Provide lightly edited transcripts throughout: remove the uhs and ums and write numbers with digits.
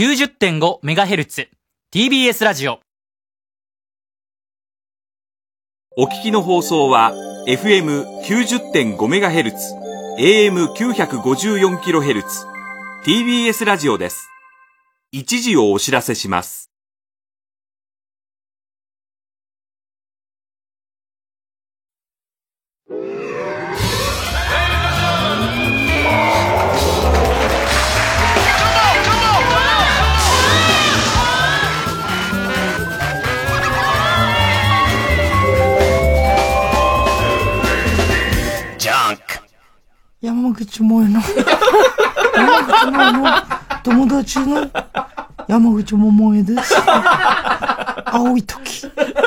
FM90.5MHz TBS ラジオ。 お聞きの放送は FM90.5MHz AM954kHz TBS ラジオです。一時をお知らせします。 山口萌の友達の山口百恵です。青い時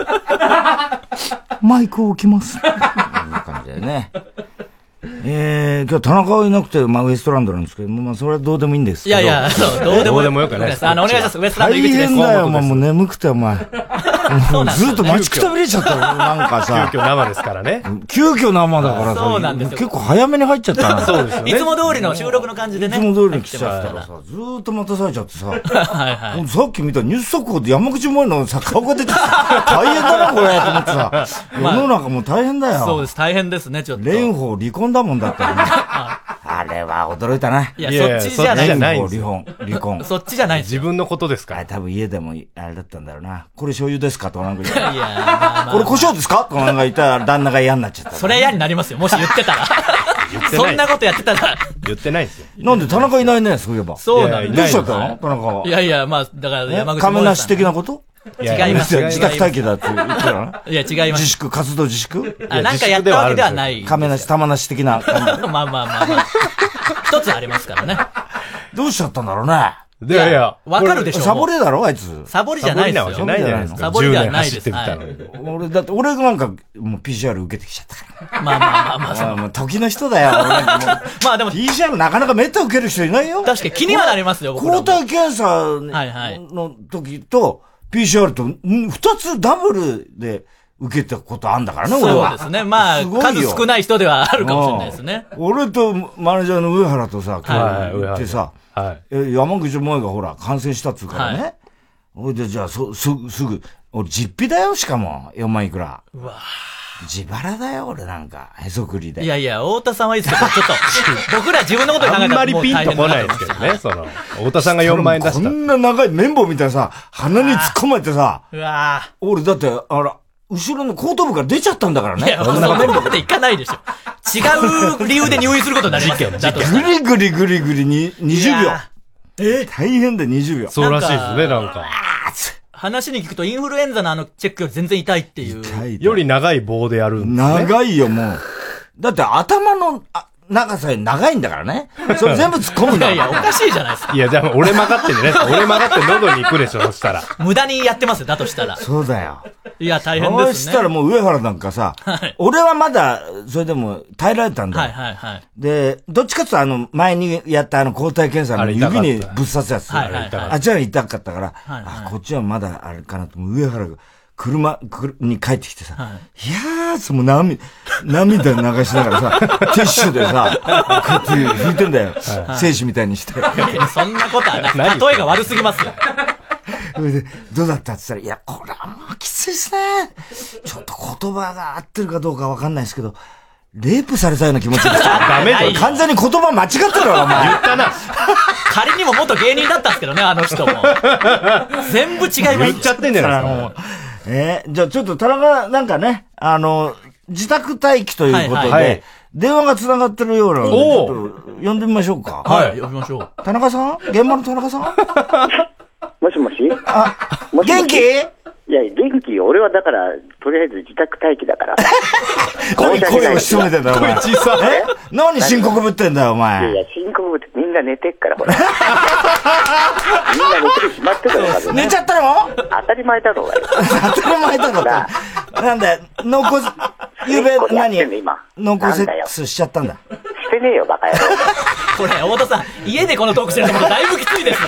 マイクを置きます。こんな感じだよね。今日田中はいなくて、ウエストランドなんですけど、それはどうでもいいんですけど。 いや、そう、どうでもよくないです。お願いします。ウエストランド井口です。 大変だよ、もう眠くて、お前。ずっと待ちくたびれちゃったの、なんかさ。 急遽生ですからね。 急遽生だからさ。 そうなんですよ。 結構早めに入っちゃったな。 そうですよね。いつも通りの収録の感じでね。 いつも通りに来ちゃったらさ、ずーっと待たされちゃってさ。はい。さっき見たニュース速報で山口萌えのさ、顔が出てさ、大変だな、これ、と思ってさ。世の中もう大変だよ。 そうです、大変ですね、ちょっと。 蓮舫離婚だもんだって。あれは驚いたな。 いや、そっちじゃない。 離婚。 そっちじゃない。 自分のことですか。 多分家でもあれだったんだろうな。これ醤油ですかとかなんか言った。 いや、 これ胡椒ですかとかなんか言ったら旦那が嫌になっちゃった。 それ嫌になりますよ。もし言ってたら。そんなことやってたら。 言ってないですよ。 なんで田中いないね、そういえば。 そうなんどうしちゃったの田中は。 いや、だから山口亀梨的なこと？ 違います。 自宅待機だって言ってたの？ いや、違います。 活動自粛？ なんかやったわけではない。 亀梨、玉梨的な感じ。 まあ。一つありますからね。 どうしちゃったんだろうね。 いや、 わかるでしょ。 サボりだろあいつ。 サボりじゃないですよ。 サボりじゃないですか。 サボりじゃないです。 俺なんか、もう PCR 受けてきちゃったから。 まあ、時の人だよ。 まあでも、 PCR なかなかめった受ける人いないよ。 確かに気にはなりますよ、 抗体検査の時と、PCR と、二つダブルで受けたことあんだからね、俺は。 そうですね。まあ、数少ない人ではあるかもしれないですね。 俺とマネージャーの上原とさ、今日行ってさ、山口萌えがほら、感染したっつうからね。ほいで、じゃあ、すぐ、俺、実費だよ、しかも、4万いくら。 うわ自腹だよ、俺なんか、へそくりで。 いや、太田さんはいいですけど、ちょっと、僕ら自分のこと考えたらあんまりピンとこないですけどね、太田さんが4万円出した。 こんな長い綿棒みたいなさ、鼻に突っ込まれてさ、俺だって、後ろの後頭部から出ちゃったんだからね。 いや、そんなこといかないでしょ。違う理由で入院することになりますよ。 グリグリに20秒。大変だ、20秒。 そうらしいですね、なんか。 話に聞くとインフルエンザのチェックより全然痛いっていう。 より長い棒でやるんですね。 長いよ、もう。だって頭の長さより長いんだからね。それ全部突っ込むんだよ。 いや、おかしいじゃないですか。 いや、じゃあ俺曲がってんじゃないですか。俺曲がって喉に行くでしょ、そしたら。 無駄にやってますよ、だとしたら。 そうだよ。 いや、大変ですね。 そうしたらもう上原なんかさ、俺はまだ、それでも耐えられたんだよ。で、どっちかっていうと前にやった抗体検査の指にぶっ刺すやつ。あっちは痛かったから、こっちはまだあれかなと、上原が車に帰ってきてさ、いやー、もう涙流しながらさ、ティッシュでさ、こうやって拭いてんだよ。精子みたいにして。 そんなことはない。例えが悪すぎますよ。 どうだったって言ったら、いや、これはもうきついですね。ちょっと言葉が合ってるかどうかわかんないですけど、レイプされたような気持ちでした。 ダメだよ。 完全に言葉間違ってるわ、お前。 言ったな。 仮にも元芸人だったんですけどね、あの人も。全部違います。 言っちゃってんじゃないですか。 じゃあちょっと田中なんかね、自宅待機ということで、電話が繋がってるようなので、ちょっと呼んでみましょうか。 はい、呼びましょう。 田中さん？現場の田中さん？ もしもし？ 元気？ いや、元気。俺はだから、とりあえず自宅待機だから。 声を潜めてんだよ、お前。声小さい。何深刻ぶってんだよ、お前。 いや、深刻ぶってみんな寝てっから、ほら。みんな寝てるしまってたのか寝ちゃったの？ 当たり前だろうが。 当たり前だろうが。なんだよ、濃厚、ゆうべ何濃厚セックスしちゃったんだ。 してねえよ、バカ野郎。 これ、太田さん、家でこのトークしてるところだいぶきついですよ。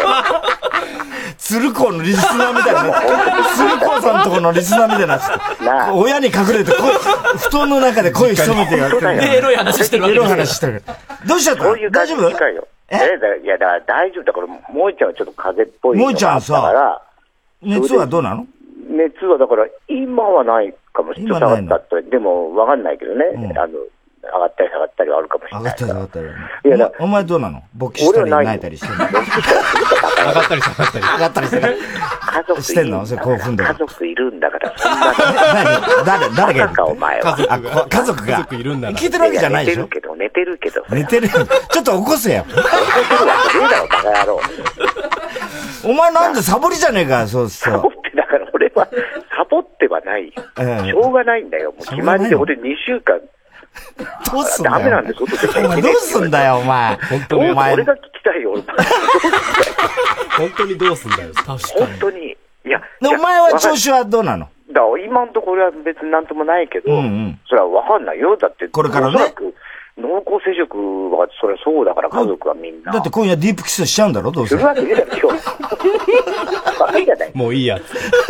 鶴光のリスナーみたいな。鶴光さんとこのリスナーみたいな。親に隠れて、布団の中で声潜めてやってる。 エロい話してるわけですよ。 エロい話してる。どうしちゃった？大丈夫？ いや、だから大丈夫だから、もえちゃんはちょっと風邪っぽいのがあったから。もえちゃんさ、 熱はどうなの？ 熱はだから、今はないかもしれない。下がったって、でもわかんないけどね。上がったり下がったりはあるかもしれない。 上がったり下がったり。いや、お前どうなの？勃起したり泣いたりしてんの？上がったり下がったり。 上がったりしてる。 家族してんの？それ興奮で。 家族いるんだから、そんな。 誰がいるか、お前は。 家族が。 いるんだ。 聞いてるわけじゃないでしょ？ 寝てるけど。 寝てる。ちょっと起こせよ。 起こせるわけねえだろ、バカ野郎。 お前なんでサボりじゃねえか、そうそう。 サボってだから俺は、サボってはないよ。しょうがないんだよ。もう決まりで俺2週間。 どうすんだよ。 ダメなんで外出て。 お前どうすんだよ、お前。 本当に。俺が聞きたいよ、 本当にどうすんだよ。 本当に。いや。 お前は調子はどうなの？ だから今のところは別になんともないけど、それはわかんないよ。だって、 これからね。 おそらく濃厚接触はそれはそうだから家族はみんな。 だって今夜ディープキスしちゃうんだろ、どうせ。 するわけねえだろ、今日。バカじゃない。 もういいやつ。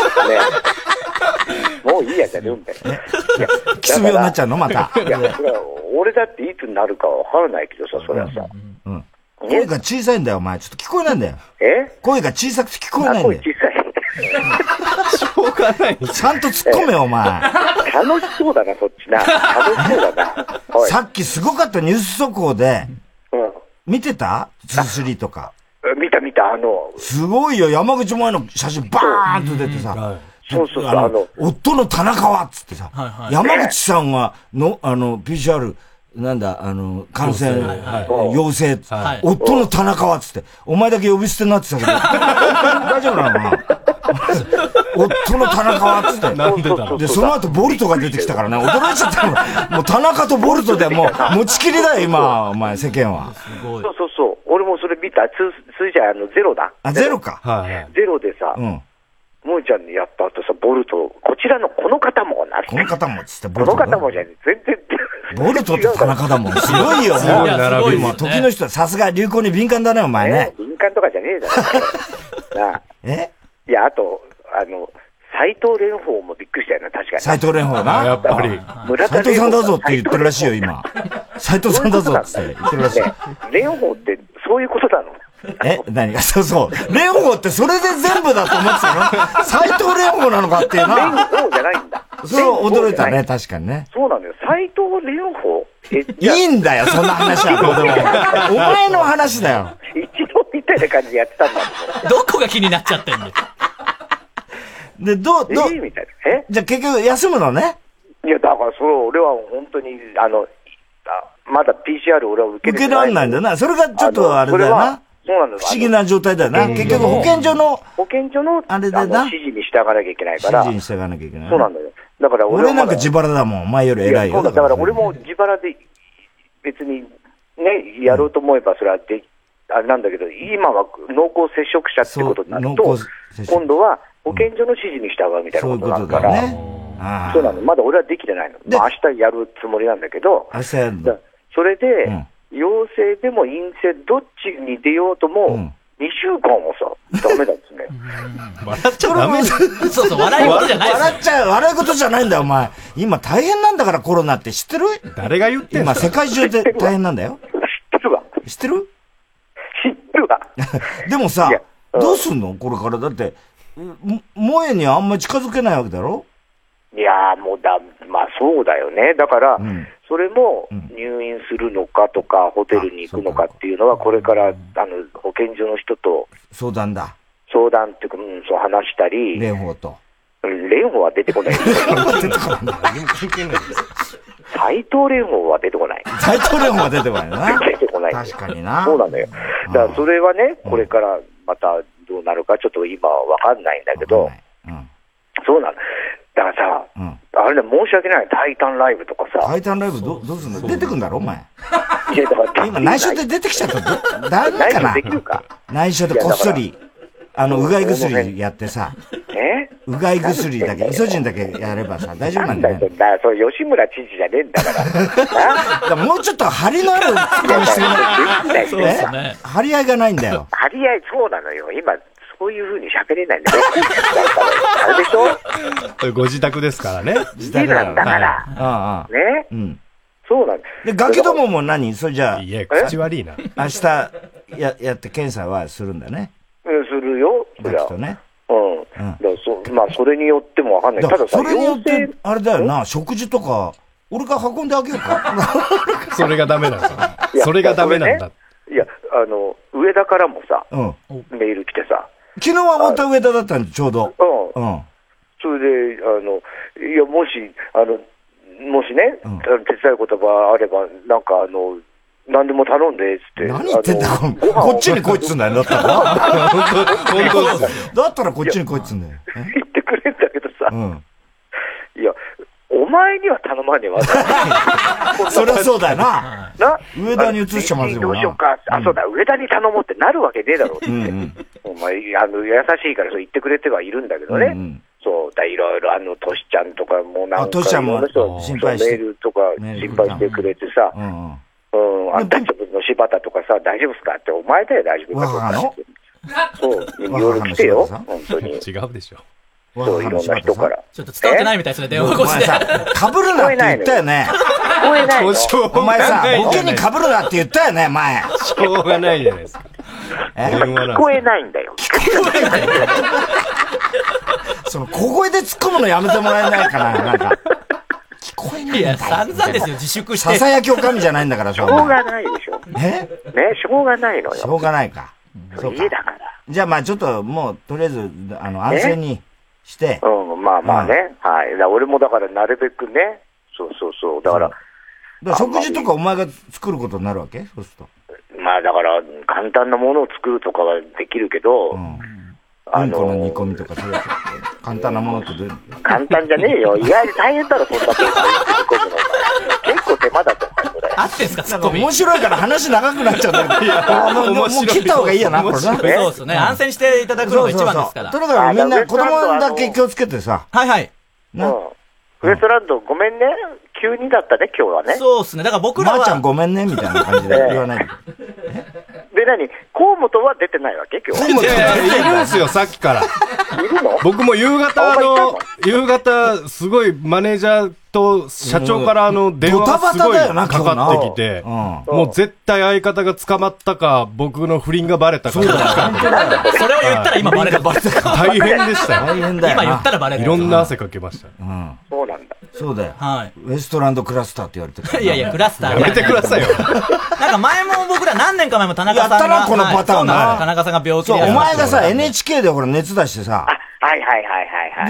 もういいやじゃねえんだよ。 キス病になっちゃうのまた。 いや、それは俺だっていつになるかわからないけどさ、それはさ。 声が小さいんだよ、お前。ちょっと聞こえないんだよ。声が小さくて聞こえないんだよ。 声小さい。 しょうがない。 ちゃんと突っ込めよ、お前。 楽しそうだな、そっちな。楽しそうだな。 さっきすごかったニュース速報で、見てた ?2-3 とか。 見た、 すごいよ、山口前の写真バーンと出てさ。 そう、 夫の田中はっつってさ、山口さんがPCR、なんだ、感染、陽性、夫の田中はっつって、お前だけ呼び捨てになってたけど、大丈夫なのかな夫の田中はっつって。 なんでだろう。 で、その後ボルトが出てきたからね、驚いちゃったの。もう田中とボルトでもう持ちきりだよ、今、お前、世間は。 そう。俺もそれ見た。数字はゼロだ。 あ、ゼロか。 ゼロでさ、もえちゃんにやった後さ、ボルト、こちらのこの方もなって。 この方もっつって、 ボルト。この方もじゃね全然。 ボルトと田中だもん。すごいよ、もう。 すごい並び。 もう時の人はさすが流行に敏感だね、お前ね。 敏感とかじゃねえだろ。いや、あと、斎藤蓮舫もびっくりしたよな、確かに。 斎藤蓮舫な。 やっぱり。 斎藤さんだぞって言ってるらしいよ、今。斎藤さんだぞって言ってるらしい。 蓮舫ってそういうことなの？ 何がそう。蓮舫ってそれで全部だと思ってたの？斎藤蓮舫なのかっていうな。 蓮舫じゃないんだ。 それは驚いたね、確かにね。 そうなんだよ。斎藤蓮舫いいんだよ、そんな話はどうでも。お前の話だよ。 一度みたいな感じでやってたんだもん。 どこが気になっちゃってんの？ で、みたいな。じゃあ結局休むのね。 いや、だから俺は本当に、まだ PCR 俺は受けられないんだよな。それがちょっとあれだよな。 そうなんだ。 不思議な状態だよな。結局保健所の、 あれだな。指示に従わなきゃいけないから。 指示に従わなきゃいけない。 そうなんだよ。だから俺なんか自腹だもん。前より偉いよ。 だから俺も自腹で別にね、やろうと思えばそれはあれなんだけど、今は濃厚接触者ってことになると、今度は保健所の指示に従うみたいなことになるから、そうなの。まだ俺はできてないの。まあ明日やるつもりなんだけど、 明日やるの。 それで、陽性でも陰性どっちに出ようとも、2週間もさ、ダメだっつね。 笑っちゃダメだ。 そう、笑い事じゃない。 笑い事じゃないんだよ、お前。今大変なんだから、コロナって知ってる？ 誰が言ってんの？ 今世界中で大変なんだよ。 知ってるわ。 知ってる？ 知ってるわ。 でもさ、どうすんの？これから。だって、萌えにあんまり近づけないわけだろ？ いやーもうまあそうだよね。だから、それも入院するのかとか、ホテルに行くのかっていうのは、これから、保健所の人と、 相談っていうか、そう話したり、 蓮舫と。 蓮舫は出てこない。斎藤蓮舫は出てこない。 斎藤蓮舫は出てこないな。 出てこない。 確かにな。 そうなんだよ。だからそれはね、これからまたどうなるかちょっと今はわかんないんだけど、そうなの。だからさ、あれね、申し訳ない。タイタンライブとかさ。 タイタンライブどうすんの？出てくんだろ、お前。 いや、だから今内緒で出てきちゃった。大丈夫かな？内緒でこっそり、うがい薬やってさ。うがい薬だけ、イソジンだけやればさ、大丈夫なんだよ。 それ吉村知事じゃねえんだから。 もうちょっと張りのある顔してそうですね。 張り合いがないんだよ。 張り合い、そうなのよ。今、そういう風に喋れないんだよ。あれでしょ？ ご自宅ですからね。 自宅なんだから。ね？そうなんで、ガキどもも何？それじゃあ。 いや、口悪いな。 明日、 やって検査はするんだね。 するよ、そりゃ。 きっとね。 まあ、それによってもわかんない。たださ、 それによって、あれだよな、食事とか、俺が運んであげようか。 それがダメなんだ。それがダメなんだ。 いや、上田からもさ、メール来てさ。 昨日はまた上田だったんで、ちょうど。 それで、いや、もしね、手伝うことがあれば、なんか何でも頼んで、つって。 何言ってんだこっちに来いっつうんだよ、だったら。本当だったらこっちに来いっつうんだよ。 言ってくれんだけどさ。いや、お前には頼まねえわ。 そりゃそうだよな。上田に移しちゃまずいもんな。 どうしようか。そうだ、上田に頼もうってなるわけねえだろうって。お前、優しいからそう言ってくれてはいるんだけどね。そうだ、いろいろ、トシちゃんとかもなんか、 トシちゃんも心配して。 メールとか心配してくれてさ、大丈夫の柴田とかさ、大丈夫っすかって、お前だよ、大丈夫かそう、いろいろ来てよ、本当に。 違うでしょ。 そう、いろんな人から。 ちょっと伝わってないみたいですね、電話越しで。 かぶるなって言ったよね。 聞こえないの。 お前さ、ボケにかぶるなって言ったよね、前。 しょうがないじゃないですか。 聞こえないんだよ。聞こえないんだよ。 その、小声で突っ込むのやめてもらえないかな、なんか。聞こえないんだよ。 いや、散々ですよ、自粛して。 ささやきおかみじゃないんだから、 しょうがないでしょ。ね、しょうがないのよ。 しょうがないか。 家だから。 じゃあまあちょっと、もう、とりあえず、安静にして。 まあまあね。はい。俺もだからなるべくね。そう。だから。 食事とかお前が作ることになるわけ？そうすると。まあだから、簡単なものを作るとかはできるけど、 うんこの煮込みとかそういう簡単なものってどういうの？ 簡単じゃねえよ。意外に大変だろ、そんなペースで煮込むの。結構手間だと思う、これ。 合ってんすか、ツッコミ。 面白いから話長くなっちゃうんだよ。もう切った方がいいやな、これな。 そうですね。安静していただくのが一番ですから。 とにかくみんな子供だけ気をつけてさ。 はいはい。 ウエストランドごめんね。急にだったね、今日はね。 そうですね。だから僕らは。 まーちゃんごめんね、みたいな感じで言わない。 で、河本は出てないわけ今日は。いるんすよ、さっきから。 いるの？ 僕も夕方、すごいマネージャーと社長から電話がすごいかかってきて、もう絶対相方が捕まったか、僕の不倫がバレたか。 それを言ったら今バレた。 大変でしたよ。 大変だよ。 今言ったらバレる。 いろんな汗かけました。 そうなんだ。 そうだよ。 はい。 ウエストランドクラスターって言われてる。 いや、クラスター。 やめてくださいよ。 なんか前も僕ら何年か前も田中さんが。 やったな、このパターンな。 田中さんが病気で。 そう、お前がさ、NHK でほら熱出してさ。 はい。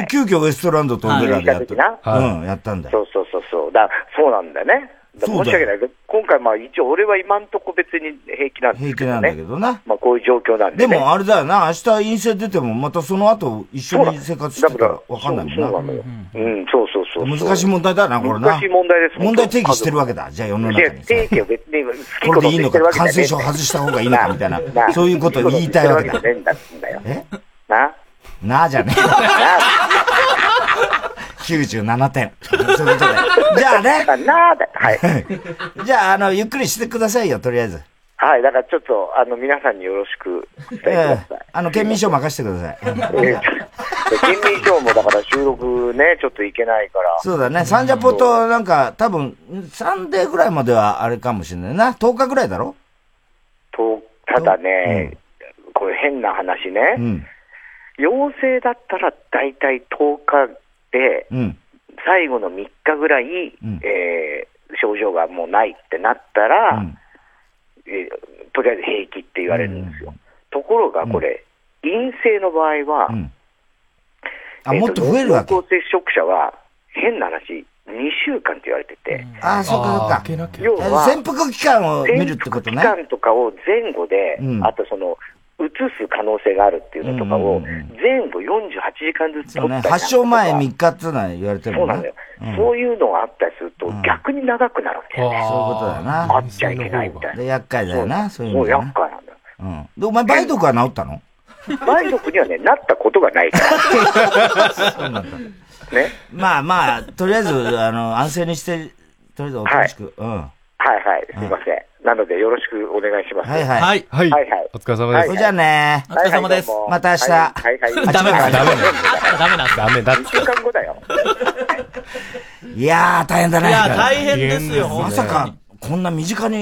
急遽ウエストランドと俺らでやって。やったんだよ。 そう。そうなんだよね。申し訳ないけど、今回一応俺は今んとこ別に平気なんですけどね。平気なんだけどな。こういう状況なんで。 でもあれだよな、明日陰性出てもまたその後一緒に生活してたらわかんないもんな。 そうなのよ。そう。 難しい問題だな、これな。 難しい問題です。 問題提起してるわけだ。じゃあ世の中に。 提起を別にこれでいいのか、感染症外した方がいいのかみたいな。そういうことを言いたいわけだ。なじゃねえ。97点。そういうことで。じゃあね。 はい。 じゃあ、ゆっくりしてくださいよ、とりあえず。 はい。だからちょっと、皆さんによろしく伝えてください。 県民賞任せてください。 県民賞もだから収録ね、ちょっといけないから。 そうだね。サンジャポとなんか、多分、サンデーぐらいまではあれかもしれないな。10日ぐらいだろ？ ただね、これ変な話ね。陽性だったら大体10日で、最後の3日ぐらい、症状がもうないってなったら、とりあえず平気って言われるんですよ。ところがこれ、陰性の場合は、 もっと増えるわけ。 濃厚接触者は、変な話、2週間って言われてて。 そうか。要は、潜伏期間を見るってことね。 潜伏期間とかを前後で、あと移す可能性があるっていうのとかを、前後48時間ずつ取ったり。 発症前3日っていうのは言われてるそうなんだよ。そういうのがあったりすると、逆に長くなるわけよね。 そういうことだよな。 あっちゃいけないみたいな。 厄介だよな、そういうの。そう、厄介なんだよ。 で、お前、梅毒は治ったの？ 梅毒にはね、なったことがないから。そうなんだ。ね。 まあ、とりあえず、安静にして、とりあえずおとなしく。 はい、すいません。なので、よろしくお願いします。 はい。 お疲れ様です。 じゃあね。 お疲れ様です。 また明日。 ダメだ。 1週間後だよ。 いやー、大変だね。 いや、大変ですよ。 まさか、こんな身近に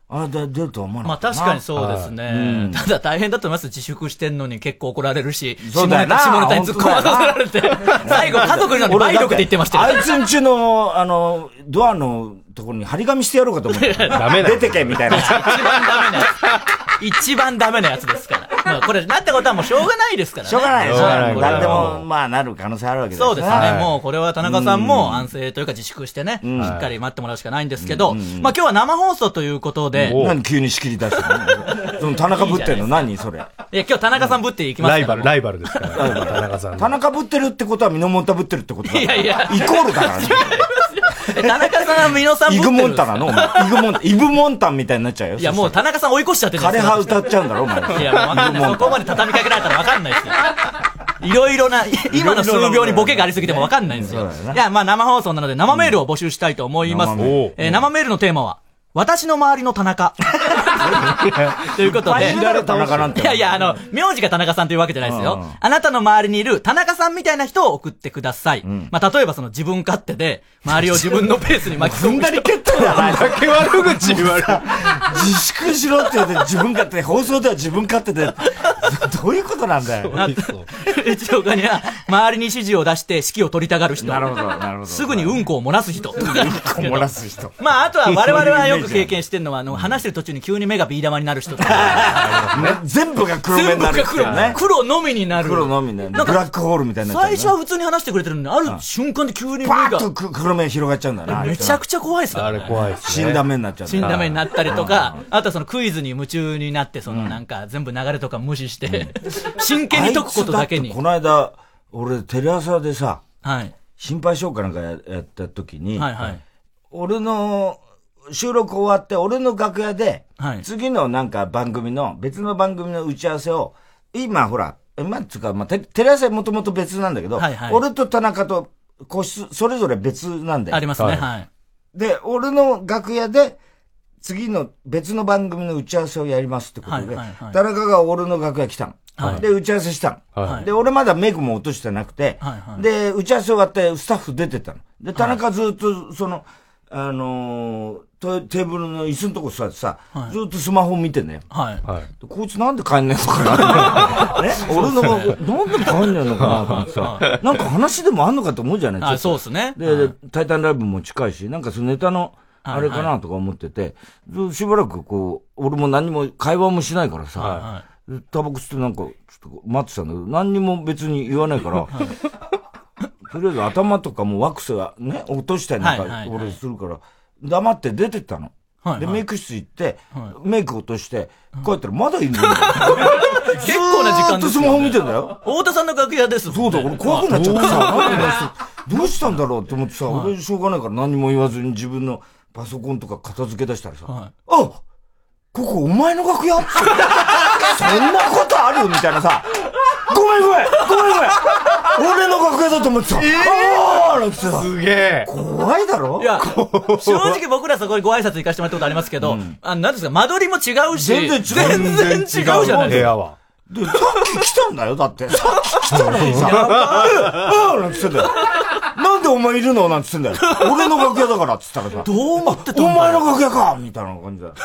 出るとは思わなまあ確かにそうですね。ただ大変だと思います。自粛してんのに結構怒られるし、下ネタに突っ込まさせられて、最後家族にのに梅毒って言ってましたよ。 あいつんちの、ドアのところに張り紙してやろうかと思って。 ダメだ。 出てけみたいな。 一番ダメなやつ。一番ダメなやつですから。これ、なってことはもうしょうがないですからね。 しょうがないです。誰でも、まあ、なる可能性あるわけです。 そうですね。もう、これは田中さんも安静というか自粛してね、しっかり待ってもらうしかないんですけど、まあ今日は生放送ということで。 何急に仕切り出したの？その田中ぶってんの何それ？いや、 今日田中さんぶっていきますから。 ライバルですから。田中さん。 田中ぶってるってことは、ミノモンタぶってるってことだ。 いやいや。 イコールだからね。 田中さんはミノさんぶってる。 イグモンタなのお前。イブモンタンみたいになっちゃうよ。 いや、もう田中さん追い越しちゃってる。 枯葉歌っちゃうんだろお前。 いや、もうわかんない。そこまで畳みかけられたらわかんないですよ。いろいろな、今の数秒にボケがありすぎてもわかんないんですよ。いや、まあ生放送なので生メールを募集したいと思います。生メールのテーマは、私の周りの田中。ということで。いやいや、名字が田中さんというわけじゃないですよ。あなたの周りにいる田中さんみたいな人を送ってください。まあ、例えばその自分勝手で、周りを自分のペースに巻き込む。 踏んだり蹴ったりだな。 だけ悪口言われる。 自粛しろって言って自分勝手、放送では自分勝手で、どういうことなんだよ。 一応他には、周りに指示を出して指揮を取りたがる人。 なるほど、なるほど。 すぐにうんこを漏らす人。うんこ漏らす人。 まあ、あとは我々はよく経験してるのは、話してる途中に急に目がビー玉になる人とか。 全部が黒目になる人ね。 黒のみになる。 黒のみになる。ブラックホールみたいになっちゃう。 最初は普通に話してくれてるのに、ある瞬間で急に目が。 パーッと黒目広がっちゃうんだな。 めちゃくちゃ怖いですよ。 あれ怖いですね。 死んだ目になっちゃう。 死んだ目になったりとか、あとはそのクイズに夢中になって、そのなんか全部流れとか無視して、真剣に解くことだけに。 この間、俺テレ朝でさ、 はい。 心配性かなんかやった時に、 はいはい。 俺の、収録終わって、俺の楽屋で、 はい、 次のなんか別の番組の打ち合わせを、今ほら、つうか、まあ、テレ朝もともと別なんだけど、はいはい、俺と田中と個室、それぞれ別なんだよ。 ありますね、はい。 で、俺の楽屋で、次の別の番組の打ち合わせをやりますってことで、はいはいはい、田中が俺の楽屋来たの。はい、で、打ち合わせしたの、はい。で、俺まだメイクも落としてなくて、はいはい、で、打ち合わせ終わってスタッフ出てったの。で、田中ずっと、その、テーブルの椅子のとこ座ってさ、はい、ずっとスマホ見てんだよ。はい。こいつなんで帰んねえのかなね、俺の、なんで帰んねえのかなと思ってさ、なんか話でもあんのかと思うじゃないですか。 そうですね。 で、タイタンライブも近いし、なんかそのネタの、あれかなとか思ってて、しばらくこう、俺も何も会話もしないからさ、タバコ吸ってなんか、ちょっと待ってたんだけど、何にも別に言わないから、とりあえず頭とかもワックスがね、落としたりなんか俺するから、黙って出てったの。で、メイク室行って、メイク落として、帰ったらまだいるんだよ。 結構な時間ですよね。ずっとスマホ見てんだよ。 太田さんの楽屋です。 そうだ、俺怖くなっちゃってさ、どうしたんだろうって思ってさ、俺しょうがないから何も言わずに自分のパソコンとか片付け出したらさ、あ、ここお前の楽屋そんなことあるみたいなさ、ごめん俺の楽屋だと思ってた。なんてさ。 すげえ。 怖いだろ？ いや、正直僕らそこにご挨拶行かせてもらったことありますけど、なんですか、間取りも違うし。 全然違うじゃないですか。 部屋は。 で、さっき来たんだよ、だって。さっき来たのにさ、なんつってんだよ。なんでお前いるのなんつってんだよ。俺の楽屋だからっつったらさ。 どう思ってたんだよ。 お前の楽屋かみたいな感じだよ。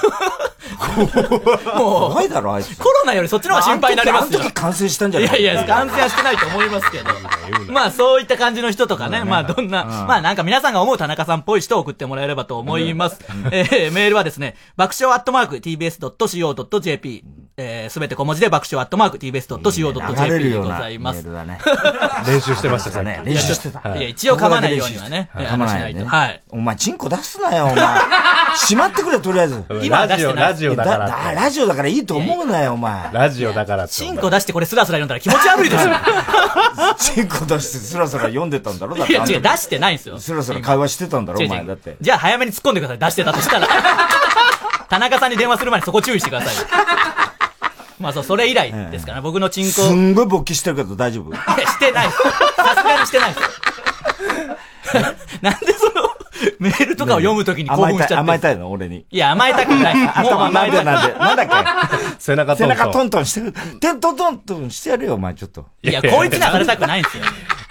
怖いだろ、あいつ。 コロナよりそっちの方が心配になりますよ。 あの時感染したんじゃない？ いや、感染はしてないと思いますけど。まあ、そういった感じの人とかね、まあ、どんな、まあ、なんか皆さんが思う田中さんっぽい人を送ってもらえればと思います。メールはですね、爆笑@tbs.co.jp、すべて小文字で爆笑@tbs.co.jp でございます。 練習してましたね。 練習してた。 いや、一応噛まないようにはね、話しないと。はい。 お前、チンコ出すなよ、お前。しまってくれ、とりあえず。 今は出してない。 ラジオだから。 ラジオだからいいと思うなよ、お前。 ラジオだからって。 チンコ出してこれスラスラ読んだら気持ち悪いですよ。 チンコ出してスラスラ読んでたんだろ？だって。 いや、違う、出してないんですよ。 スラスラ会話してたんだろ、お前だって。 じゃあ早めに突っ込んでください、出してたとしたら。田中さんに電話する前にそこ注意してください。まあそう、それ以来ですからね、僕のチンコ。 すんごい勃起してるけど大丈夫？ いや、してないです。さすがにしてないです。なんでその、メールとかを読むときに興奮しちゃって。 甘えたいの俺に。 いや、甘えたくない。もう甘えたくない。 なんだっけ背中トントンしてる。トントンしてやるよ、お前ちょっと。 いや、こいつにはされたくないんですよ。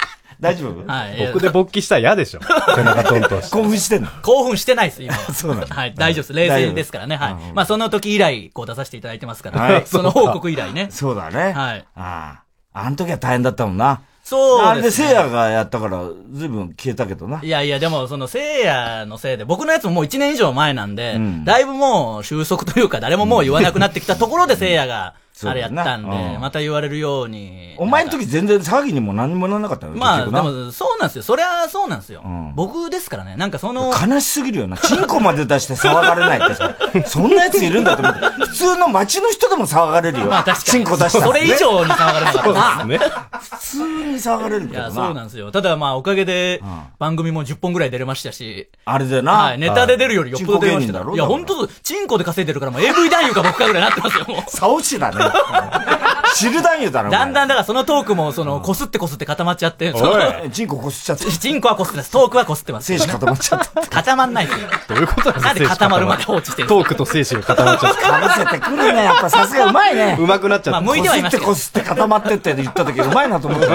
大丈夫？ はい。 僕で勃起したら嫌でしょ。背中トントンして。 興奮してんの？ 興奮してないです、今は。 そうなんだ。 はい、大丈夫です。冷静ですからね。はい。まあ、その時以来、こう出させていただいてますから。その報告以来ね。 そうだね。 はい。 あの時は大変だったもんな。 そうですね。あれで聖夜がやったから、ずいぶん消えたけどな。 いやいや、でも、その聖夜のせいで、僕のやつももう1年以上前なんで、だいぶもう収束というか、誰ももう言わなくなってきたところで聖夜が、あれやったんで、また言われるように。 お前の時全然騒ぎにも何もならなかったよ。 まあ、でも、そうなんですよ。そりゃそうなんですよ。僕ですからね。なんかその。 悲しすぎるよな。チンコまで出して騒がれないってさ。そんなやついるんだと思って。普通の街の人でも騒がれるよ。 まあ確かに。 チンコ出したら。 それ以上に騒がれなかったな。普通に騒がれるけどな。 いや、そうなんですよ。ただまあ、おかげで、番組も10本ぐらい出れましたし。 あれでな。 はい。ネタで出るよりよっぽど出ました。いや、本当チンコで稼いでるからもう AV 男優か僕かぐらいなってますよ、もう。 サオシだね。知る男優だろ。 だんだんだからそのトークも、こすって固まっちゃって。 チンコこすっちゃって。 チンコはこすってます。トークはこすってます。 精子固まっちゃった。 固まんないですよ。 どういうことなんで固まるまで放置してるトークと精子が固まっちゃった。 かぶせてくるね。やっぱさすがうまいね。 うまくなっちゃった。 まあ、向いてはいました。 こすって固まってって言った時うまいなと思った。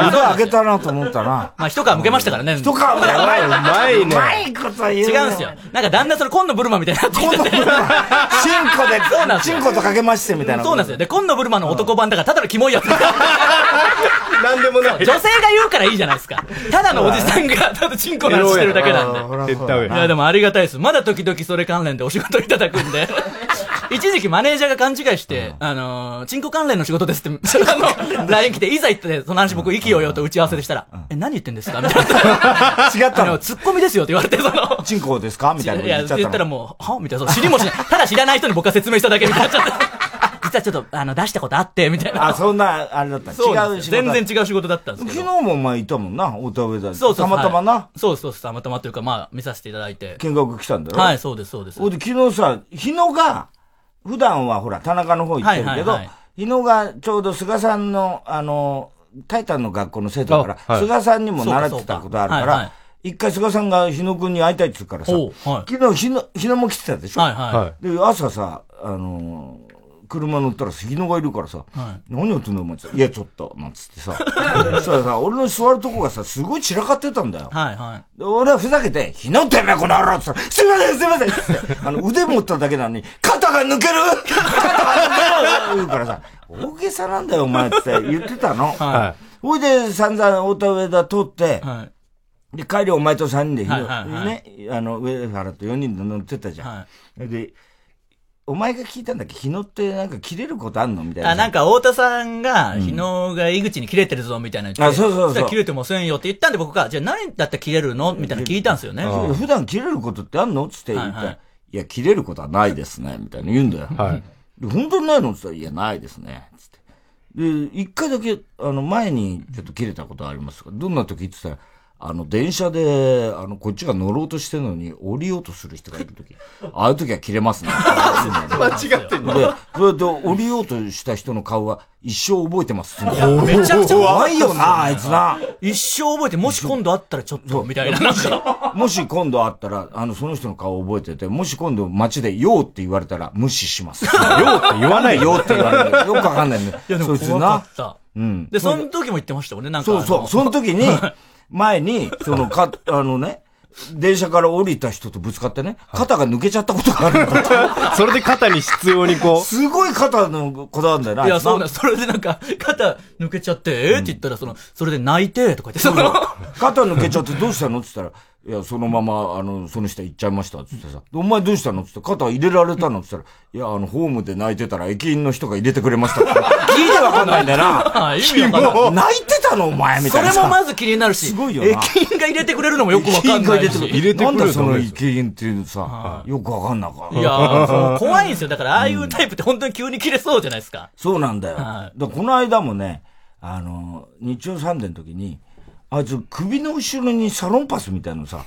腕上げたなと思ったな。 まあ、一皮向けましたからね。 一皮うまいね。 うまいこと言う。 違うんですよ。なんかだんだんそれ今度ブルマみたいになってきてて。 チンコで、チンコとかけましてみたいな。 そうなんですよ。で、今度ブルマの男版だからただのキモいやつ。 なんでもない。 女性が言うからいいじゃないですか。ただのおじさんがただチンコの話してるだけなんで。 絶対いや、でもありがたいです。まだ時々それ関連でお仕事いただくんで。一時期マネージャーが勘違いして、チンコ関連の仕事ですって、LINE 来て、いざ言って、その話僕意気揚々と打ち合わせでしたら、何言ってんですかみたいな。 違ったのツッコミですよって言われて、 チンコですかみたいな。 いや、言ったらもう、はみたいな。知りもしない。ただ知らない人に僕が説明しただけみたいになっちゃって。実はちょっと、出したことあって、みたいな。 そんな、あれだった。 違う仕事。全然違う仕事だったんですけど。 昨日もお前いたもんな、太田上田。 そうたまたまな。 そうそう、たまたまというか、まあ、見させていただいて。 見学来たんだろはい、そうです、そうです。 昨日さ、日野が、普段はほら、田中の方行ってるけど、日野がちょうど菅さんの、タイタンの学校の生徒だから、菅さんにも習ってたことあるから、一回菅さんが日野くんに会いたいって言うからさ、昨日日野も来てたでしょ。で、朝さ、車乗ったら日野がいるからさ、何やってんだお前って。いや、ちょっと、なんつってさ。そしたらさ、俺の座るとこがさ、すごい散らかってたんだよ。で俺はふざけて、日野ってめこの野郎って言ったら、すいませんすいません腕持っただけなのに、肩が抜ける言うからさ、大げさなんだよお前って言ってたの。ほいで、散々太田上田通って、で、帰りお前と3人で、ね、上原と4人で乗ってたじゃん。で、お前が聞いたんだっけ日野ってなんか切れることあんのみたいな。 なんか太田さんが、日野が井口に切れてるぞみたいな言って。そう。切れてませんよって言ったんで僕が、じゃあ何だったら切れるのみたいな聞いたんですよね。 普段切れることってあんのつって言ったら、いや、切れることはないですね。みたいな言うんだよ。で、本当にないのつったら、いや、ないですね。つって。で、一回だけ、前にちょっと切れたことありますかどんな時って言ったら、電車で、こっちが乗ろうとしてるのに降りようとする人がいるとき、ああいうときは切れますね。 間違ってんので、それで降りようとした人の顔は一生覚えてます。 いや、めちゃくちゃ怖いよな、あいつな。 一生覚えて、もし今度会ったらちょっと、みたいな。 もし今度会ったら、その人の顔覚えてて、もし今度街でようって言われたら無視します。ようって言わないようって言われる。よくわかんないね。 いや、でも怖かった。で、その時も言ってましたよね、なんか。 そう。その時に、前に、電車から降りた人とぶつかってね、肩が抜けちゃったことがあるんだって。 それで肩に必要にこう。 すごい肩のこだわるんだよな。 いや、そうだ、それでなんか、肩抜けちゃって、って言ったら、それで泣いて、とか言って、 肩抜けちゃってどうしたのって言ったら、いや、そのまま、その下行っちゃいました、つってさ。お前どうしたのつって、肩入れられたのつったら、いや、ホームで泣いてたら駅員の人が入れてくれましたって。聞いてわかんないんだよな。 意味わかんない。 泣いてたのお前みたいな。 それもまず気になるし。 すごいよな。 駅員が入れてくれるのもよくわかんないし。 入れてくれる。なんだその駅員っていうさ、よくわかんなかった。 いや、怖いんですよ。だから、ああいうタイプって本当に急に切れそうじゃないですか。 そうなんだよ。この間もね、日曜サンデーの時に、あいつ首の後ろにサロンパスみたいなのさ、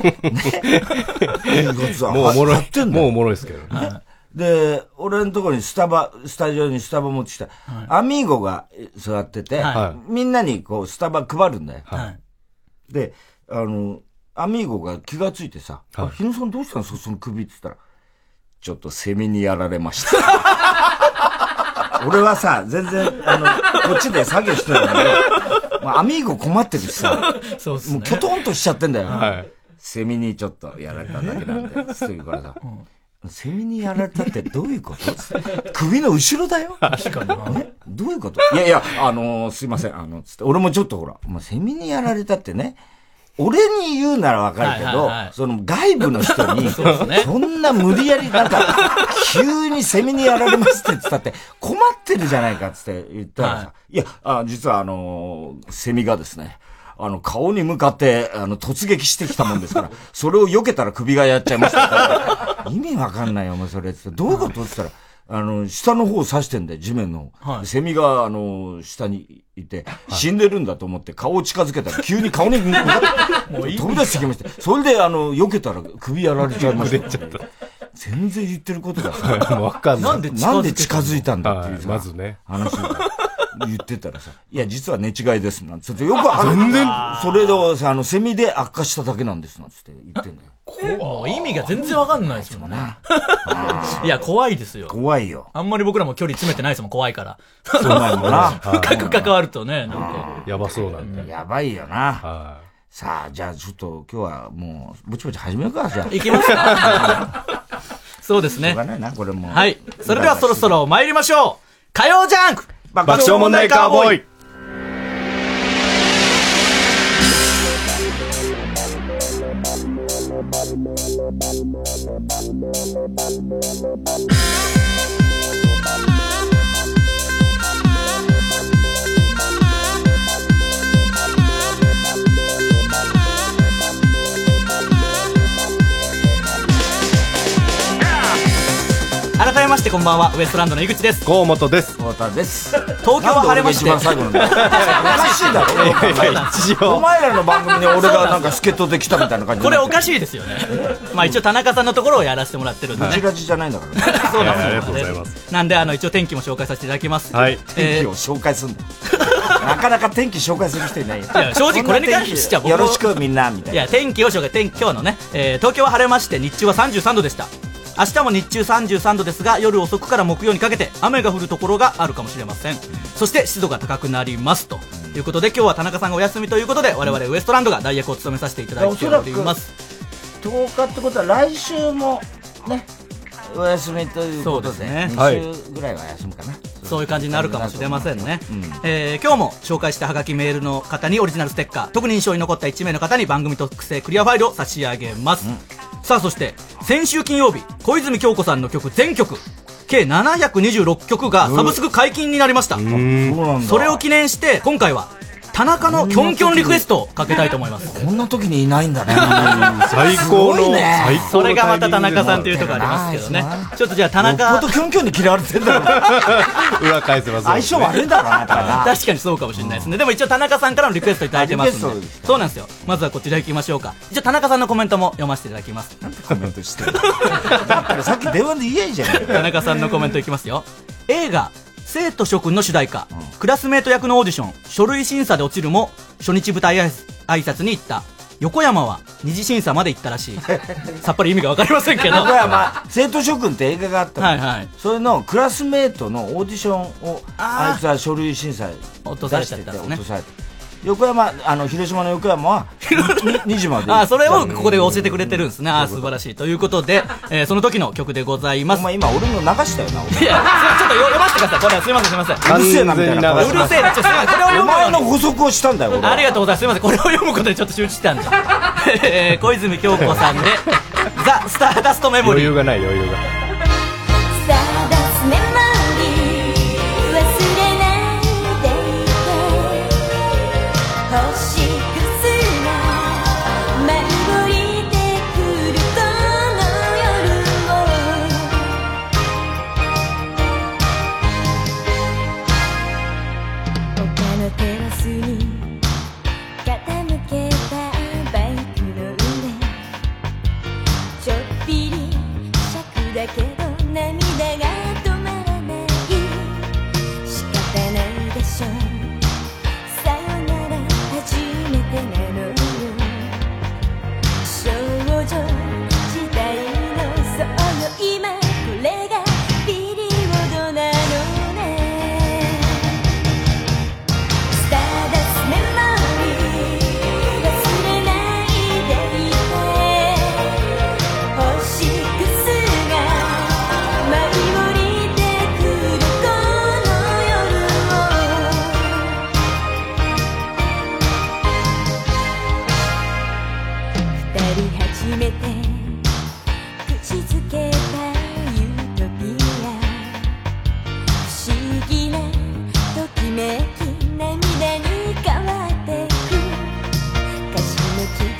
もうおもろい。もうおもろいですけどね。 で、俺のところにスタジオにスタバ持ってきた、アミーゴが座ってて、みんなにこうスタバ配るんだよ。で、アミーゴが気がついてさ、日野さんどうしたんですかその首って言ったら、ちょっとセミにやられました。 俺はさ、全然、こっちで作業してるんだけど、アミーゴ困ってるしさ、 そうっすね。 もうキョトンとしちゃってんだよ。 はい。 セミにちょっとやられただけなんで、つって言うからさ、セミにやられたってどういうこと首の後ろだよ。 確かにな。 どういうこと？いやいや、すいません、つって、俺もちょっとほら、もうセミにやられたってね、俺に言うならわかるけど、その外部の人に、そんな無理やりなんか、急にセミにやられますって言ったって、困ってるじゃないかって言ったらさ、いや、実はセミがですね、顔に向かって、突撃してきたもんですから、それを避けたら首がやっちゃいましたから。意味わかんないよ、お前それって。どういうことって言ったら、下の方を刺してんだよ、地面の。はい、セミが、下にいて、死んでるんだと思って顔を近づけたら、急に顔に向かって、飛び出してきました。それで、避けたら首やられちゃいました。全然言ってることがさ、 わかんない。 なんで近づいたんだっていうさ、 まずね。 話言ってたらさ、いや、実は寝違いです、なんつって、よく全然、それでさ、セミで悪化しただけなんです、なんつって言ってんだよ。 もう意味が全然わかんないですもんね。いや、怖いですよ。 怖いよ。 あんまり僕らも距離詰めてないですもん、怖いから。 そうなんだな。 深く関わるとね、なんか。 やばそうなんだ。 やばいよな。さあ、じゃあちょっと今日はもう、ぼちぼち始めようか、じゃあ。 行きますか。そうですね。 しょうがないな、これも。 はい。それではそろそろ参りましょう。火曜ジャンク爆笑問題カーボーイ。 改めましてこんばんは、ウエストランドの井口です。 河本です。 太田です。 東京は晴れまして。 一番最後のおかしいだろ。お前らの番組に俺がなんか助っ人で来たみたいな感じ。 これおかしいですよね。まあ一応田中さんのところをやらせてもらってるんでね。 ブチラジじゃないんだからね。 そうなんです。 ありがとうございます。 なんで一応天気も紹介させていただきます。 はい。 天気を紹介すんだ。なかなか天気紹介する人いないよ。 いや正直これに関しては僕よろしくみんなみたいな。 いや天気を紹介今日のね、東京は晴れまして日中は33度でした。明日も日中33度ですが、夜遅くから木曜にかけて雨が降るところがあるかもしれません。そして湿度が高くなりますということで、今日は田中さんがお休みということで、我々ウエストランドが代役を務めさせていただいております。 10日ってことは来週もねお休みということで、ね、2週ぐらいは休むかな、 そういう感じになるかもしれませんね。今日も紹介したハガキメールの方にオリジナルステッカー、特に印象に残った1名の方に番組特製クリアファイルを差し上げます。さあそして先週金曜日、小泉京子さんの曲全曲計726曲がサブスク解禁になりました。それを記念して今回は田中のキョンキョンリクエストをかけたいと思います。 こんな時にいないんだね。 最高の、 ね、 それがまた田中さんというところありますけどね。ちょっとじゃあ田中ほんとキョンキョンに嫌われてんだろ。 裏返せます。 相性悪いんだろうな。 確かにそうかもしれないですね。でも一応田中さんからのリクエストいただいてますんで。そうなんですよ。まずはこちら行きましょうか。一応田中さんのコメントも読ませていただきます。 なんてコメントしてるだったらさっき電話で言えじゃん。 田中さんのコメントいきますよ。映画生徒諸君の主題歌、クラスメート役のオーディション、書類審査で落ちるも初日舞台挨拶に行った。横山は二次審査まで行ったらしい。さっぱり意味が分かりませんけど。 横山生徒諸君って映画があったの、 はいはい、 それのクラスメートのオーディションをあいつは書類審査落とされちゃったんですね。 横山、広島の横山は2時まで。 それをここで教えてくれてるんですね。素晴らしい。ということで、その時の曲でございます。 お前今俺の流したよな。 いや、ちょっと読ませてください。これはすいませんすいません。 うるせえなみたいな。 うるせえな。ちょっとこれを読む。お前の補足をしたんだよ。 ありがとうございます。すいません。これを読むことでちょっと集中してたんで。小泉京子さんで、ザ・スターダストメモリー。 余裕がない余裕が。 スターダストメモリー。星屑が舞い降りてくるこの夜を丘のテラスに傾けたバイクの上ちょっぴり尺だけど涙が止まらない仕方ないでしょさよなら初めてなのよ少女時代のそうよ今これがピリオドなのね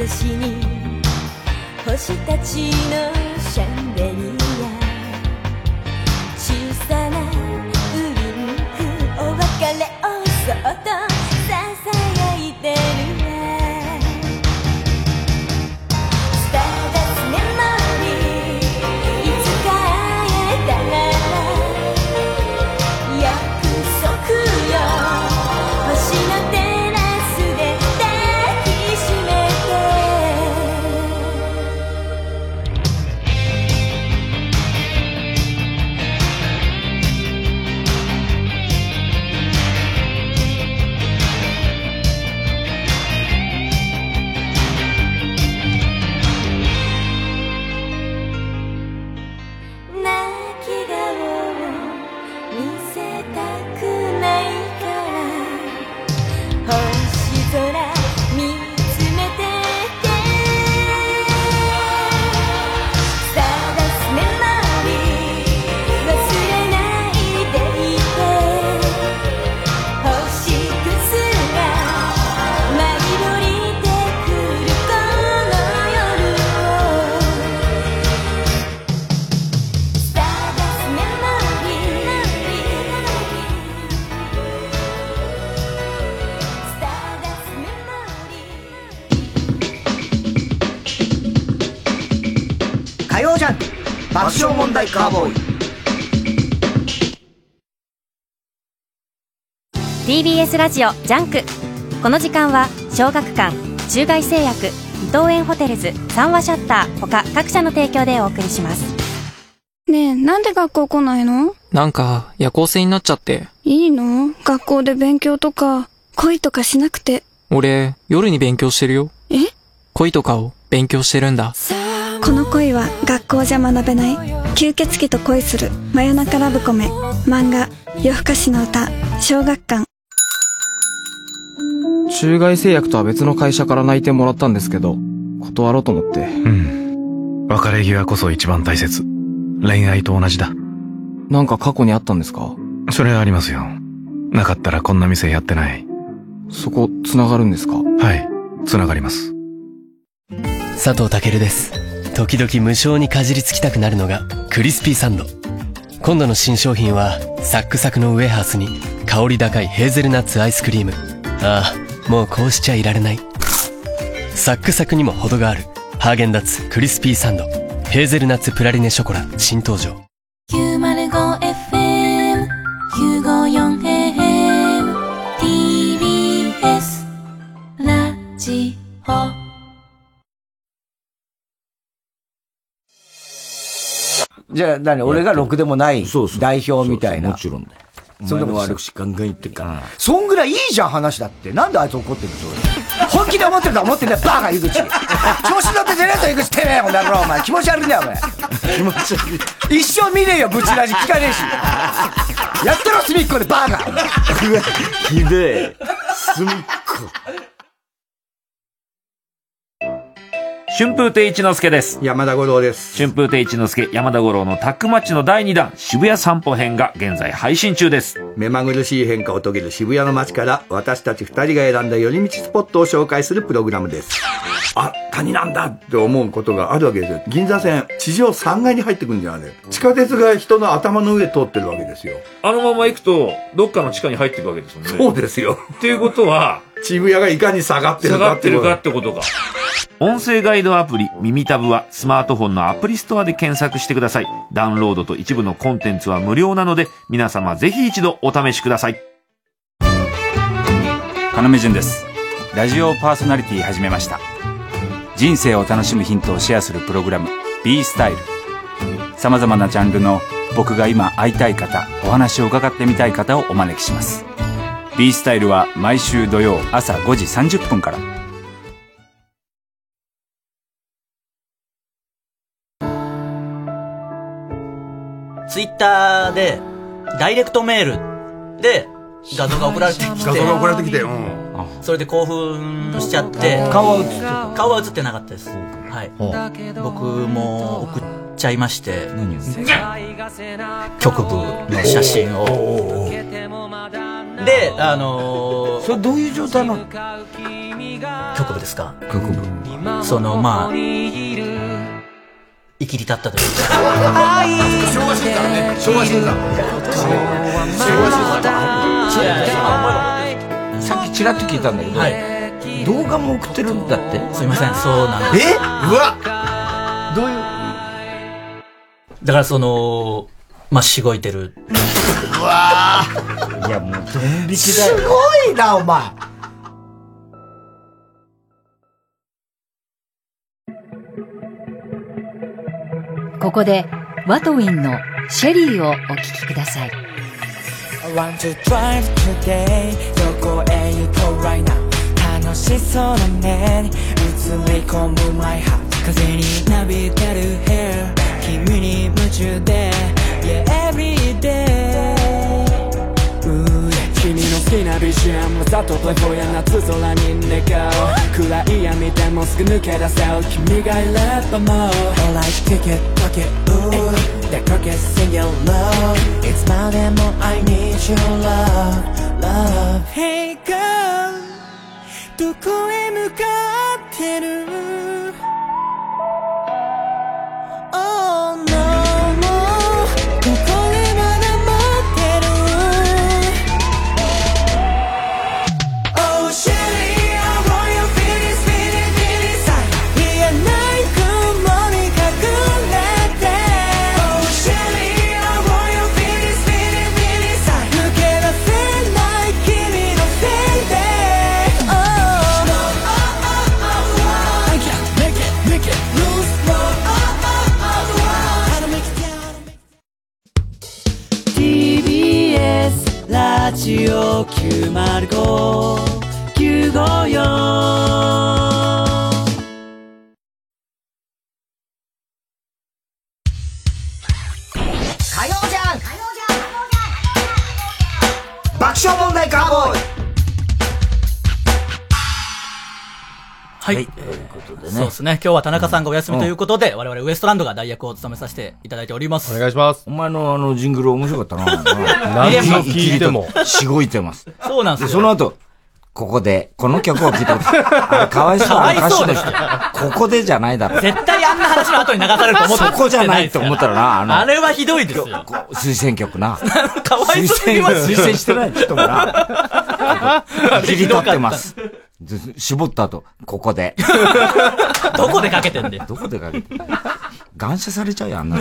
私に星たちのシャンデリア、小さなウインク、お別れをそっとささやいてるわ。スターダストメモリー、いつか会えたら約束よ、星のテラスで抱きしめ泣き顔を見せたくないから、星空見つめてて、スターダストメモリー、忘れないでいて、星屑が舞い降りてくるこの夜を、スターダストメモリー、スターダストメモリー。 火曜ジャンク爆笑問題カーボーイ。 TBS ラジオジャンク。この時間は小学館、中外製薬、伊東園ホテルズ、三話シャッター他各社の提供でお送りします。 ねえ、なんで学校来ないの？ なんか夜行性になっちゃって。 いいの？学校で勉強とか恋とかしなくて。 俺夜に勉強してるよ。 え？ 恋とかを勉強してるんだ。 この恋は学校じゃ学べない。吸血鬼と恋する真夜中ラブコメ。漫画夜更かしの歌。小学館。 中外製薬とは別の会社から内定もらったんですけど、断ろうと思って。 別れ際こそ一番大切。恋愛と同じだ。 なんか過去にあったんですか？ それはありますよ。なかったらこんな店やってない。 そこ繋がるんですか？ はい、繋がります。 佐藤健です。時々無性にかじりつきたくなるのがクリスピーサンド。今度の新商品はサックサクのウエハースに香り高いヘーゼルナッツアイスクリーム。ああ、もうこうしちゃいられない。サックサクにも程があるハーゲンダッツクリスピーサンド、ヘーゼルナッツプラリネショコラ新登場。 905FM 954AM TBS ラジオ。 じゃあ何、俺がろくでもない代表みたいな。 もちろんだよ。 それでも悪口ガンガン言ってるから。 そんぐらいいいじゃん話だって。なんであいつ怒ってるのそれ。本気で思ってるとは思ってんだよ、バカ井口。調子乗って出ねえと井口てめえ、ほんだろ、お前。気持ち悪いんだよ、お前。 気持ち悪い。 一生見ねえよ、ブチラジ聞かねえし。やってろ、隅っこでバカ。 ひでえ。隅っこ。 春風亭一之輔です。 山田五郎です。 春風亭一之輔、山田五郎のタッグマッチの第2弾、渋谷散歩編が現在配信中です。 目まぐるしい変化を遂げる渋谷の街から私たち2人が選んだ寄り道スポットを紹介するプログラムです。あ、谷なんだって思うことがあるわけですよ。銀座線、地上3階に入ってくるんじゃない。地下鉄が人の頭の上通ってるわけですよ。 あのまま行くと、どっかの地下に入っていくわけですもんね。 そうですよ。 っていうことは、 渋谷がいかに下がってるかってことか。音声ガイドアプリ耳タブはスマートフォンのアプリストアで検索してください。ダウンロードと一部のコンテンツは無料なので、皆様ぜひ一度お試しください。 要潤です。ラジオパーソナリティ始めました。人生を楽しむヒントをシェアするプログラム B スタイル。様々なジャンルの僕が今会いたい方、お話を伺ってみたい方をお招きします。B スタイルは毎週土曜朝5時30分から。 ツイッターでダイレクトメールで画像が送られてきて、それで興奮しちゃって、顔は映ってなかったです。はい。僕も送っちゃいまして、局部の写真を。 で、 それどういう状態なの？ 局部ですか？ 局部。 まあ、生きり立ったというか。 昭和してたらね。昭和してた。 さっきちらっと聞いたんだけど、動画も送ってるんだって。 すいません、そうなんです。 うわどういう？ だからまあ、しごいてる。 うわーいや、もう、ドン引きだよ。 すごいな、お前。 ここで、ワトウィンのシェリーをお聴きください。 I want to drive today どこへ行こう right now 楽しそうなね映り込む my heart 風になびてる hair 君に夢中で Yeah every day 君の好きな BGM わざとプレイボーや夏空に願う暗い闇でもすぐ抜け出せる君がいればもう Alright take it talk it ooh 出かけ sing your love いつまでも I need your love love Hey girl どこへ向かってる Oh no ここでまだ待ってる Oh Sherry I want your feelings feeling feeling inside 言えない雲に隠れて Oh Sherry I want your feelings feeling feeling inside 抜け出せない君のせいで Oh no I can't make it lose no How to make it down TBS ラジオ905-954 火曜じゃん爆笑問題カーボーイはい。 ということでね。 そうですね。今日は田中さんがお休みということで、我々ウエストランドが代役を務めさせていただいております。 お願いします。 お前のジングル面白かったな。 何を聞いても。 しごいてます。 そうなんですよ。 その後、ここで、この曲を聴いてください。あれ、かわいそうな歌手の人。ここでじゃないだろ。 絶対あんな話の後に流されると思ってそこじゃないって思ったらな、 あれはひどいですよ。 推薦曲な。 かわいそうに推薦してない人もな。切り立ってます。絞った後、ここで。 どこでかけてんだよ。 どこでかけてんだよ。感謝されちゃうよ、あんなの。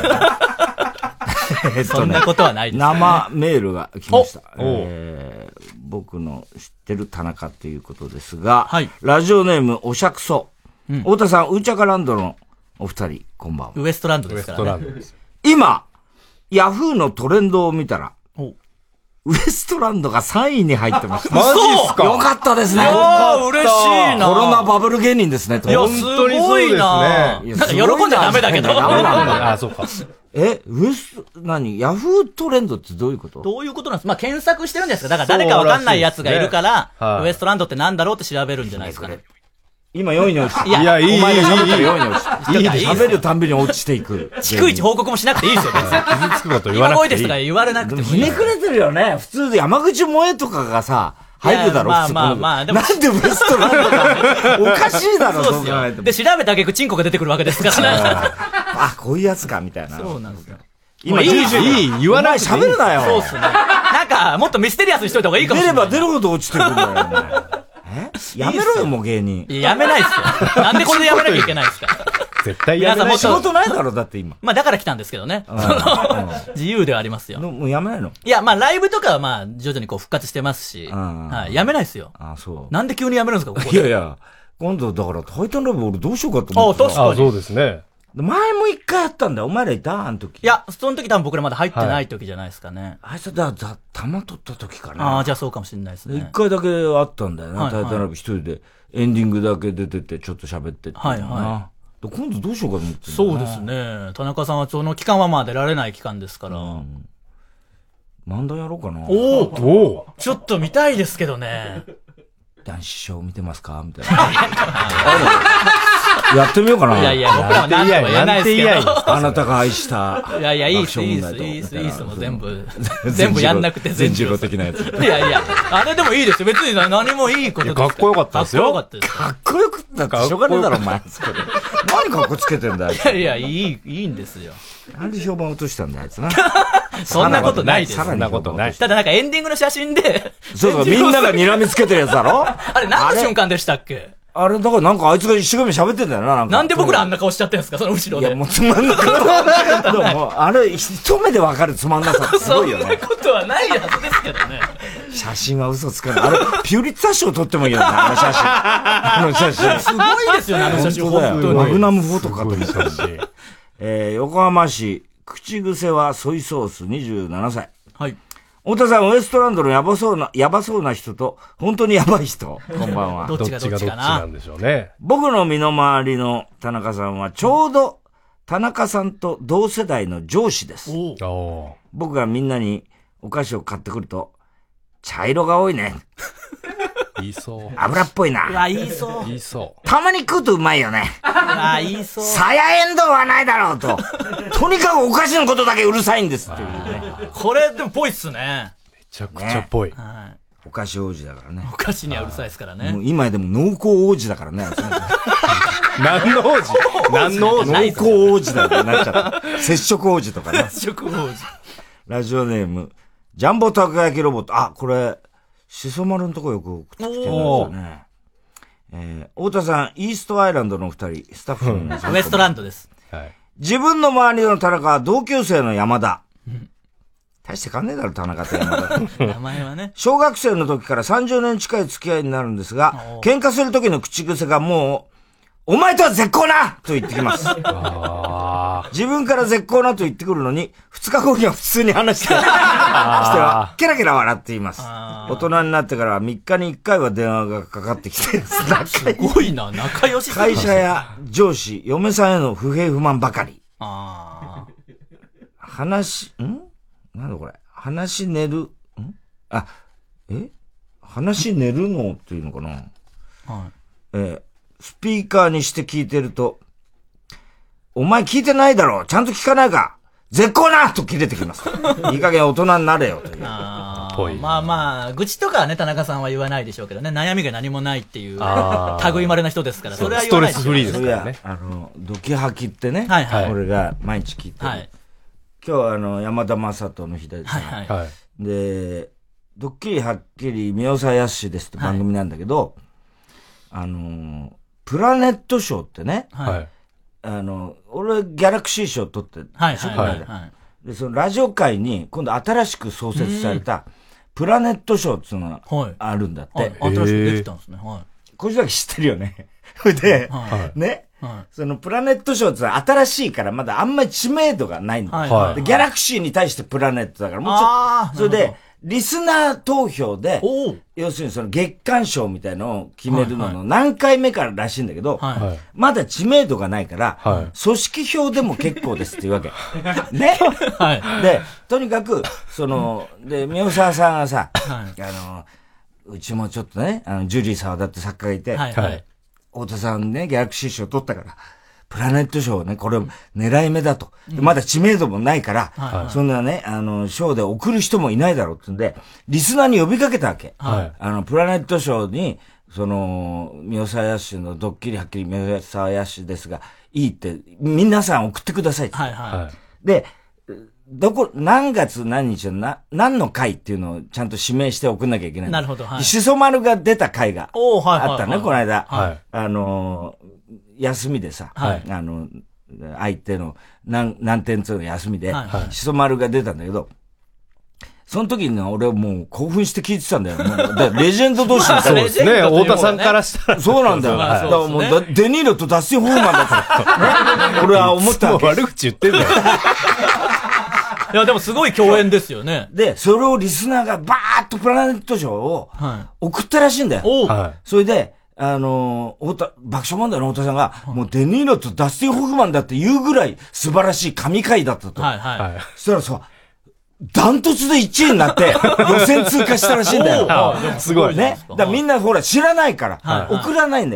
そんなことはないです、ね。 生メールが来ました。僕の知ってる田中っていうことですが、はい、ラジオネームおしゃくそ。太田さん、ウーチャカランドのお二人、こんばんは。 ウエストランドですからね。 今、ヤフーのトレンドを見たら、ウエストランドが3位に入ってました。 マジっすか？ よかったですね。 いやー、嬉しいな。 コロナバブル芸人ですね。 いや、すごいな。なんか喜んじゃダメだけど。 あ、そうか。 ウエスト、ヤフートレンドってどういうこと？ どういうことなんですか？まあ、検索してるんですか？だから誰かわかんないやつがいるから、ウエストランドってなんだろうって調べるんじゃないですかね。 今4位に落ちて。 いや、 お前が喋ったら4位に落ちて。いいです。喋るたんびに落ちていく。 逐一報告もしなくていいですよ、別に。 傷つくこと言わなくていい。 今声ですとか言われなくてもいい。 ひねくれてるよね。普通で山口萌えとかがさ、入るだろ、 まあまあまあ、 でも。なんでウエストランドがおかしいだろ、 そうですよ。で、調べた挙句チンコが出てくるわけですからね。 あ、こういうやつか、みたいな。 そうなんですよ。 今、いい、言わないし喋るなよ。 そうっすね。なんか、もっとミステリアスにしといた方がいいかもしれない。 出れば出るほど落ちてくるんだよ、やめろよ、もう芸人。 やめないっすよ。なんでこれでやめなきゃいけないっすか。 絶対やめない。 皆さんも仕事ないだろ、だって今。 まあだから来たんですけどね。自由ではありますよ。 もうやめないの？ いや、まあライブとかはまあ徐々にこう復活してますし。はい。やめないっすよ。 あ、そう。 なんで急にやめるんですか、ここで。 いやいや、今度だからタイタンライブ俺どうしようかと思って。 あ、確かに。 あ、そうですね。 前も一回やったんだよ。お前らいたあの時。 いや、その時多分僕らまだ入ってない時じゃないですかね。 あいつだ、玉取った時かな。 ああ、じゃあそうかもしれないですね。 一回だけあったんだよな、タイタンライブ一人で。エンディングだけ出てて、ちょっと喋ってって。 はいはい。 今度どうしようかと思って。 そうですね。田中さんはその期間はまあ出られない期間ですから。 漫談やろうかな。 おおちょっと見たいですけどね。 男子ショー見てますかみたいな。 やってみようかな。 いやいや、僕らは何とも言えないですけど。 あなたが愛した。 いやいや、いいっす、もう全部やんなくて全自動的なやつ。 いやいや、あれでもいいですよ。別に何もいいことです。 かっこよかったですよ。 かっこよかったってしょうがねえだろ、お前。何かっこつけてんだよ。 いやいや、いいんですよ。 なんで評判落としたんだよ、あいつな。 そんなことないです。 そんなことない。 ただなんかエンディングの写真で。 そう、みんなが睨みつけてるやつだろ。 あれ何の瞬間でしたっけ？ あれ、だからなんかあいつが一生懸命喋ってんだよな、 なんで僕らあんな顔しちゃってんですか、その後ろで。 いや、もうつまんなかった。でも、あれ、一目でわかるつまんなさってすごいよね。 そんなことはないはずですけどね。 写真は嘘つかない。あれ、ピューリッツァー賞撮ってもいいよね、あの写真。あの写真。 すごいですよね、あの写真。本当に。 マグナムフォトかと思ったし。横浜市、口癖はソイソース27歳。 はい。 太田さん、ウエストランドのやばそうな人と、本当にやばい人。こんばんは。 どっちがどっちかな。 なんでしょうね。 僕の身の回りの田中さんは、ちょうど、田中さんと同世代の上司です。僕がみんなにお菓子を買ってくると、茶色が多いね。 言いそう。 油っぽいな。 うわ、言いそう。 言いそう。 たまに食うとうまいよね。 あ、言いそう。 さやえんどうはないだろうと。とにかくお菓子のことだけうるさいんですっていうね。 これでもぽいっすね。 めちゃくちゃぽい。 はい。 お菓子王子だからね。 お菓子にはうるさいですからね。 もう今でも濃厚王子だからね。 何の王子何の王子濃厚王子だからなっちゃった。接触王子とかね。 接触王子。 ラジオネーム、ジャンボたこ焼きロボット。あ、これ、しそ丸のとこよく送ってきてるんですよね。太田さん、イーストアイランドの二人、スタッフの皆さん。 ウエストランドです。 はい。自分の周りの田中は同級生の山田。大して変わんねえだろ、田中と山田。 名前はね。 小学生の時から30年近い付き合いになるんですが、喧嘩する時の口癖がもう、お前とは絶好なと言ってきます。自分から絶好なと言ってくるのに、2日後には普通に話しては、ケラケラ笑っています。大人になってからは3日に1回は電話がかかってきて、 すごいな、仲良し。 会社や上司、嫁さんへの不平不満ばかり。なんだこれ。話寝るのっていうのかな。はい。スピーカーにして聞いてると、お前聞いてないだろ、ちゃんと聞かないか、絶好なと切れてきます。いい加減大人になれよという。 まあまあ、愚痴とかはね、田中さんは言わないでしょうけどね、悩みが何もないっていう、類まれな人ですから、それは言わないです。 ストレスフリーですからね。 ドキハキってね、俺が毎日聞いてる。今日山田正人の日ですね。で、ドッキリはっきり宮沢やすしですって番組なんだけど、プラネット賞ってね、俺ギャラクシー賞取って、で、そのラジオ界に今度新しく創設されたプラネット賞っていうのがあるんだって。 新しくできたんですね。 これだけ知ってるよね。で、ね、そのプラネット賞って新しいからまだあんまり知名度がないんだよ。でギャラクシーに対してプラネットだからもうちょっと、それで、リスナー投票で、要するにその月間賞みたいのを決めるのの何回目からしいんだけど、まだ知名度がないから、組織票でも結構ですっていうわけ。ね、で、とにかく、で、宮沢さんがさ、うちもちょっとね、ジュリー沢田って作家がいて、太田さんね、ギャラクシー賞取ったから、プラネット賞ね、これ狙い目だと。まだ知名度もないから、そんなね、賞で送る人もいないだろうってんで、リスナーに呼びかけたわけ。プラネット賞に、宮沢やしのドッキリはっきり宮沢やしですが、いいって、皆さん送ってくださいって。で、何月何日の何の回っていうのをちゃんと指名して送んなきゃいけない。 なるほど。 しそ丸が出た回があったね、この間。休みでさ、相手の何点つうの休みで、しそ丸が出たんだけど、その時に俺はもう興奮して聞いてたんだよ。レジェンド同士みたいな。 そうですね、太田さんからしたら。 そうなんだよ。だからもうデニーロとダスティン・ホフマンだった俺は思ったわけ。 悪口言ってんだよ。 いや、でもすごい共演ですよね。 で、それをリスナーがバーッとプラネット賞を送ったらしいんだよ。それで、爆笑問題の太田さんが、もうデニーロとダスティン・ホフマンだって言うぐらい素晴らしい神回だったと。そしたらさ、ダントツで1位になって、予選通過したらしいんだよ。 すごい。 ね。だからみんなほら知らないから、送らないんだよ。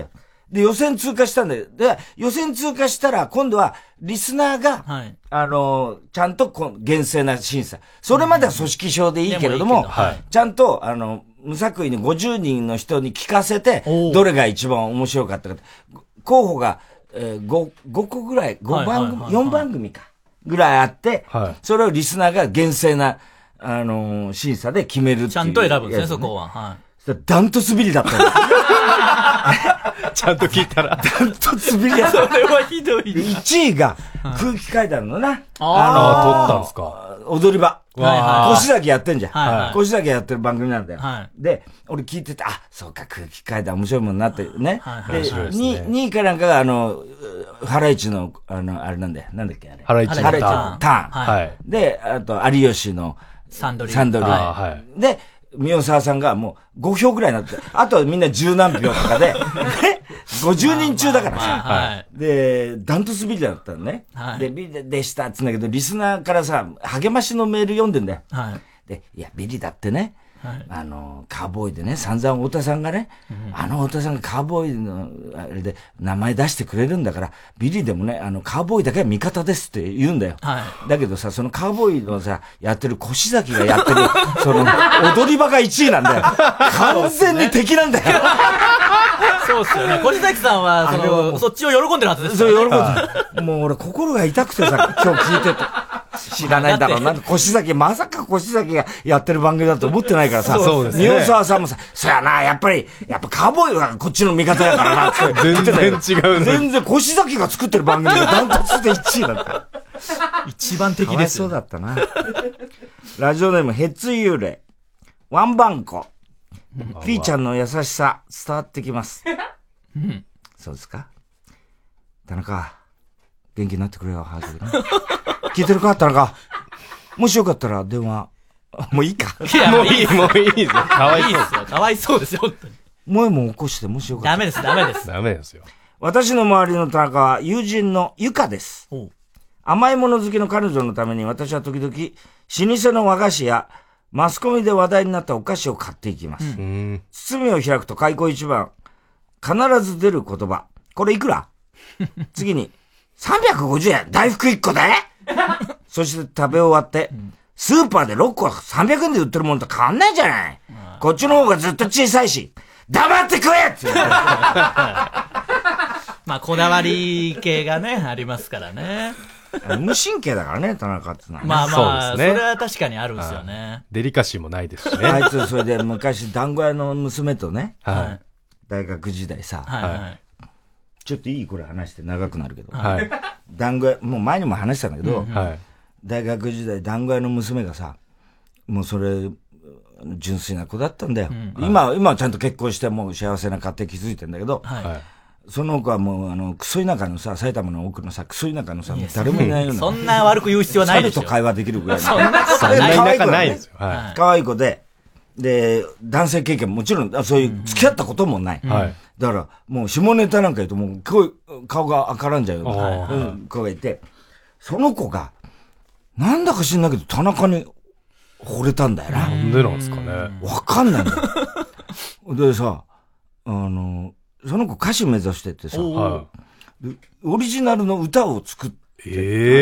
で、予選通過したんだよ。で、予選通過したら、今度は、リスナーが、ちゃんと厳正な審査。それまでは組織票でいいけれども、ちゃんと、無作為に50人の人に聞かせて、どれが一番面白かったか。候補が、5個ぐらい、4番組か、ぐらいあって、それをリスナーが厳正な、審査で決めるっていう。 ちゃんと選ぶんですね、そこは。はい。 ダントツビリだったんだちゃんと聞いたら。 ダントツビリだった。 それはひどい。 1位が空気階段のな。 撮ったんですか。 踊り場。越崎やってんじゃん。 はい。 越崎やってる番組なんだよ。で、俺聞いてて、あ、そうか、空気階段面白いもんなってね。で、2位かなんかがハライチの、あれなんだよ。なんだっけあれ。 ハライチのターン。で、あと、有吉のサンドリー。で、宮沢さんがもう5票ぐらいになって、あとはみんな10何票とかで、50人中だからさ。で、ダントツビリだったのね。で、ビリでしたって言うんだけど、リスナーからさ、励ましのメール読んでんだよ。で、いや、ビリだってね、カーボーイでね、散々太田さんがね、太田さんがカーボーイの、あれで名前出してくれるんだから、ビリでもね、カーボーイだけは味方ですって言うんだよ。だけどさ、そのカーボーイのさ、やってる越崎がやってる、その、踊り場が1位なんだよ。完全に敵なんだよ。 そうっすよね。越崎さんは、そっちを喜んでるはずですそう、喜んでる。もう俺心が痛くてさ、今日聞いてて。知らないんだろうな。越崎、まさか越崎がやってる番組だと思ってないからさ。 そうですね。 宮沢さんもさ、そやな、やっぱカーボーイはこっちの味方やからなって全然違うね。 全然越崎が作ってる番組がダントツで1位だった。 一番敵です。 そうだったな。ラジオネーム、ヘッツ幽霊。ワンバンコ。ピーちゃんの優しさ、伝わってきます。そうですか？田中、元気になってくれよ、早くね。聞いてるか田中。もしよかったら電話、もういいか。 もういいですよ。かわいそうですよ。 かわいそうですよ、本当に。 萌えも起こして、もしよかったら。 ダメです。 ダメですよ。 私の周りの田中は友人のゆかです。甘いもの好きの彼女のために私は時々、老舗の和菓子やマスコミで話題になったお菓子を買っていきます。包みを開くと開口一番、必ず出る言葉。これいくら？次に、350円大福1個でそして食べ終わって、スーパーで6個300円で売ってるものと変わんないじゃない。こっちの方がずっと小さいし、黙って食えってまあ、こだわり系がね、ありますからね。 無神経だからね、田中ってのは。 まあまあ、それは確かにあるんですよね。 デリカシーもないですしね。 あいつ、それで昔、団子屋の娘とね、大学時代さ、ちょっといいこれ話して長くなるけど、団子屋、もう前にも話したんだけど、大学時代団子屋の娘がさ、もうそれ、純粋な子だったんだよ。今はちゃんと結婚してもう幸せな家庭築いてんだけど、その子はもうクソ田舎のさ、埼玉の奥のさ、クソ田舎のさ、誰もいないような。 そんな悪く言う必要はないですよ。 猿と会話できるぐらいの。 そんなことない。 そんな田舎ないですよ。 可愛い子で、で、男性経験もちろん、そういう付き合ったこともない。だから、もう下ネタなんか言うともう顔が赤らんじゃうような子がいて、その子が、なんだか知んないけど田中に惚れたんだよな。 なんでなんですかね。 わかんないんだよ。でさ、その子歌手目指しててさ、オリジナルの歌を作って、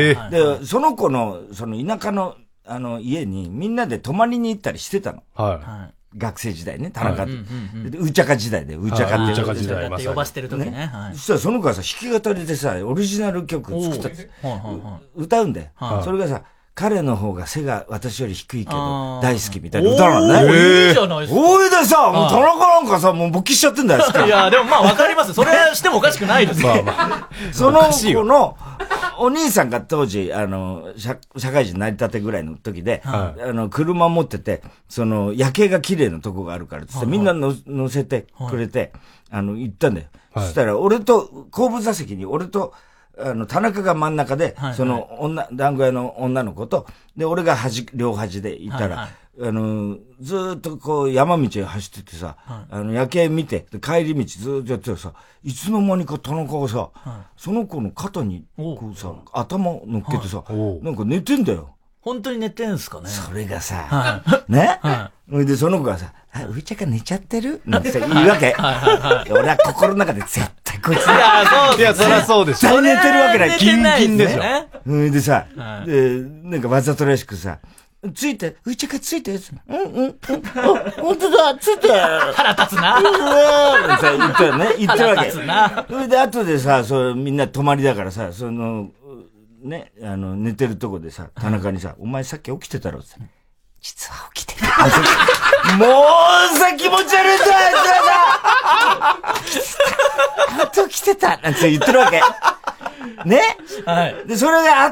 で、その子の、その田舎の、家にみんなで泊まりに行ったりしてたの。学生時代ね、田中って。うちゃか時代で、うちゃかって。 うちゃか時代。 呼ばしてる時ね。 そしたらその子がさ、弾き語りでさ、オリジナル曲作った歌うんだよ。それがさ、彼の方が背が私より低いけど大好きみたいな歌なのね。 いいじゃないですか。 おいでさ、もう田中なんかさ、もう勃起しちゃってんだよ。 いや、でもまあわかります。それしてもおかしくないですよ。 その子のお兄さんが当時、社会人成り立てぐらいの時で、車持ってて、夜景が綺麗なとこがあるからってみんな乗せてくれて、行ったんだよ。そしたら、後部座席に俺と、田中が真ん中で、団子屋の女の子と、で、俺が両端でいたら、ずーっとこう山道を走っててさ、夜景見て、帰り道ずーっとやっててさ、いつの間にか田中がさ、その子の肩に、こうさ、頭乗っけてさ、なんか寝てんだよ。 本当に寝てんすかね。 それがさ、ね。で、その子がさ、ういちゃんが寝ちゃってるなんて言うわけ。俺は心の中で絶対こいつ。 いや、そういや、そりゃそうでしょ。 絶対寝てるわけない。 ギンギンでしょ。 でさ、なんかわざとらしくさ、ついて、うちがついて、ほんとだ、ついて。 腹立つな。 言ったよね。言ってるわけ。 腹立つな。 それで、後でさ、みんな泊まりだからさ、ね、寝てるとこでさ、田中にさ、お前さっき起きてたろって。実は起きてた。もうさ、気持ち悪いんだ、あいつらさ。あと来てたなんて言ってるわけ。ね、はい。で、それがあって、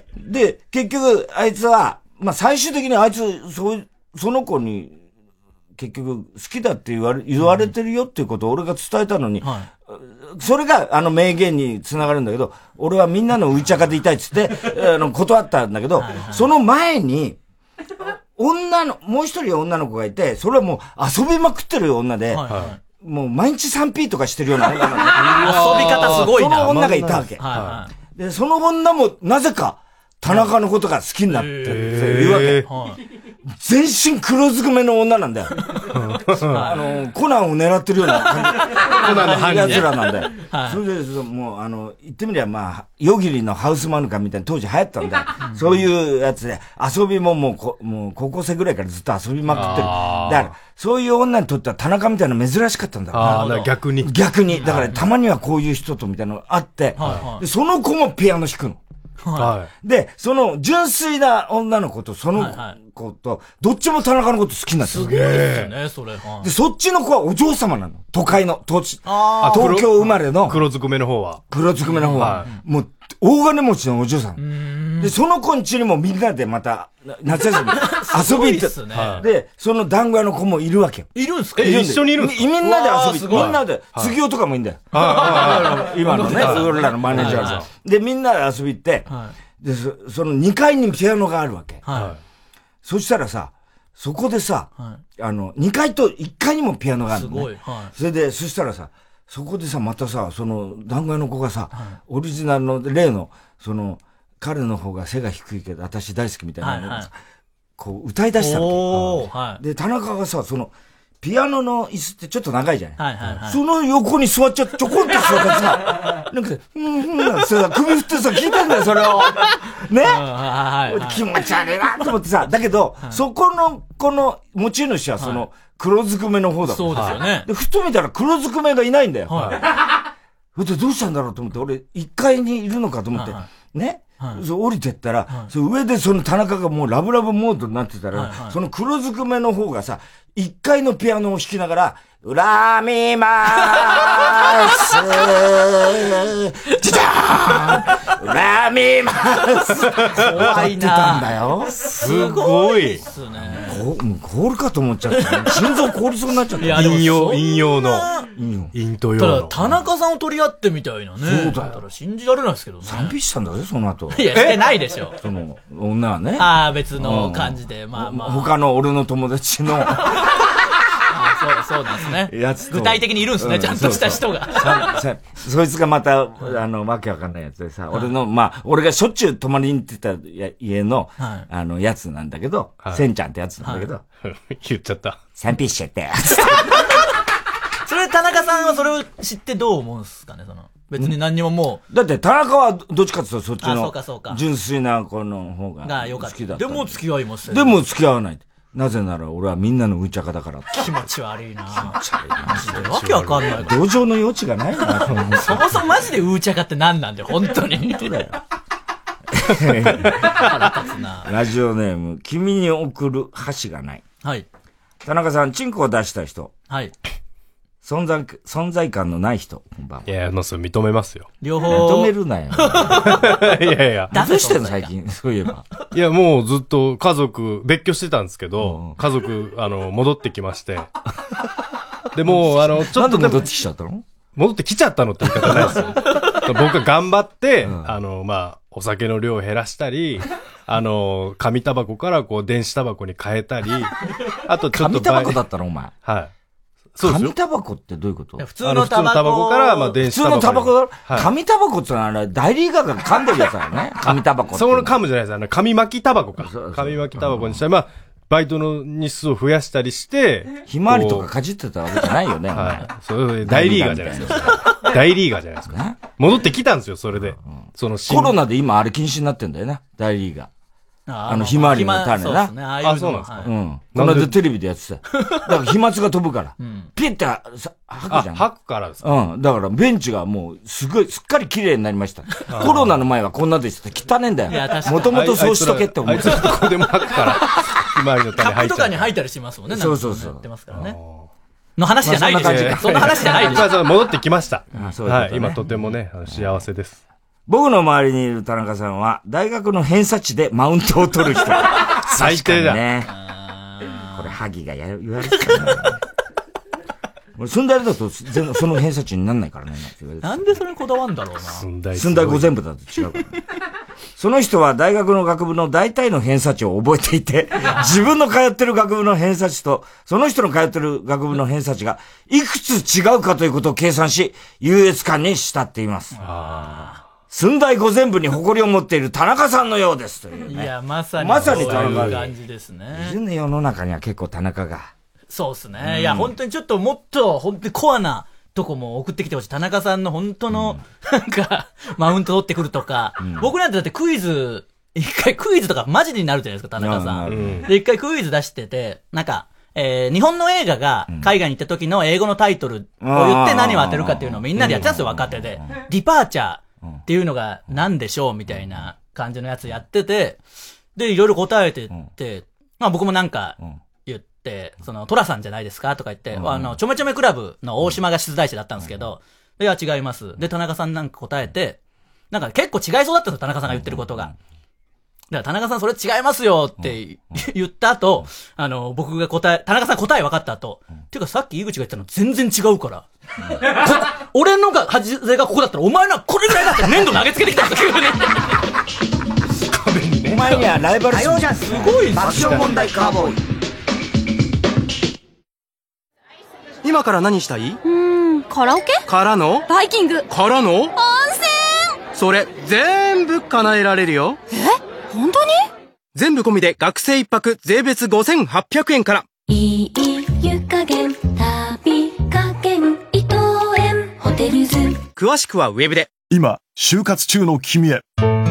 で、結局、あいつは、まあ、最終的にあいつ、その子に、結局、好きだって言われてるよっていうことを俺が伝えたのに、はい、それが、名言に繋がるんだけど、俺はみんなのうちゃかでいたいっつって、断ったんだけど、はいはい、その前に、もう一人女の子がいて、それはもう遊びまくってる女で、はいはい、もう毎日 3P とかしてるような女なんだ。遊び方すごいな。 その女がいたわけ。はいはい、で、その女もなぜか、田中のことが好きになってる言うわけ。全身黒ずくめの女なんだよ。コナンを狙ってるような感じ。コナンの犯人。奴らなんだよ。それで、もう、言ってみりゃ、まあ、夜霧のハウスマヌカみたいな当時流行ったんだよ。そういうやつで、遊びももう高校生ぐらいからずっと遊びまくってる。だから、そういう女にとっては田中みたいな珍しかったんだよ。逆に。 逆に。だから、たまにはこういう人とみたいなのがあって、でその子もピアノ弾くの。はい。で、その純粋な女の子とその子と、どっちも田中のこと好きになってる。 すごいですね、それ。 で、そっちの子はお嬢様なの。都会の、東京生まれの。 黒ずくめの方は。 黒ずくめの方は。もう、大金持ちのお嬢さん。で、その子ん家にもみんなでまた、夏休み、遊び行って。で、その団子屋の子もいるわけよ。 いるんすか？ 一緒にいるんですか？みんなで遊び、みんなで、次男とかもいいんだよ。今のね、俺らのマネージャーさん。で、みんなで遊び行って、で、その2階にピアノがあるわけ。そしたらさ、そこでさ、2階と1階にもピアノがあるのね。すごい。それで、そしたらさ、そこでさ、またさ、その、団子屋の子がさ、オリジナルの、例の、彼の方が背が低いけど、私大好きみたいなのがさ、こう、歌い出したわけ。で、田中がさ、ピアノの椅子ってちょっと長いじゃない。その横に座っちゃって、ちょこんと座ってさ、なんかさ、首振ってさ、聞いたんだよ、それを。ね気持ち悪いなと思ってさ、だけど、そこの、この持ち主は黒ずくめの方だから。 そうですよね。 で、ふと見たら黒ずくめがいないんだよ。それでどうしたんだろうと思って、俺、1階にいるのかと思って、ね降りてったら、上でその田中がもうラブラブモードになってたら、その黒ずくめの方がさ、1階のピアノを弾きながら、恨みまーす。じゃーん恨みまーす。 怖いな。 たんだよ。 すごい。 凍るかと思っちゃった。心臓凍りそうになっちゃった。 陰陽の。陰と陽の。 ただ、田中さんを取り合ってみたいなね。 そうだよ。 信じられないですけどね。 賛美したんだぜ、その後。 いや、してないでしょ。 その、女はね。 ああ、別の感じで、まあまあ。 他の俺の友達の。 そうなんですね。 やつと。 具体的にいるんですね、ちゃんとした人が。 そいつがまた、わけわかんないやつでさ、俺の、まあ、俺がしょっちゅう泊まりに行ってた家の、やつなんだけど、せんちゃんってやつなんだけど。 言っちゃった。 3P しちゃったよ。 それ、田中さんはそれを知ってどう思うんですかね、別に何にももう。だって、田中はどっちかっていうとそっちの、 そうか純粋な子の方が好きだった。 でも付き合いもしてる。 でも付き合わない。なぜなら俺はみんなのうちゃかだから。 気持ち悪いな。気持ち悪いな。マジでわけわかんない。 同情の余地がないな。 そもそもマジでうちゃかって何なんだよ、本当に。本当だよ。腹立つな。 ラジオネーム、君に送る箸がない。 はい。 田中さん、チンコを出した人。 はい。 存在感のない人、こんばんは。 いや、それ認めますよ。 両方。 認めるなよ。 いやいや。 どうしてんの最近、そういえば。 いや、もうずっと家族、別居してたんですけど、家族、戻ってきまして。で、もう、ちょっと。 なんで戻ってきちゃったの？ 戻ってきちゃったのって言い方ないですよ。僕が頑張って、まあ、お酒の量を減らしたり、紙タバコからこう電子タバコに変えたり、あとちょっと。 紙タバコだったのお前。 はい。 紙タバコってどういうこと？ 普通のタバコから、まあ、電子タバコ。 普通のタバコだ、紙タバコってのはあれ、大リーガーが噛んでるやつだよね。紙タバコって。 その噛むじゃないです。紙巻きタバコか。紙巻きタバコにしたら、まあ、バイトの日数を増やしたりして。 ひまわりとかかじってたわけじゃないよね。 はい。そう、大リーガーじゃないですか。 大リーガーじゃないですか。戻ってきたんですよ、それで。そのコロナで今あれ禁止になってんだよね、大リーガー。ひまわりの種な。 そうですね。あ、そうなんですか。 うん。この間テレビでやってた。だから飛沫が飛ぶから。ピッて吐くじゃん。 吐くからですか。 うん。だからベンチがもうすっかり綺麗になりました。コロナの前はこんなでした。汚ねんだよ。もともとそうしとけって思ってた。 どこでも吐くから、ひまわりの種吐いちゃう。 とかに吐いたりしますもんね。 そう。 やってますからね。の話じゃないですよ。そんな話じゃないです。 戻ってきました。はい。今とてもね、幸せです。 僕の周りにいる田中さんは、大学の偏差値でマウントを取る人。 最低だね。これ、萩が言われてたね。俺、寸大だと、その偏差値になんないからね。 なんでそれにこだわるんだろうな。 寸大五全部だと違うから。その人は大学の学部の大体の偏差値を覚えていて、自分の通ってる学部の偏差値と、その人の通ってる学部の偏差値が、いくつ違うかということを計算し、優越感に浸っています。寸大五全部に誇りを持っている田中さんのようですというね。 いや、まさに田中。 そういう感じですね。 いるね、世の中には結構田中が。 そうですね。いや、本当にちょっともっと、本当にコアなとこも送ってきてほしい。田中さんの本当の、なんか、マウント取ってくるとか。僕なんてだって一回クイズとかマジになるじゃないですか、田中さん。で、一回クイズ出してて、なんか、日本の映画が海外に行った時の英語のタイトルを言って何を当てるかっていうのをみんなでやってたんですよ、若手で。ディパーチャーっていうのが何でしょうみたいな感じのやつやってて、で、いろいろ答えてって、まあ僕もなんか言って、トラさんじゃないですかとか言って、ちょめちょめクラブの大島が出題者だったんですけど、いや違います。で、田中さんなんか答えて、なんか結構違いそうだったんですよ、田中さんが言ってることが。だから田中さんそれ違いますよって言った後、僕が田中さん答え分かった後、っていうかさっき井口が言ったの全然違うから。俺のが、外れがここだったらお前のはこれぐらいだって粘土投げつけてきたんだけどね。 お前にはライバル火曜じゃんすごい爆笑問題カーボーイ。 今から何したい？ カラオケ？ からの？ バイキング？ からの？ 温泉？ それ全部叶えられるよ。 本当に？ 全部込みで学生一泊税別5800円から。 いい湯加減旅加減伊藤園ホテルズ。 詳しくはウェブで。 今就活中の君へ、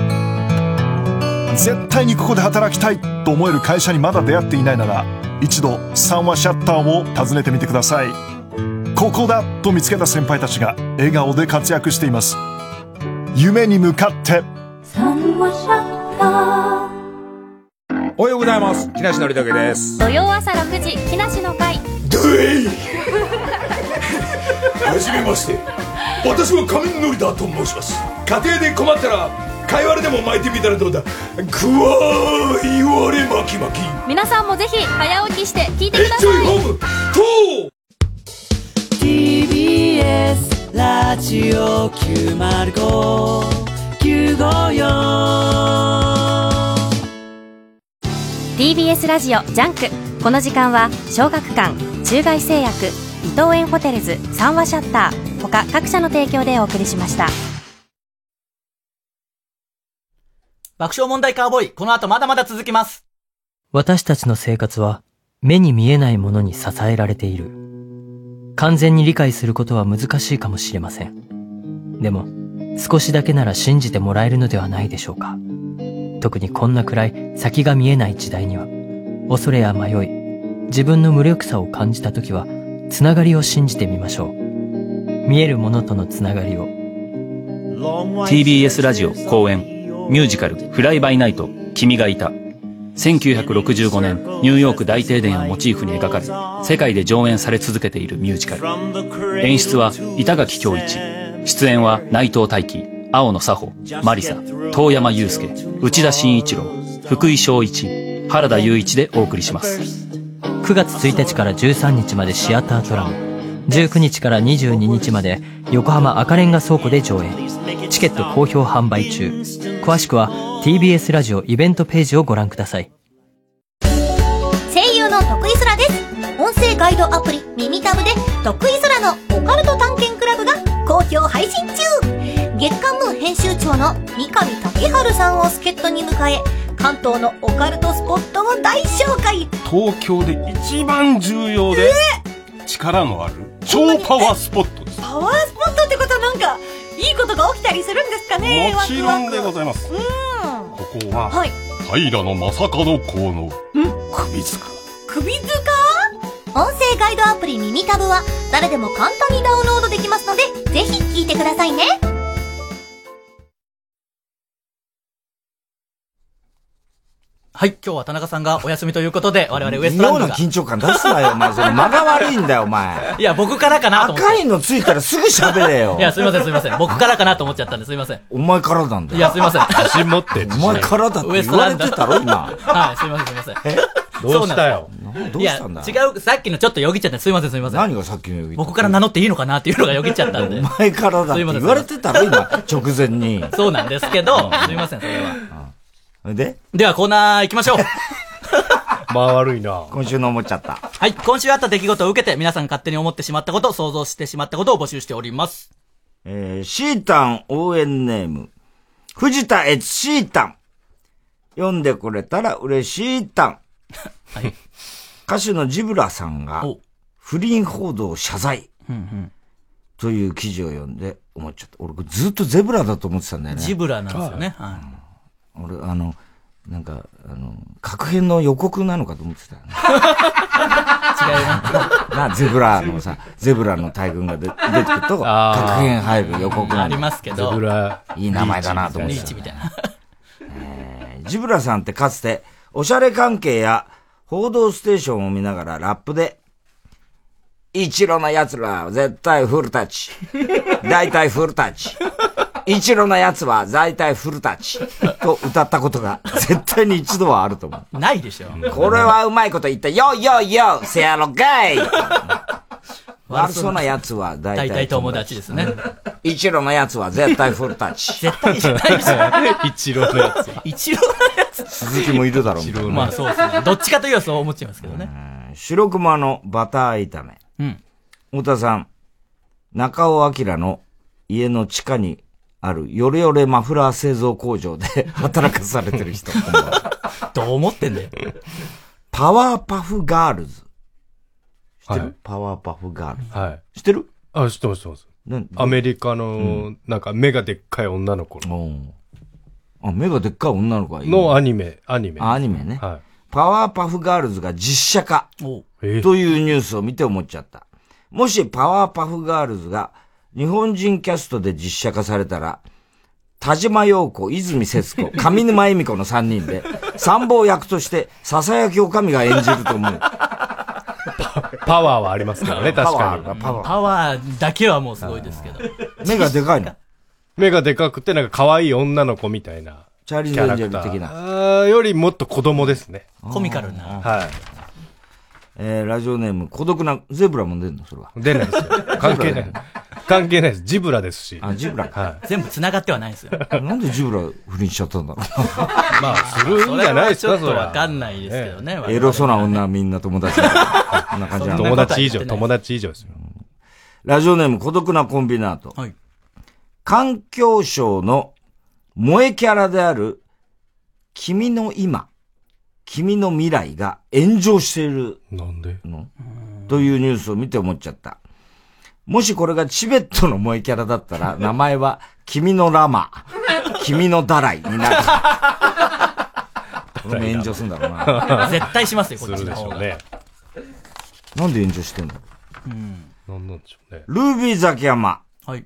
絶対にここで働きたいと思える会社にまだ出会っていないなら、一度三和シャッターを訪ねてみてください。ここだと見つけた先輩たちが笑顔で活躍しています。夢に向かって三和シャッター。 おはようございます。木梨憲武です。 土曜朝6時、木梨の会。 ドゥイはじめまして。私は仮面ノリダーと申します。家庭で困ったらかいわれでも巻いてみたらどうだ。くわーいわれ巻き巻き。 皆さんもぜひ早起きして聞いてください。 エンジョイホーム TBS ラジオ905954 TBS ラジオジャンク。この時間は小学館、中外製薬、伊藤園ホテルズ、三和シャッター他各社の提供でお送りしました。 爆笑問題カーボーイ、この後まだまだ続きます。 私たちの生活は目に見えないものに支えられている。完全に理解することは難しいかもしれません。でも少しだけなら信じてもらえるのではないでしょうか。特にこんな暗い先が見えない時代には、恐れや迷い、自分の無力さを感じたときはつながりを信じてみましょう。見えるものとのつながりを。 TBS ラジオ公演ミュージカルフライバイナイト君がいた。1965年ニューヨーク大停電をモチーフに描かれ世界で上演され続けているミュージカル。演出は板垣恭一、出演は内藤大輝、青野佐穂、マリサ、遠山祐介、内田真一郎、福井翔一、原田雄一でお送りします。 9月1日から13日までシアタートラム、19日から22日まで横浜赤レンガ倉庫で上演。チケット好評販売中。詳しくは TBS ラジオイベントページをご覧ください。 声優の徳井空です。音声ガイドアプリ耳タブで徳井空のオカルト探検クラブが好評配信中。月刊ムー編集長の三上竹春さんを助っ人に迎え、関東のオカルトスポットを大紹介。 東京で一番重要で力のある超パワースポットです。 パワースポットってことはななんか、いいことが起きたりするんですかね。 もちろんでございます。ここは、はい、平野正門公の首塚。 首塚？音声ガイドアプリ耳タブは誰でも簡単にダウンロードできますので、ぜひ聞いてくださいね。 はい、今日は田中さんがお休みということで、我々ウエストランドが。 妙な緊張感出すなよ、お前。それ間が悪いんだよ、お前。 いや、僕からかなと思って。 赤いのついたらすぐ喋れよ。 いや、すいません、すいません。僕からかなと思っちゃったんですいません。 お前からなんだよ。 いや、すいません。 自信持って。 お前からだって言われてたろ、今。 はい、すいません、すいません。 どうしたよ。 どうしたんだ。 いや、違う、さっきのちょっとよぎっちゃったすいません、すいません。 何がさっきのよぎっちゃった？ 僕から名乗っていいのかなっていうのがよぎっちゃったんで。 お前からだって言われてたろ、今、直前に。 そうなんですけど、すいません、それは。 ではコーナー行きましょう。 まあ悪いな。 今週の思っちゃった。 はい、今週あった出来事を受けて皆さん勝手に思ってしまったこと、想像してしまったことを募集しております。 シータン応援ネーム、藤田悦シータン。読んでくれたら嬉しいタン。はい。歌手のジブラさんが、不倫報道謝罪。という記事を読んで思っちゃった。俺ずっとゼブラだと思ってたんだよね。 ジブラなんですよね。はい。 俺、なんか、確変の予告なのかと思ってたよね。 違います。 ゼブラのさ、ゼブラの大群が出てくると、確変入る予告ありますけど。 ゼブラ、いい名前だなと思ってた。 リーチみたいな。 ジブラさんってかつて、おしゃれ関係や報道ステーションを見ながらラップで、一郎の奴らは絶対フルタッチ。大体フルタッチ。一郎の奴は大体フルタッチ。と歌ったことが絶対に一度はあると思う。 ないでしょ。 これはうまいこと言った。よよよせやろかい悪そうな奴は大体友達ですね。 一郎の奴は絶対フルタッチ。 絶対じゃないですよ。 一郎のやつ。 一郎のやつ。 鈴木もいるだろう。 まあそうですね。どっちかというとそう思っちゃいますけどね。 白熊のバター炒め。太田さん、中尾明の家の地下にあるヨレヨレマフラー製造工場で働かされてる人。 どう思ってんだよ。 パワーパフガールズ。知ってる？パワーパフガールズ。 はい。 知ってる？ あ、知ってます、知ってます。アメリカの、なんか目がでっかい女の子の。 あ、目がでっかい女の子がいいのアニメ。 アニメね。 はい。 パワーパフガールズが実写化。というニュースを見て思っちゃった。もしパワーパフガールズが日本人キャストで実写化されたら、田島陽子、泉節子、上沼恵美子の3人で、参謀役として笹焼女将が演じると思う。 パワーはありますからね、確かに。 パワーだけはもうすごいですけど。 目がでかいの？ 目がでかくて、なんか可愛い女の子みたいな。 チャーリー・ゼンジェル的な。 よりもっと子供ですね。 コミカルな。 はい。 ラジオネーム、孤独な、ゼブラも出んのそれは。 出ないですよ。関係ない。関係ないです。ジブラですし。 あ、ジブラ。 はい。 全部繋がってはないですよ。 なんでジブラ不倫しちゃったんだろう。 まあ、するんじゃないですか、 それはちょっとわかんないですけどね。 エロそうな女はみんな友達。こんな感じなの。 友達以上ですよ。 ラジオネーム、孤独なコンビナート。 はい。 環境省の萌えキャラである、君の今。君の未来が炎上している。 なんでのというニュースを見て思っちゃった。もしこれがチベットの萌えキャラだったら、名前は、君のラマ、君のダライになる。これも炎上するんだろうな。 絶対しますよ、こっちの方が。 なんで炎上してんだろう。なんなんでしょうね。 ルービーザキヤマ。 はい。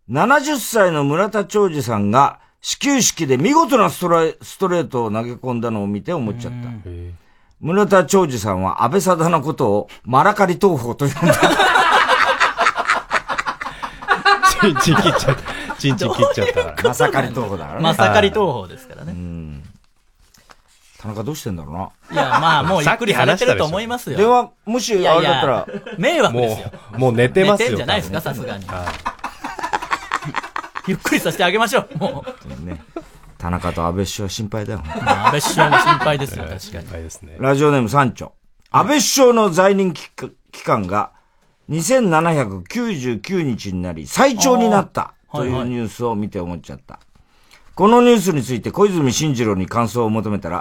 70歳の村田兆治さんが、始球式で見事なストレートを投げ込んだのを見て思っちゃった。村田兆治さんは安倍貞のことをマラカリ東宝と呼んだ。 チンチン切っちゃった。チンチン切っちゃったから。 マサカリ東宝だからね。 マサカリ東宝ですからね。 田中どうしてんだろうな。 いや、まあ、もうゆっくりされてると思いますよ。 電話、もしあれだったら。 迷惑ですよ。 もう寝てますよ。 寝てんじゃないですか、さすがに。ゆっくりさせてあげましょう、もう。ね。田中と安倍首相心配だよ。 安倍首相も心配ですよ、確かに。 心配ですね。 ラジオネーム三丁。安倍首相の在任期間が2799日になり最長になったというニュースを見て思っちゃった。このニュースについて小泉進次郎に感想を求めた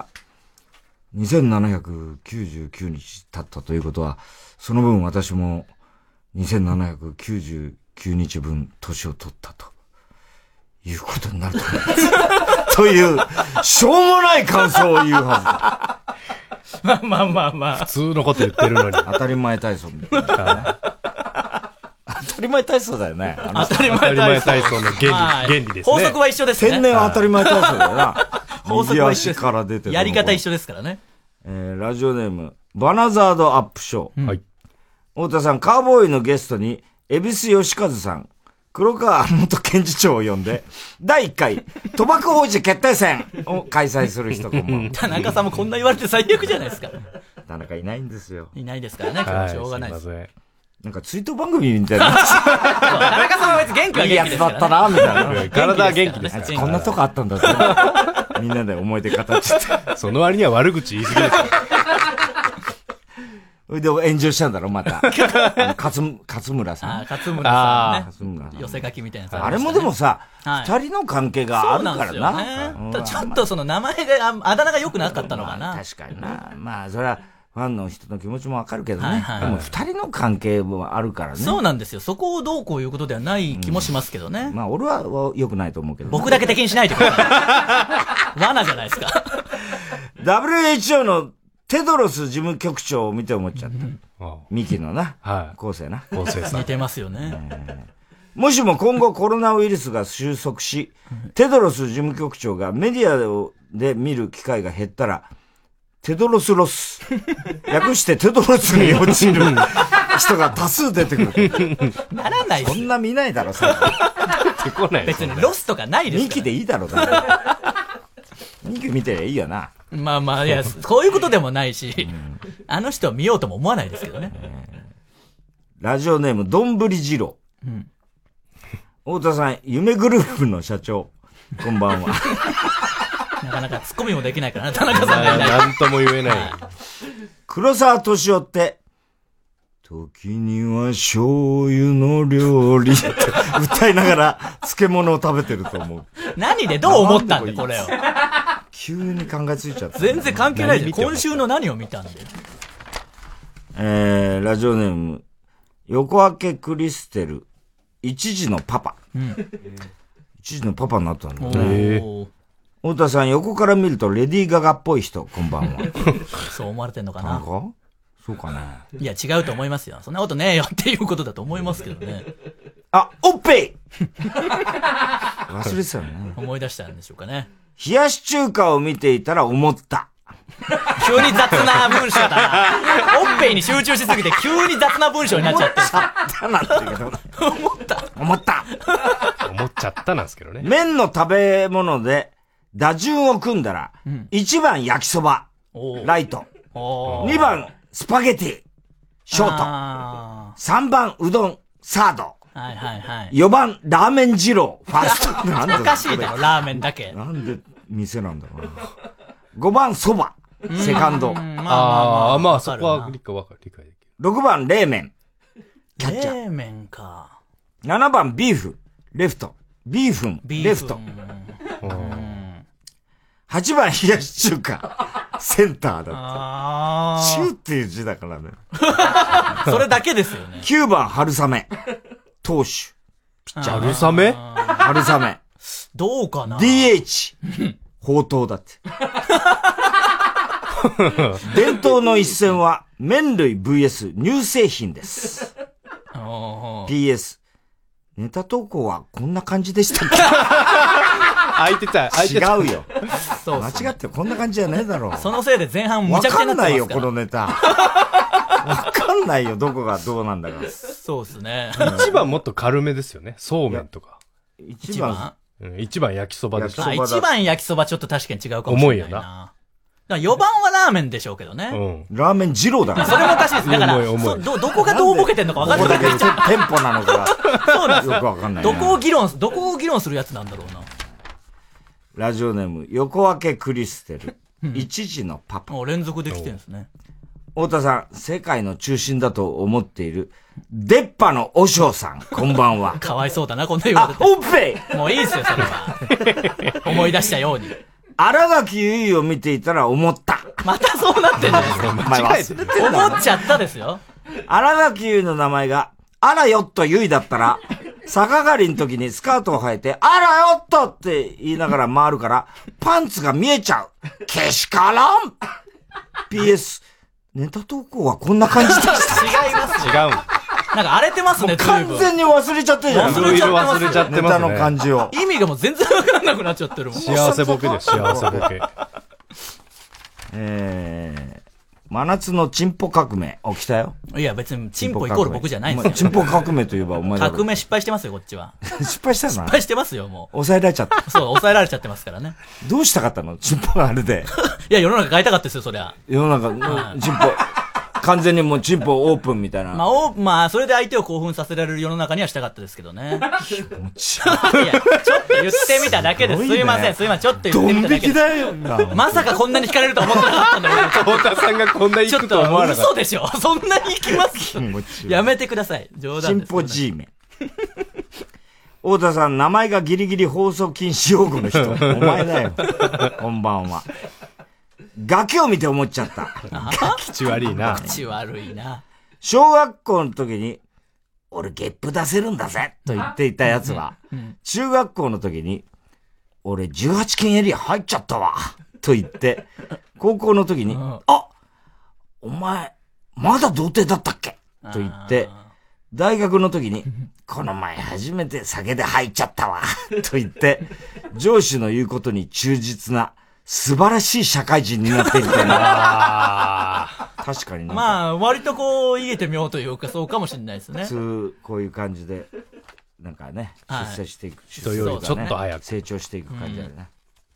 ら、2799日経ったということは、その分私も2799 9日分年を取ったということになると思いますというしょうもない感想を言うはずまあまあまあまあ普通のこと言ってるのに当たり前体操みたいな当たり前体操だよね。 当たり前体操の原理ですね。 法則は一緒ですね。 天然当たり前体操だよな。 法則は一緒です。 から出てる。 やり方一緒ですからね。 ラジオネーム、バナザードアップショー。 はい。 太田さん、カーボーイのゲストに、恵比寿義和さん、黒川元検事長を呼んで、第1回、賭博王子決定戦を開催する人こんばんは。 田中さんもこんな言われて最悪じゃないですか。 田中いないんですよ。 いないですからね、今日しょうがないです。 なんか追悼番組みたいな。 田中さんは別に元気は元気ですから、ね。 いいやつだったな、みたいな。 体は元気です。 こんなとこあったんだって。みんなで思い出語っちゃって。 その割には悪口言い過ぎですよ。 それで炎上したんだろ、また。勝村さん。 勝村さんね。 勝村さん。 寄せ書きみたいなやつ。 あれもでもさ、二人の関係があるからな。 ね、ちょっとその名前が、あだ名が良くなかったのかな。 確かにな。まあ、それは、ファンの人の気持ちもわかるけどね。でも二人の関係もあるからね。 そうなんですよ。そこをどうこういうことではない気もしますけどね。 まあ、俺は良くないと思うけど。 僕だけ敵にしないでください。罠じゃないですか。 WHO のテドロス事務局長を見て思っちゃった。ミキのな。後世な。 後世さん。 似てますよね。 もしも今後コロナウイルスが収束し、テドロス事務局長がメディアで見る機会が減ったら、テドロスロス。略してテドロスに落ちる人が多数出てくる。 ならないそんな見ないだろ、さ。 出てこない。 別にロスとかないですから。2期でいいだろ、だ。2期見てりゃいいよな。 まあまあ、いや、こういうことでもないし、あの人は見ようとも思わないですけどね。 ラジオネーム、どんぶり二郎。太田さん、夢グループの社長。こんばんは。 なかなか突っ込みもできないからな、田中さんがいない。 なんとも言えない。 黒沢敏夫って、時には醤油の料理って歌いながら漬物を食べてると思う。 何でどう思ったんだ、これを。 急に考えついちゃった。 全然関係ないじゃん。今週の何を見たんで。 ラジオネーム、横分けクリステル、一時のパパ。一時のパパになったんだね。太田さん、横から見るとレディー・ガガっぽい人、こんばんは。 そう思われてんのかな。 そうかな。 いや、違うと思いますよ。そんなことねえよっていうことだと思いますけどね。 あ、おっぺい忘れてたよね。 思い出したんでしょうかね。 冷やし中華を見ていたら思った。 急に雑な文章だな。おっぺいに集中しすぎて急に雑な文章になっちゃって。 思っちゃったなんて言うけど。思っちゃったなんですけどね。 麺の食べ物で打順を組んだら、1番焼きそば、ライト。2番スパゲティ、ショート。3番うどん、サード。 はいはいはい。 4番ラーメン二郎、ファースト。 なんでおかしいだろ、ラーメンだけ。 なんで店なんだろうな。5番そば、セカンド。 まあそこは理解できる。 6番冷麺、キャッチャー。 冷麺か。 7番ビーフ、レフト。ビーフン、レフト。8番冷やし中華、センターだって。中っていう字だからね。 それだけですよね。 9番春雨、投手、 ピッチャー。春雨？ 春雨。 どうかな？ DH、宝刀だって。伝統の一戦は麺類 VS 乳製品です。PS、ネタ投稿はこんな感じでしたっけ？ 空いてた。 違うよ。間違ってこんな感じじゃねえだろう。 そのせいで前半むちゃくちゃになってますから。わかんないよ、 このネタ。わかんないよ、どこがどうなんだか。 そうですね。 一番もっと軽めですよね。そうめんとか。 一番一番焼きそばでしょ。 一番焼きそばちょっと確かに違うかもしれないな。重いよな。だから4番はラーメンでしょうけどね。 ラーメン二郎だから。 それもおかしいです。だから、どこがどうボケてんのか分かんない。 どこだけテンポなのか。 そうなんですよくわかんない。 どこを議論するやつなんだろうな。 ラジオネーム、横分けクリステル。一時のパパ。 連続できてるんですね。 太田さん、世界の中心だと思っている、出っ歯のお尚さん、こんばんは。 かわいそうだな、こんな言われて。 おっぺいもういいっすよ、それは。思い出したように。 荒垣結衣を見ていたら思った。 またそうなってんじゃないですか。 間違えてる。 思っちゃったですよ。 荒垣結衣の名前が、あらよっと結衣だったら、 逆上がりの時にスカートを履いて、あらよっとって言いながら回るから、パンツが見えちゃう。けしからん !PS、ネタ投稿はこんな感じでした。 違います違う。 なんか荒れてますね、 完全に忘れちゃってるじゃん。 忘れちゃってますね。 ネタの感じを。 意味がもう全然わかんなくなっちゃってるもん。 幸せボケです、幸せボケ。 真夏のチンポ革命起きたよ。 いや別にチンポイコール僕じゃないんですよ。 チンポ革命といえばお前だろ。 革命失敗してますよ、こっちは。 失敗したの？ 失敗してますよ、もう。 抑えられちゃった。 そう、抑えられちゃってますからね。 どうしたかったの？チンポがあれで。 いや、世の中変えたかったですよ、そりゃ。 世の中、チンポ、完全にもうチンポオープンみたいな。 まあ、それで相手を興奮させられる世の中にはしたかったですけどね。 気持ちいや、ちょっと言ってみただけです。すいません、ちょっと言ってみただけです。 ドン引きだよ。 まさかこんなに惹かれると思ってなかったんだよ。 太田さんがこんな行くと思わなかった。 嘘でしょ。そんなに行きますやめてください。冗談です。 チンポ G メン。太田さん、名前がギリギリ放送禁止用語の人。お前だよ。こんばんは。ガキを見て思っちゃった。 口悪いな。 口悪いな。 小学校の時に、俺ゲップ出せるんだぜと言っていたやつは、中学校の時に、俺18禁エリア入っちゃったわと言って、高校の時に、あ、お前、まだ童貞だったっけと言って、大学の時に、この前初めて酒で入っちゃったわと言って、上司の言うことに忠実な、素晴らしい社会人になっているとな。確かにね。 まあ、割とこう、言えてみようというか、そうかもしれないですね。 普通、こういう感じで、なんかね、出世していく。 人よりちょっと早く。 成長していく感じだよね。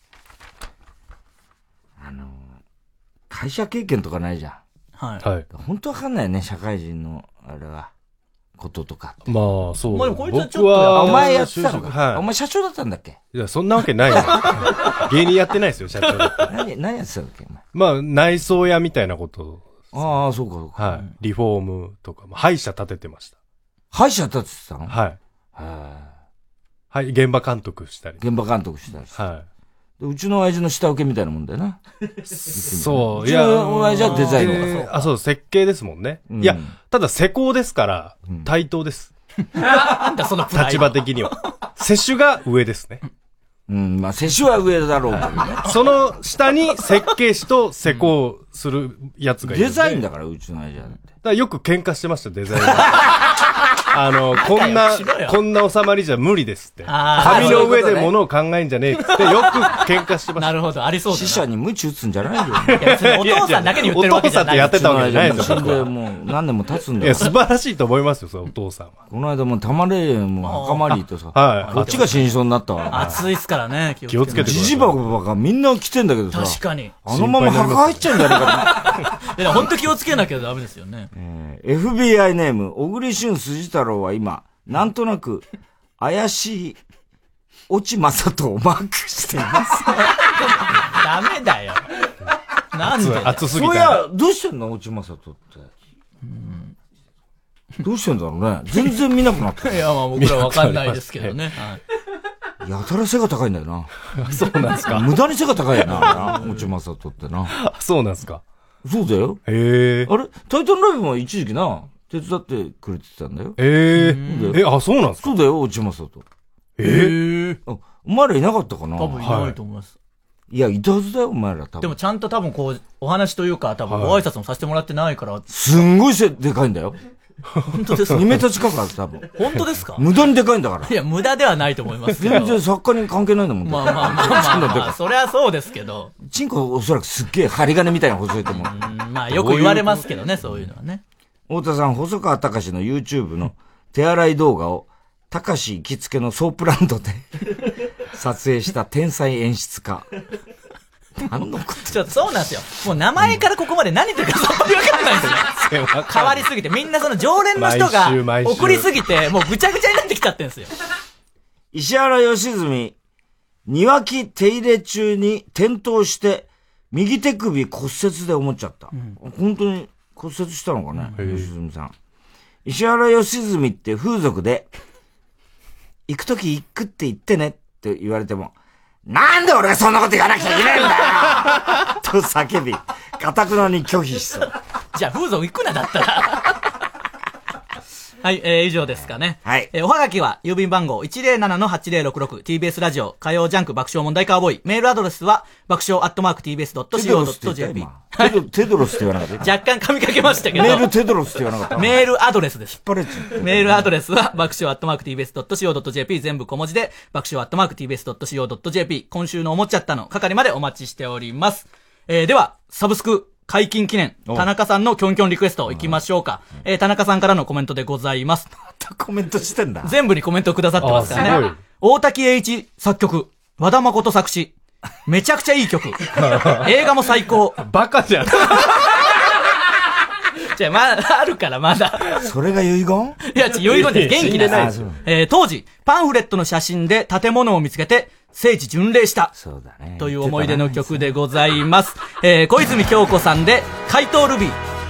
会社経験とかないじゃん。 はい。 本当わかんないよね、社会人の、あれは。こととか。 まあ、そう。 まあ、こいつはちょっとお前やってたのか。はい。お前社長だったんだっけ？ いや、そんなわけないよ。芸人やってないですよ、社長だった。 何やってたんだっけ？ まあ、内装屋みたいなこと。 ああ、そうかそうか。 はい。リフォームとか、歯医者立ててました。 歯医者立ててたの？ はい。はい、現場監督したり。 現場監督したり。 はい。 うちの親父の下請けみたいなもんだよな。 そう。 いや、親父はデザインあ、そう、設計ですもんね。いや、ただ施工ですから、対等です。 なんだそのプライド。 立場的には。接種が上ですね。 まあ、接種は上だろうけどね。 その下に設計士と施工するやつがいる。 デザインだから、うちの親父は。だからよく喧嘩してました、デザイン。こんな収まりじゃ無理ですって。紙の上で物を考えんじゃねえってよく喧嘩してました。 なるほど、ありそうだ。 死者に鞭打つんじゃないよ。 お父さんだけに言ってるわけじゃない。 お父さんってやってたわけじゃないですよ。 もう何年も経つんだよ。 いや、素晴らしいと思いますよ、そのお父さんは。 この間も玉霊も墓参りとさ、こっちが死にそうになったわ。 暑いっすからね、 気をつけてください。 じじばばがみんな来てんだけどさ。 確かに。 あのまま墓入っちゃうんじゃないかと。いや、ほんと気をつけなきゃダメですよね。 FBI ネーム、小栗旬筋太郎は今、なんとなく、怪しい、落ちまさとをマークしています。 ダメだよ。なんで熱すぎた。 そういや、どうしてんの落ちまさとって。どうしてんだろうね。全然見なくなった。 いや、まあ僕らわかんないですけどね。 やたら背が高いんだよな。 そうなんですか。 無駄に背が高いよな、落ちまさとってな。 そうなんですか。 そうだよ。 へえ。 あれタイタンライブも一時期な、手伝ってくれてたんだよ。 あ、そうなんですか。 そうだよ、落ちまさと。お前らいなかったかな？ 多分いないと思います。 いや、いたはずだよ、お前ら多分。 でもちゃんと多分こう、お話というか、多分ご挨拶もさせてもらってないから。 すんごいでかいんだよ。 本当ですか？ 2 メーター近くある、多分。 本当ですか？ 無駄にでかいんだから。 いや、無駄ではないと思いますけど。 全然作家に関係ないんだもん。 まあ、そりゃそうですけど。 チンコおそらくすっげえ針金みたいな細いと思う。 まあ、よく言われますけどね、そういうのはね。 太田さん、細川隆の YouTube の手洗い動画を、隆行きつけのソープランドで撮影した天才演出家。何のことちょっとそうなんですよ。もう名前からここまで何言ってるかさっぱりわかんないんですよ。変わりすぎて、みんなその常連の人が送りすぎて、もうぐちゃぐちゃになってきちゃってるんですよ。 石原良純、庭木手入れ中に転倒して、右手首骨折で思っちゃった。本当に骨折したのかね、良純さん。石原良純って風俗で、行くとき行くって言ってねって言われても、なんで俺がそんなこと言わなきゃいけないんだよと叫び、堅くなに拒否しそう。 じゃあ風俗行くなだったら。 はい、以上ですかね。 はい。 おはがきは、郵便番号 107-8066、TBS ラジオ、火曜ジャンク爆笑問題カーボーイ。メールアドレスは、爆笑@tbs.co.jp。 テドロスって言わなかった若干噛みかけましたけど。 メールテドロスって言わなかったメールアドレスです。 引っ張れちゃう。 メールアドレスは、爆笑@tbs.co.jp、全部小文字で、爆笑@tbs.co.jp、今週の思っちゃったの係までお待ちしております。では、サブスク解禁記念、田中さんのキョンキョンリクエスト行きましょうか。田中さんからのコメントでございます。 またコメントしてんだ。 全部にコメントをくださってますからね。大滝栄一作曲、和田誠作詞。めちゃくちゃいい曲。映画も最高。 バカじゃん。 じゃあ、まだ、あるから、まだ。 それが遺言？ いや、遺言で元気です。当時、パンフレットの写真で建物を見つけて、聖地巡礼した。 そうだね。 という思い出の曲でございます。小泉京子さんで、怪盗ルビー。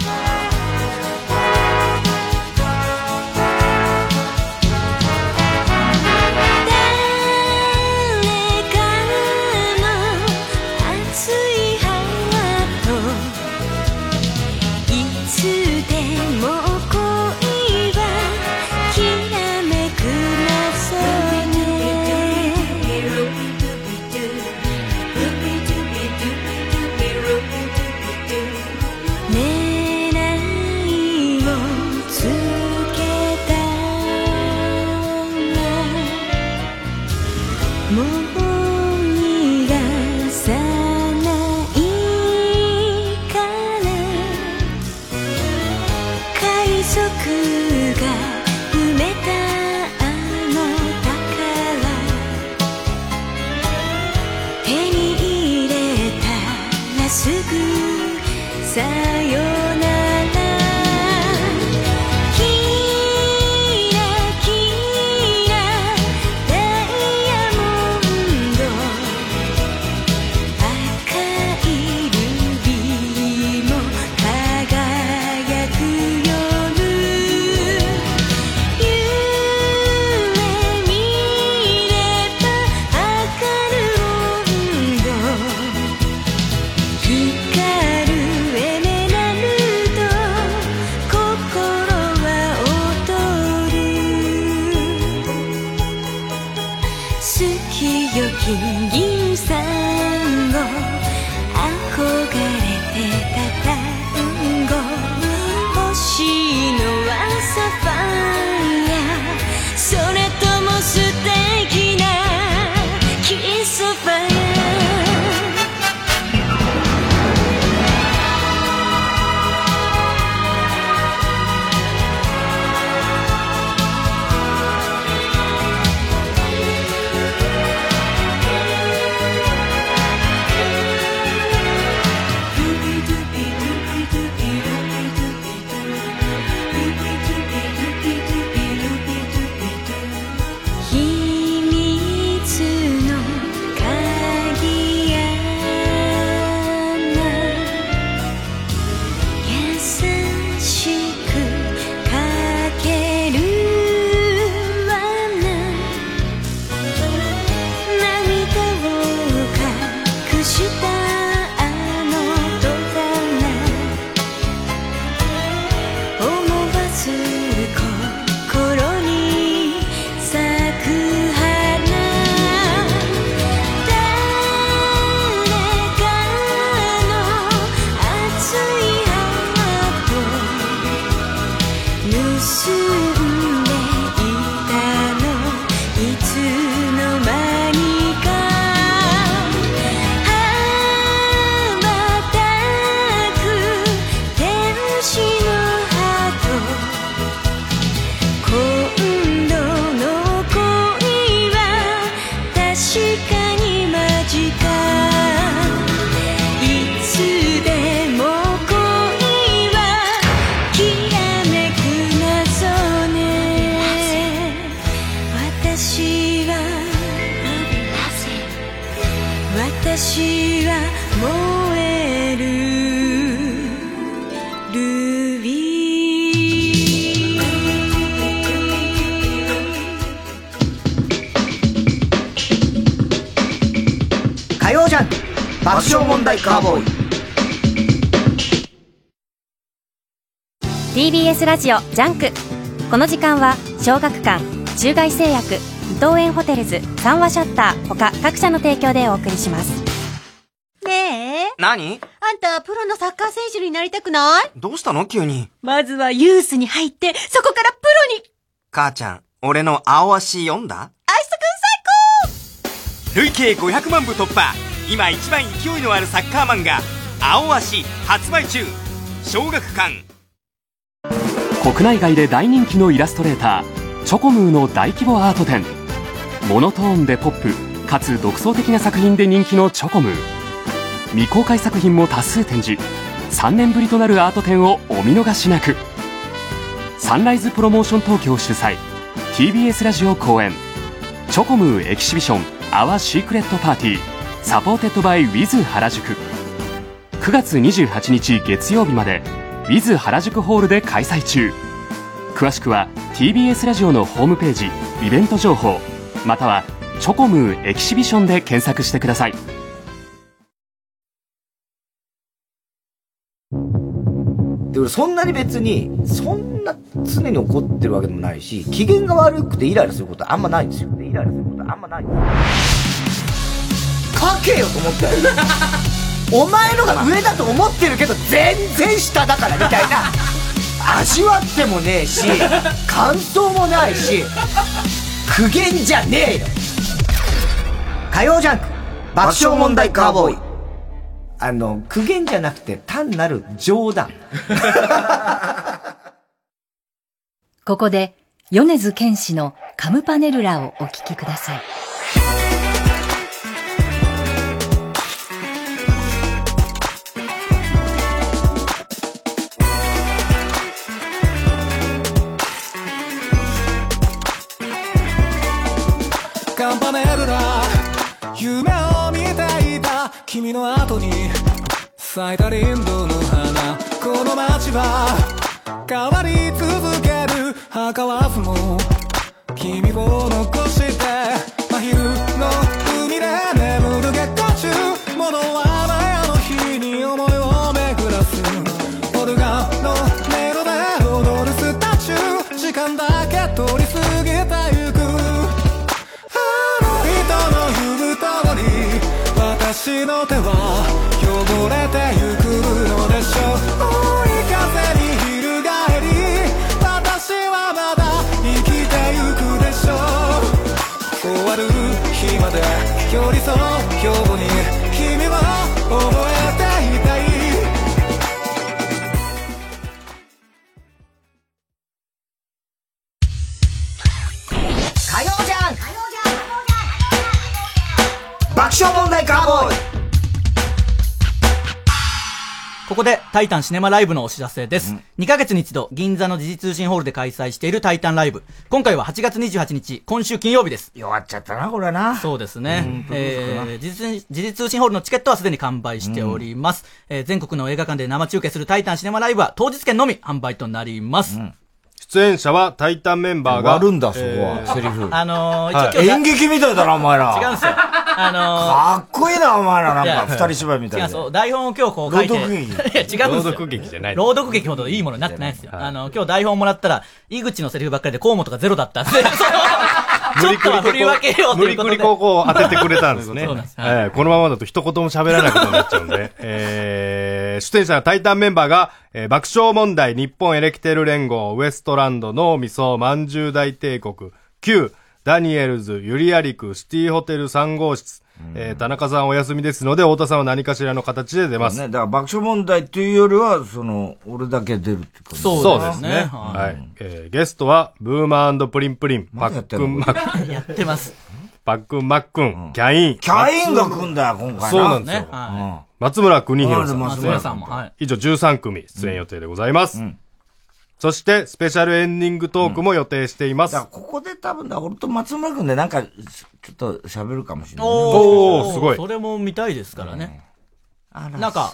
私は燃えるルビー。 火曜ジャンク爆笑問題カーボーイ。 TBS ラジオジャンク。 この時間は小学館、中外製薬、伊藤園ホテルズ、三和シャッター他各社の提供でお送りします。 ねえ。 何？ あんたプロのサッカー選手になりたくない？ どうしたの急に。 まずはユースに入って、そこからプロに。 母ちゃん、俺の青足読んだ？ アイスくん最高！ 累計500万部突破。今一番勢いのあるサッカー漫画、青足発売中。小学館。 国内外で大人気のイラストレーターチョコムーの大規模アート展。モノトーンでポップかつ独創的な作品で人気のチョコムー。未公開作品も多数展示。3年ぶりとなるアート展をお見逃しなく。サンライズプロモーション東京主催 TBS ラジオ公演チョコムーエキシビションアワーシークレットパーティーサポーテッドバイ With 原宿。9月28日月曜日まで With 原宿ホールで開催中。詳しくは TBS ラジオのホームページイベント情報またはチョコムーエキシビションで検索してください。 で俺そんなに別にそんな常に怒ってるわけでもないし、機嫌が悪くてイライラすることはあんまないんですよ。書けよと思ってお前のが上だと思ってるけど全然下だからみたいな。味わってもねえし感想もないし苦言じゃねえよ。火曜ジャンク爆笑問題カーボーイ。苦言じゃなくて単なる冗談。 ここで米津玄師のカムパネルラをお聴きください。 カンパネルラ夢を見ていた君の後に咲いたリンドの花。この街は変わり続ける儚わずも君を残して真昼の海で眠る月光中。戻らないあの日に思いを巡らすオルガンの音色で踊るスタチュー。時間だけ通り過ぎてゆく私の手は汚れてゆくのでしょう。追い風に翻り私はまだ生きてゆくでしょう。終わる日まで寄り添うように君は覚えていたい。 火曜じゃん爆笑問題カーボーイ。 ここでタイタンシネマライブのお知らせです。2ヶ月に一度銀座の時事通信ホールで開催しているタイタンライブ。今回は8月28日、今週金曜日です。 弱っちゃったな、これはな。 そうですね。時事通信ホールのチケットはすでに完売しております。全国の映画館で生中継するタイタンシネマライブは当日券のみ販売となります。 出演者はタイタンメンバーが。 割るんだ、そこは。セリフ。 演劇みたいだな、お前ら。 違うんですよ。 かっこいいな、お前ら。なんか、二人芝居みたいな。 違う、台本を今日こう書いて。 朗読劇。 いや、違うんですよ。 朗読劇じゃない。 朗読劇ほどいいものになってないですよ。今日台本もらったら、井口のセリフばっかりで河本がゼロだったんで、ちょっとは振り分けようということで。 無理くりここ当ててくれたんですね。このままだと一言も喋らないことになっちゃうんで。出演者のタイタンメンバーが、爆笑問題日本エレキテル連合ウエストランド脳みそまんじゅう大帝国 Q ダニエルズユリアリクシティホテル3号室、田中さんお休みですので太田さんは何かしらの形で出ます。 ね、だから爆笑問題っていうよりは俺だけ出るってこと。 そうですね。はい。ゲストはブーマー&プリンプリンパックンマックンやってます。 パックンマックンキャインが来んだよ今回。 そうなんですよ。松村邦弘さん。 松村さんも。 以上13組出演予定でございます。そして、スペシャルエンディングトークも予定しています。 ここで多分俺と松村くんでなんか、ちょっと喋るかもしれない。 おー、すごい。 それも見たいですからね。なんか、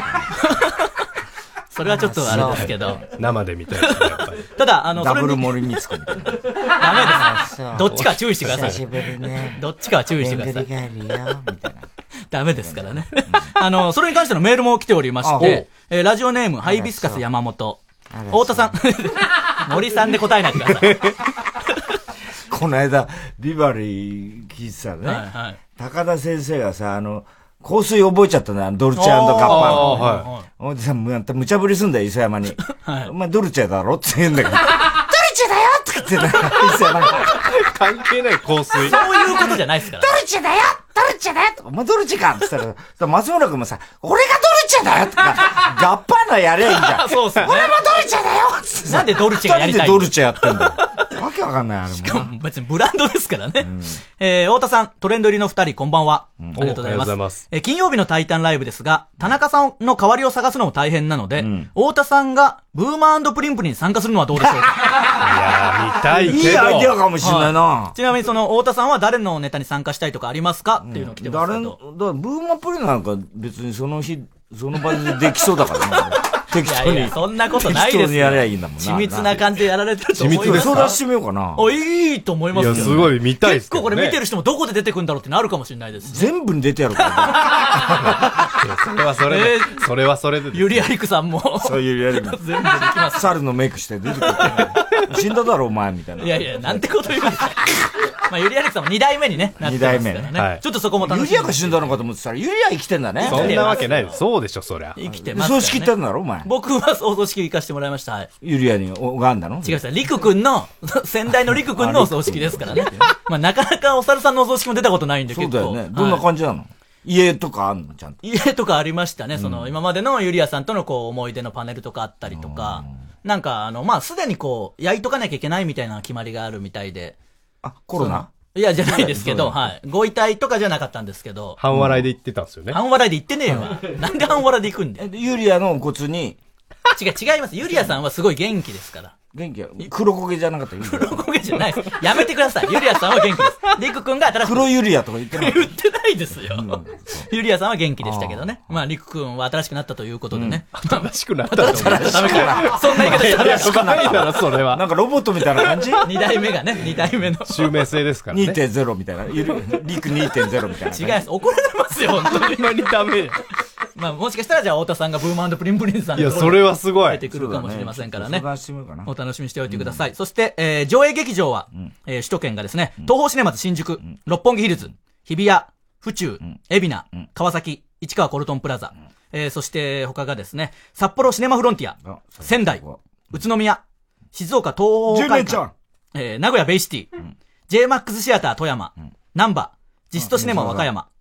それはちょっとあれですけど。 生で見たいですね、やっぱり。 ただ、 ダブル森光子みたいな。 ダメです。どっちか注意してください。 久しぶりね。 どっちかは注意してください。 みたいな。 ダメですからね。それに関してのメールも来ておりまして、ラジオネーム、ハイビスカス山本。太田さん。 森さんで答えないでください。 この間、ビバリー聞いてたらね、はいはい、高田先生がさ、香水覚えちゃったんだよ、ドルチェガッパーの。はい。おじさん、無茶ぶりすんだよ、磯山に。はい、お前ドルチェだろって言うんだけど、ドルチェだよって言ってた、磯山に。 関係ない香水。そういうことじゃないですから。 ドルチェだよドルチェだよお前ドルチェかって言ったら、松村君もさ、俺がドルチェだよとか、ガッパーナやりゃいいんじゃん。 そうっすね。 俺もドルチェだよってなんでドルチェがやりたいの？なんでドルチェやってんだよ。わけわかんない、あれも。 しかも別にブランドですからね。太田さん、トレンド入りの二人、こんばんは。ありがとうございます。金曜日のタイタンライブですが、田中さんの代わりを探すのも大変なので、太田さんがブーマー&プリンプリンに参加するのはどうでしょうか。 いや見たいけど。 いいアイデアかもしれないな。 ちなみに太田さんは誰のネタに参加したいとかありますかっていうのを来てますけど。 ブーマープリンなんか別にその日、その場でできそうだからな。適当に。 いやいや、そんなことないですよ。 適当にやればいいんだもんな。 緻密な感じでやられてると思います。 緻密で相談してみようかな。 いいと思いますよ。 いや、すごい見たいです結構これ見てる人もどこで出てくるんだろうってなるかもしれないですし。 全部に出てやるから。 それはそれで。それはそれで。 ユリアリクさんも。 そう、ユリアリク。 全部できます。 猿のメイクして出てくる。死んだだろ、お前、みたいな。 いやいや、なんてこと言うんですか。まあ、ユリアリクさんも2代目にね、なってますからね。2代目ね。ちょっとそこも楽しみ。 ユリアが死んだのかと思ってたら、ユリア生きてんだね。 そんなわけないです。そうでしょ、そりゃ。 生きてます。 葬式行ったんだろ、お前。 僕はお葬式行かしてもらいました。 ユリアに拝んだの？ 違います。リク君の、先代のリク君のお葬式ですからね。まあ、なかなかお猿さんのお葬式も出たことないんで、結構。 そうだよね。どんな感じなの？家とかあんのちゃんと。 家とかありましたね。今までのユリアさんとの思い出のパネルとかあったりとか、なんかまあ、すでに焼いとかなきゃいけないみたいな決まりがあるみたいで。 あ、コロナ？ いや、じゃないですけど、はい。ご遺体とかじゃなかったんですけど。 半笑いで言ってたんですよね。 半笑いで言ってねえわ。なんで半笑いで行くんで。 ユリアの骨に。 違います。ユリアさんはすごい元気ですから。 元気や。黒焦げじゃなかったよ。 黒焦げじゃないです。やめてください。ユリアさんは元気です。リク君が新しく。 黒ユリアとか言ってない。 言ってないですよ。ユリアさんは元気でしたけどね。まあ、リク君は新しくなったということでね。 新しくなったということで。 ダメか。そんな言い方したら新しくなったら、それは。なんかロボットみたいな感じ ?2 代目がね、2代目の。 襲名性ですからね。 2.0 みたいな。リク 2.0 みたいな。 違います。怒られますよ、本当に。 ほんまにダメ。 まあ、もしかしたらじゃあ、太田さんがブーマー&プリンプリンさんいや、それはすごい。 出てくるかもしれませんからね。 お楽しみにしておいてください。そして、上映劇場は、首都圏がですね、東宝シネマズ新宿、六本木ヒルズ、日比谷、府中、海老名、川崎、市川コルトンプラザ、そして他がですね、札幌シネマフロンティア、仙台、宇都宮、静岡東宝会館、名古屋ベイシティ、J-MAX シアター富山、難波、ジストシネマ和歌山、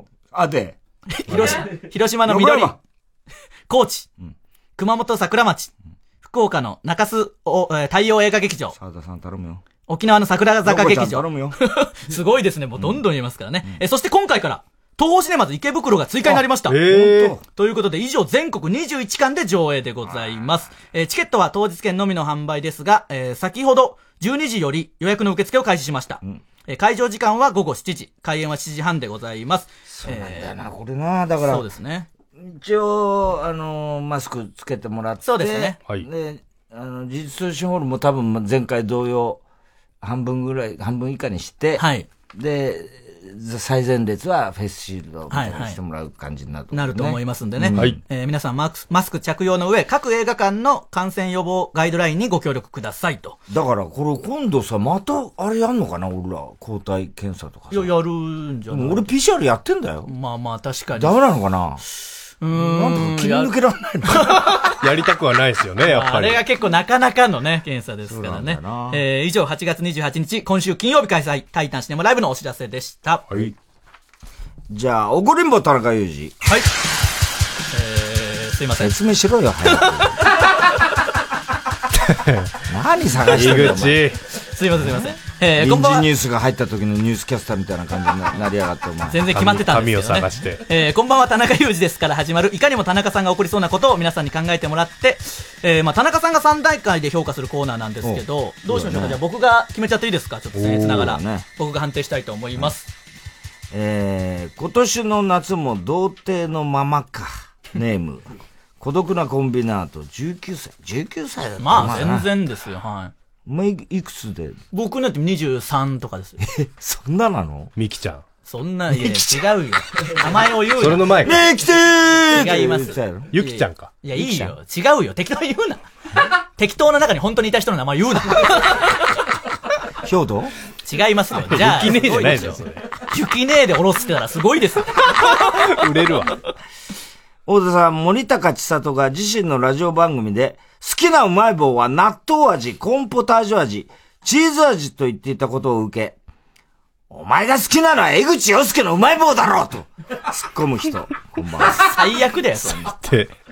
広島の緑、高知、熊本桜町、福岡の中洲太陽映画劇場、 澤田さん頼むよ。 沖縄の桜坂劇場。 頼むよ。 すごいですね。もうどんどん言いますからね。そして今回から、東宝シネマズ池袋が追加になりました。ということで、以上全国21館で上映でございます。チケットは当日券のみの販売ですが、先ほど12時より予約の受付を開始しました。会場時間は午後7時、開演は7時半でございます。 そうなんだよな、これな。だから。 そうですね。 一応、マスクつけてもらって。 そうですね。 はい。で、技術通信ホールも多分前回同様、半分以下にして、 はい。 で、最前列はフェイスシールドみたいにしてもらう感じになると思う、ね。 なると思いますんでね。 はい。 皆さんマスク着用の上、各映画館の感染予防ガイドラインにご協力くださいと。 だから、これ今度さ、また、あれやんのかな俺ら、抗体検査とかさ。 いや、やるんじゃない？ 俺 PCR やってんだよ。 まあまあ、確かに。 ダメなのかななんとか切り抜けられないのやりたくはないですよね、やっぱり。 あれが結構なかなかのね、検査ですからね。以上、8月28日、今週金曜日開催、タイタンシネマライブのお知らせでした。 はい。じゃあ、怒りんぼ田中裕二。 はい。すいません。 説明しろよ、早く。何探してるの？ すいません、すいません。 臨時ニュースが入った時のニュースキャスターみたいな感じになりやがって、お前。 全然決まってたんですけどね。 紙を探して。 こんばんは、田中裕二ですから始まる、いかにも田中さんが起こりそうなことを皆さんに考えてもらって、まあ、田中さんが3段階で評価するコーナーなんですけど、どうしましょうか。じゃあ僕が決めちゃっていいですか？ちょっと僭越ながら。僕が判定したいと思います。 今年の夏も童貞のままか。ネーム。孤独なコンビナート、19歳。19歳だった。 まあ、全然ですよ、はい。 お前いくつで？ 僕なんて23とかですよ。 そんななの？ ミキちゃん。 そんな、いや、違うよ。名前を言うよ。 それの前か。ミキてー違います。 ゆきちゃんか。 いや、いいよ。違うよ。適当に言うな。 適当な中に本当にいた人の名前言うな。 兵道違いますよ。じゃあ、 雪姉じゃないですよ。 雪姉で下ろすってたらすごいです。 売れるわ。 大田さん、森高千里が自身のラジオ番組で、好きなうまい棒は納豆味、コーンポタージュ味、チーズ味と言っていたことを受け、お前が好きなのは江口洋介のうまい棒だろうと突っ込む人。こんばんは。 最悪だよ、そんな。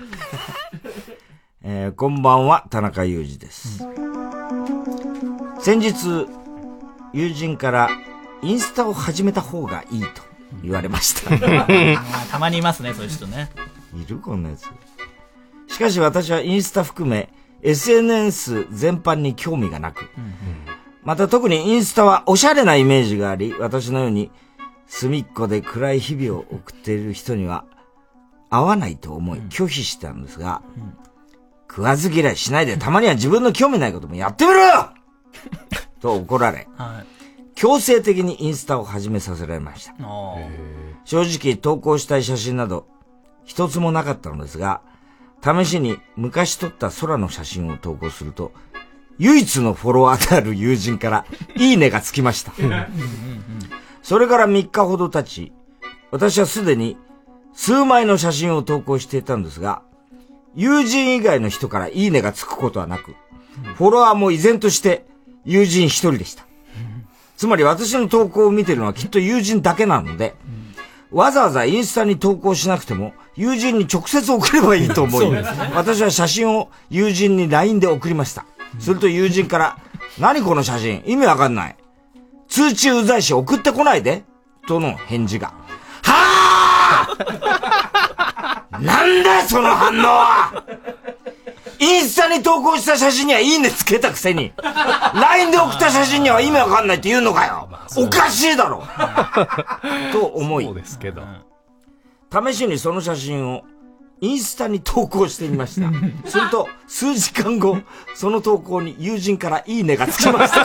こんばんは、田中裕二です。先日、友人からインスタを始めた方がいいと言われました。 たまにいますね、そういう人ね。 いるこんなやつ。しかし私はインスタ含め SNS 全般に興味がなく、また特にインスタはおしゃれなイメージがあり、私のように隅っこで暗い日々を送っている人には合わないと思い拒否したんですが、食わず嫌いしないでたまには自分の興味ないこともやってみろよと怒られ、強制的にインスタを始めさせられました。正直投稿したい写真など一つもなかったのですが、試しに昔撮った空の写真を投稿すると、唯一のフォロワーである友人からいいねがつきました。それから3日ほど経ち、私はすでに数枚の写真を投稿していたんですが、友人以外の人からいいねがつくことはなく、フォロワーも依然として友人一人でした。つまり私の投稿を見てるのはきっと友人だけなので、わざわざインスタに投稿しなくても友人に直接送ればいいと思い、私は写真を友人に LINE で送りました。すると友人から、何この写真意味わかんない。通知うざいし送ってこないでとの返事が。はぁなんだよその反応は。インスタに投稿した写真にはいいねつけたくせに、LINE で送った写真には意味わかんないって言うのかよ。おかしいだろと思い、 そうですけど。 試しにその写真をインスタに投稿してみました。すると、数時間後、その投稿に友人からいいねがつきました。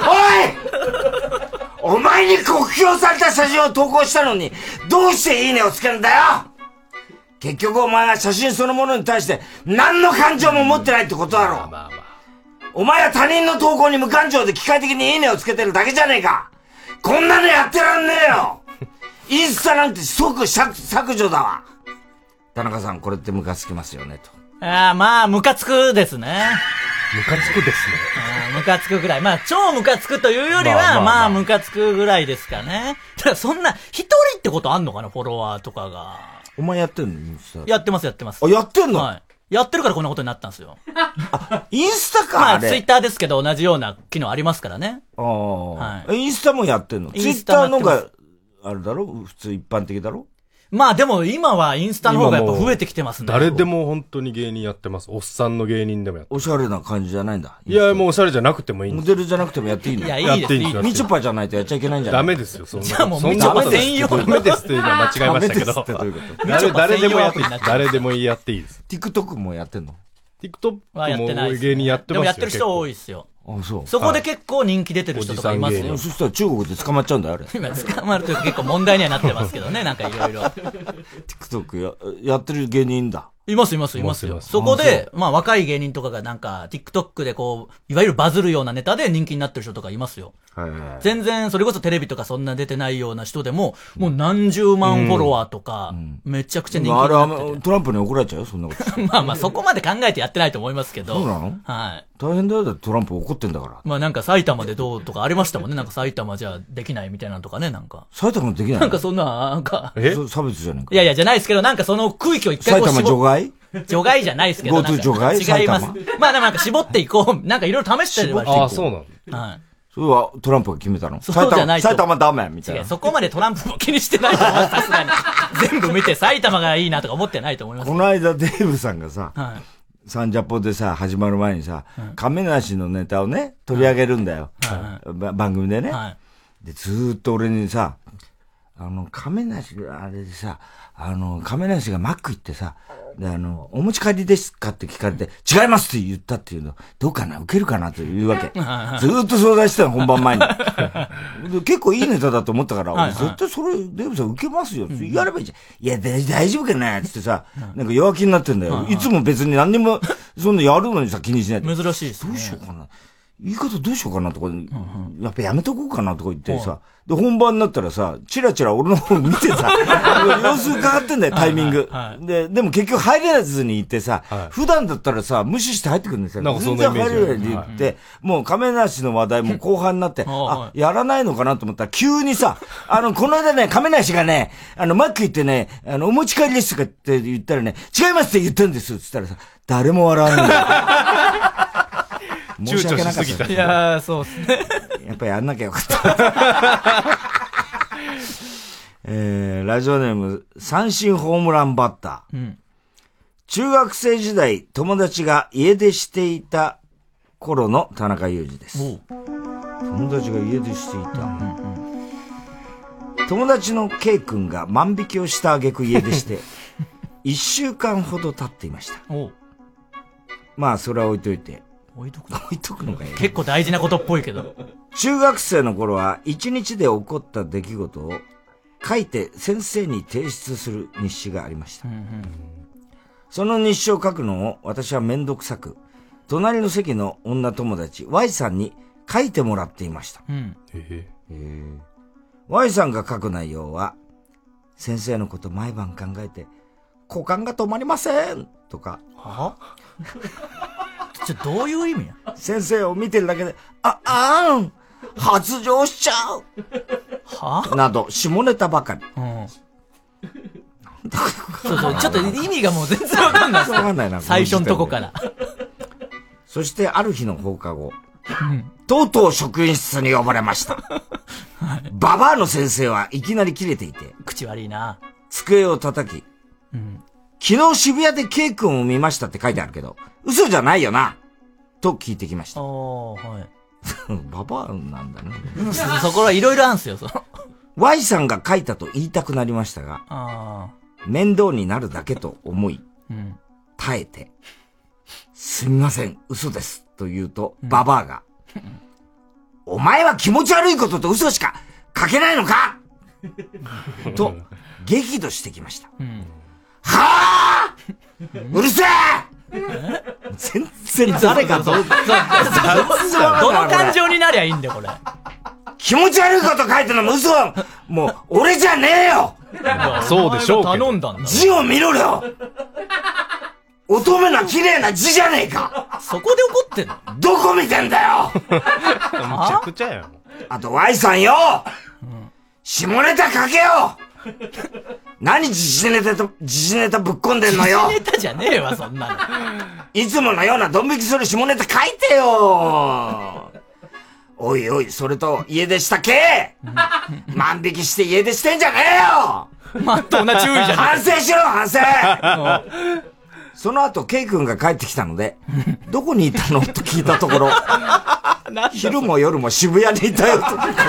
おいお前に酷評された写真を投稿したのに、どうしていいねをつけるんだよ。結局お前は写真そのものに対して何の感情も持ってないってことだろう。お前は他人の投稿に無感情で機械的にいいねをつけてるだけじゃねえか。こんなのやってらんねえよ。インスタなんて即削除だわ。田中さん、これってムカつきますよね、と。 まあ、ムカつくですね。 ムカつくですね。 ムカつくぐらい。まあ、超ムカつくというよりは、まあ、ムカつくぐらいですかね。ただ、そんな、一人ってことあんのかな、フォロワーとかが。 お前やってんのインスタ。 やってます、やってます。 あ、やってんの？ はい。やってるからこんなことになったんですよ。 インスタか。 まあ、ツイッターですけど、同じような機能ありますからね。 はい。インスタもやってんの？ツイッターのが、あれだろ？普通一般的だろ？ まあでも今はインスタの方がやっぱ増えてきてますね。 誰でも本当に芸人やってます。おっさんの芸人でもやってます。 おしゃれな感じじゃないんだ。 いや、もうおしゃれじゃなくてもいいんです。モデルじゃなくてもやっていいの？ いや、いいです。 みちょぱじゃないとやっちゃいけないんじゃない？ ダメですよ、そんな。 じゃあもうみちょぱ専用。 ダメですっていうのは間違えましたけど。誰でもやっていいです。 TikTok もやってんの？ TikTok はやってないです。 芸人やってますよ。 でもやってる人多いですよ。 あ、そう。 そこで結構人気出てる人とかいますよ。 そしたら中国で捕まっちゃうんだよ、あれ。 今捕まると結構問題にはなってますけどね、なんかいろいろ。 TikTok やってる芸人だ。 いますよ。そこで、まあ若い芸人とかがなんか TikTok でこう、いわゆるバズるようなネタで人気になってる人とかいますよ。全然それこそテレビとかそんな出てないような人でも、もう何十万フォロワーとか、めちゃくちゃ人気になってて。 あれ、トランプに怒られちゃうよ、そんなこと。 まあまあそこまで考えてやってないと思いますけど。 そうなの？ はい。 大変だよ、トランプ怒ってんだから。 まあなんか埼玉でどうとかありましたもんね。なんか埼玉じゃできないみたいなのとかね、なんか。 埼玉できない？ なんかそんな、なんか。 差別じゃねえか。 いや、じゃないですけど、なんかその区域を一回こう埼玉除外？ 除外じゃないですけど。 GoTo 除外？ 違います。まあでもなんか絞っていこう。なんかいろいろ試してればいい。 ああ、そうなの？ はい。 それはトランプが決めたの？ そうじゃないと。 埼玉ダメみたいな。 そこまでトランプも気にしてないと思う。さすがに。全部見て埼玉がいいなとか思ってないと思います。 この間デーブさんがさ、サンジャポでさ、始まる前にさ、亀梨のネタをね、取り上げるんだよ。番組でね。で、ずーっと俺にさ、 亀梨、あれでさ、亀梨がマック行ってさ、で、お持ち帰りですかって聞かれて、違いますって言ったっていうの、どうかな、受けるかなというわけ。ずーっと相談してたの、本番前に。結構いいネタだと思ったから、絶対それ、デーブさん受けますよ。やればいいじゃん。いや、大丈夫かなつってさ、なんか弱気になってんだよ。いつも別に何にも、そんなやるのにさ、気にしない。 珍しいですね。 どうしようかな。言い方どうしようかなとか、やっぱやめとこうかなとか言ってさ、で、本番になったらさ、チラチラ俺の方見てさ、様子伺ってんだよ、タイミング。でも結局入れずに行ってさ、普段だったらさ、無視して入ってくるんですよ。全然入れないで言って、もう亀梨の話題も後半になって、やらないのかなと思ったら、急にさ、この間ね、亀梨がね、マック行ってね、お持ち帰りですとかって言ったらね、違いますって言ってるんですって言ったらさ、誰も笑わないんだよ。申し訳なかった。 いやー、そうですね。 やっぱりやんなきゃよかった。ラジオネーム、三振ホームランバッター。中学生時代、友達が家出していた頃の田中裕二です。友達が家出していた。友達の K 君が万引きをした挙句家出して、1週間ほど経っていました。まあ、それは置いといて。 置いとくのかよ。 結構大事なことっぽいけど。 中学生の頃は1日で起こった出来事を書いて先生に提出する日誌がありました。その日誌を書くのを私はめんどくさく、隣の席の女友達 Y さんに書いてもらっていました。Y さんが書く内容は、先生のこと毎晩考えて、股間が止まりませんとか。 はどういう意味や？ 先生を見てるだけで、発情しちゃうなど、下ネタばかり。 そうちょっと意味がもう全然わかんない。 わかんないな。 最初のとこから。 そしてある日の放課後、とうとう職員室に呼ばれました。ババアの先生はいきなり切れていて、 口悪いな。 机を叩き、昨日渋谷で K 君を見ましたって書いてあるけど、嘘じゃないよなと聞いてきました。ババアなんだね。 そこはいろいろあるんすよ。 Y さんが書いたと言いたくなりましたが、面倒になるだけと思い、耐えて、すみません、嘘ですと言うと、ババアが、お前は気持ち悪いことと嘘しか書けないのかと激怒してきました。はぁうるせえ全然誰かどの感情になりゃいいんだよ、これ。 気持ち悪いこと書いてるのも嘘もう、俺じゃねえよそうでしょうけど。 頼んだんだ。 字を見ろよ乙女の綺麗な字じゃねえかそこで怒ってんの？ どこ見てんだよむちゃくちゃよ。 あと Y さんよ、下ネタ書けよ何時事ネタぶっこんでんのよ時事ネタじゃねえわ、そんなの。 いつものようなドン引きする下ネタ書いてよおいおい、それと家出したけ万引きして家出してんじゃねえよまっとうな注意じゃねえ。 反省しろ、反省その後、K 君が帰ってきたので、どこにいたのと聞いたところ、昼も夜も渋谷にいたよと。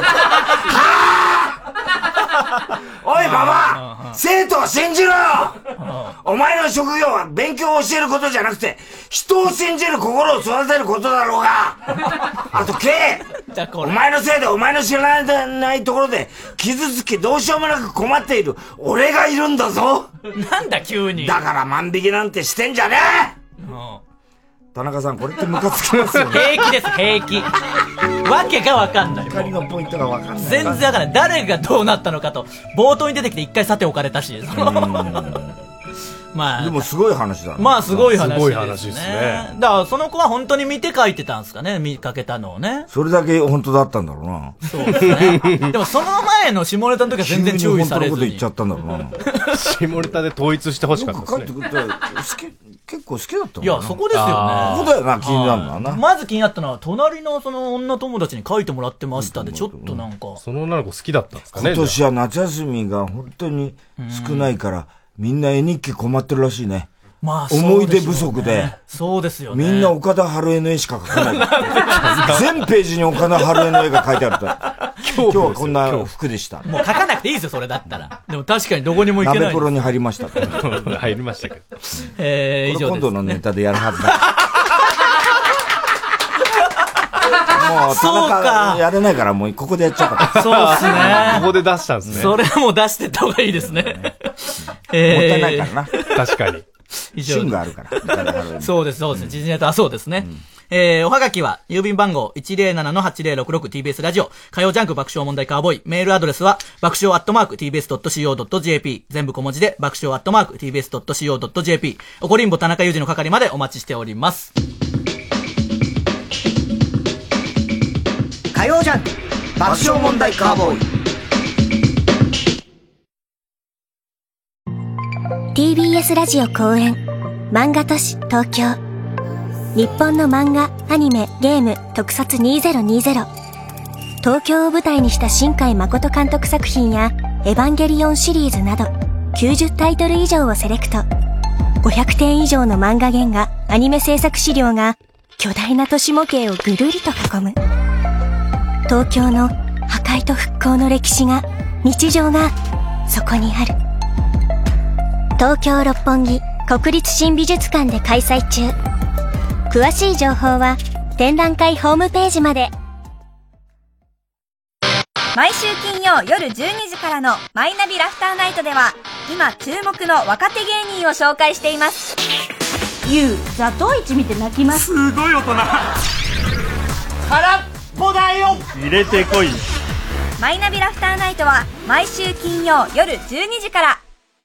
おい、ババ生徒を信じろよお前の職業は勉強を教えることじゃなくて、人を信じる心を育てることだろうがあと、K! お前のせいでお前の知らないところで傷つきどうしようもなく困っている俺がいるんだぞなんだ急に。 だから万引きなんてしてんじゃねえ田中さん、これってムカつきますよね。 平気です、平気。わけがわかんない。 怒りのポイントがわかんない。 全然わかんない。誰がどうなったのかと。冒頭に出てきて一回さて置かれたし。まあ。 でもすごい話だね。 まあすごい話ですね。 すごい話ですね。 だからその子は本当に見て書いてたんですかね、見かけたのをね。 それだけ本当だったんだろうな。 そうですね。でもその前の下ネタの時は全然注意されずに。 本当のこと言っちゃったんだろうな。 下ネタで統一してほしかったですね。 よく帰ってくると結構好きだったもん。 いや、そこですよね。 そこだよな、気になるのはな。 まず気になったのは、隣のその女友達に書いてもらってましたで、ちょっとなんか。 その女の子好きだったんですかね。 今年は夏休みが本当に少ないから、みんな絵日記困ってるらしいね。 まあ、 思い出不足で。 そうですよね。 みんな岡田春江の絵しか描かない。全ページに岡田春江の絵が描いてあると。今日はこんな服でした。 もう描かなくていいですよ、それだったら。でも確かにどこにも行けない。 鍋プロに入りました。 入りましたけど。 以上です。 今度のネタでやるはずだ。もう、田中やれないから、もうここでやっちゃうから。 そうですね。 ここで出したんですね。 それはもう出してった方がいいですね。 もったいないからな。 確かに。 芯があるから。 そうです、そうです。時事ネタはそうですね。おはがきは、郵便番号 107-8066TBS ラジオ、火曜ジャンク爆笑問題カーボーイ、メールアドレスは、爆笑@tbs.co.jp、全部小文字で、爆笑@tbs.co.jp、おこりんぼ田中裕二の係までお待ちしております。 火曜ジャンク爆笑問題カーボーイ。 TBS ラジオ公演漫画都市東京、日本の漫画、アニメ、ゲーム特撮2020、東京を舞台にした新海誠監督作品やエヴァンゲリオンシリーズなど90タイトル以上をセレクト。500点以上の漫画原画、アニメ制作資料が巨大な都市模型をぐるりと囲む。東京の破壊と復興の歴史が、日常がそこにある。東京六本木国立新美術館で開催中。詳しい情報は展覧会ホームページまで。 毎週金曜夜12時からのマイナビラフターナイトでは、今注目の若手芸人を紹介しています。 ユウ、ザトウイチ見て泣きます。 すごい大人。 空っぽだよ。 入れてこい。 マイナビラフターナイトは毎週金曜夜12時から。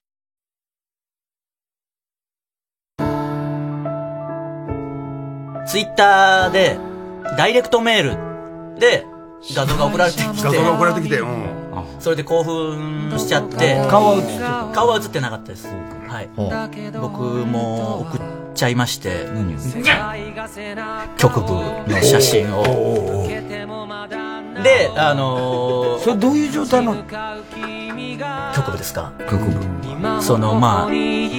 ツイッターで、ダイレクトメールで、画像が送られてきて。 画像が送られてきて、 それで興奮しちゃって。顔は映ってなかったです。はい。僕も送っちゃいまして、局部の写真を。で、 それどういう状態の局部ですか？ 局部。 まあ、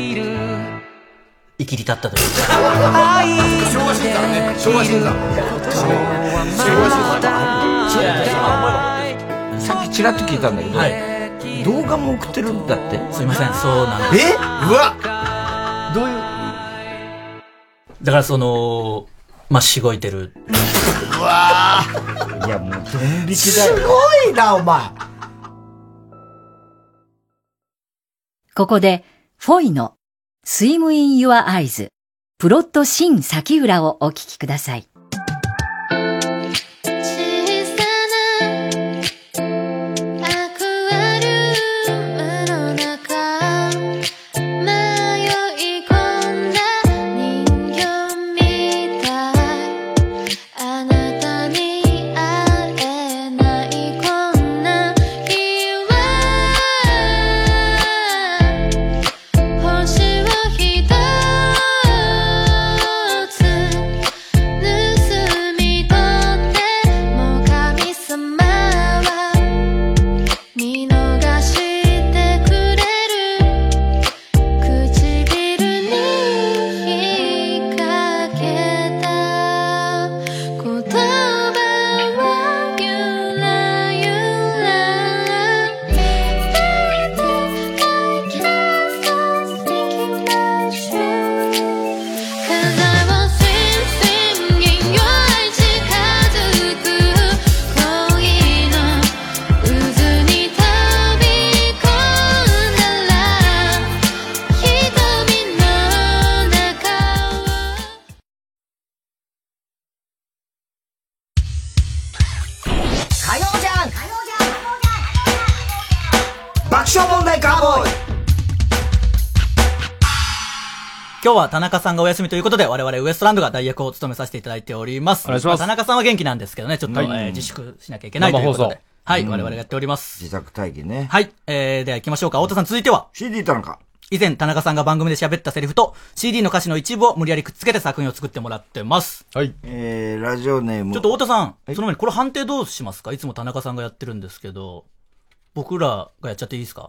生きり立ったというか。 昭和新山ね。昭和新山。 さっきちらっと聞いたんだけど、動画も送ってるんだって。 すいません、そうなんです。 うわどういうだからまあ、しごいてる。 うわいや、もう、ドン引きだよ。すごいな、お前。 ここで、フォイのSwim in Your Eyes、プロット新崎浦をお聞きください。 今日は田中さんがお休みということで、我々ウエストランドが代役を務めさせていただいております。 お願いします。 田中さんは元気なんですけどね、ちょっと、自粛しなきゃいけないということで。はい、我々がやっております。 自宅待機ね。 はい。では行きましょうか。太田さん続いては CD 田中。 以前田中さんが番組で喋ったセリフと CD の歌詞の一部を無理やりくっつけて作品を作ってもらってます。 はい。 ラジオネーム。 ちょっと太田さん、その前にこれ判定どうしますか？いつも田中さんがやってるんですけど、僕らがやっちゃっていいですか？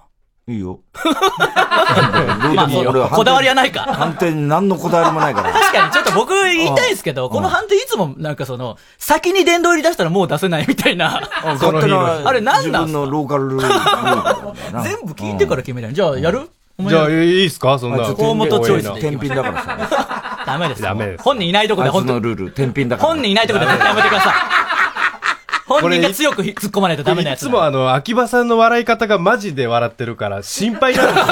いいよ。 まあそうこだわりはないか。 判定に何のこだわりもないから。 確かに、ちょっと僕言いたいんですけど、この判定いつもなんか先に殿堂入り出したらもう出せないみたいな。 勝手な、 あれ何なん自分のローカルルール全部聞いてから決めない。じゃあやる？ じゃあ、いいっすかそんな。 河本チョイスで。 天品だからさ。 ダメです。 ダメです。 本人いないとこで本当のルール、天品だから。 本人いないとこでやめてください。本人が強く突っ込まないとダメなやつ。 いつも秋葉さんの笑い方がマジで笑ってるから心配なんですよ。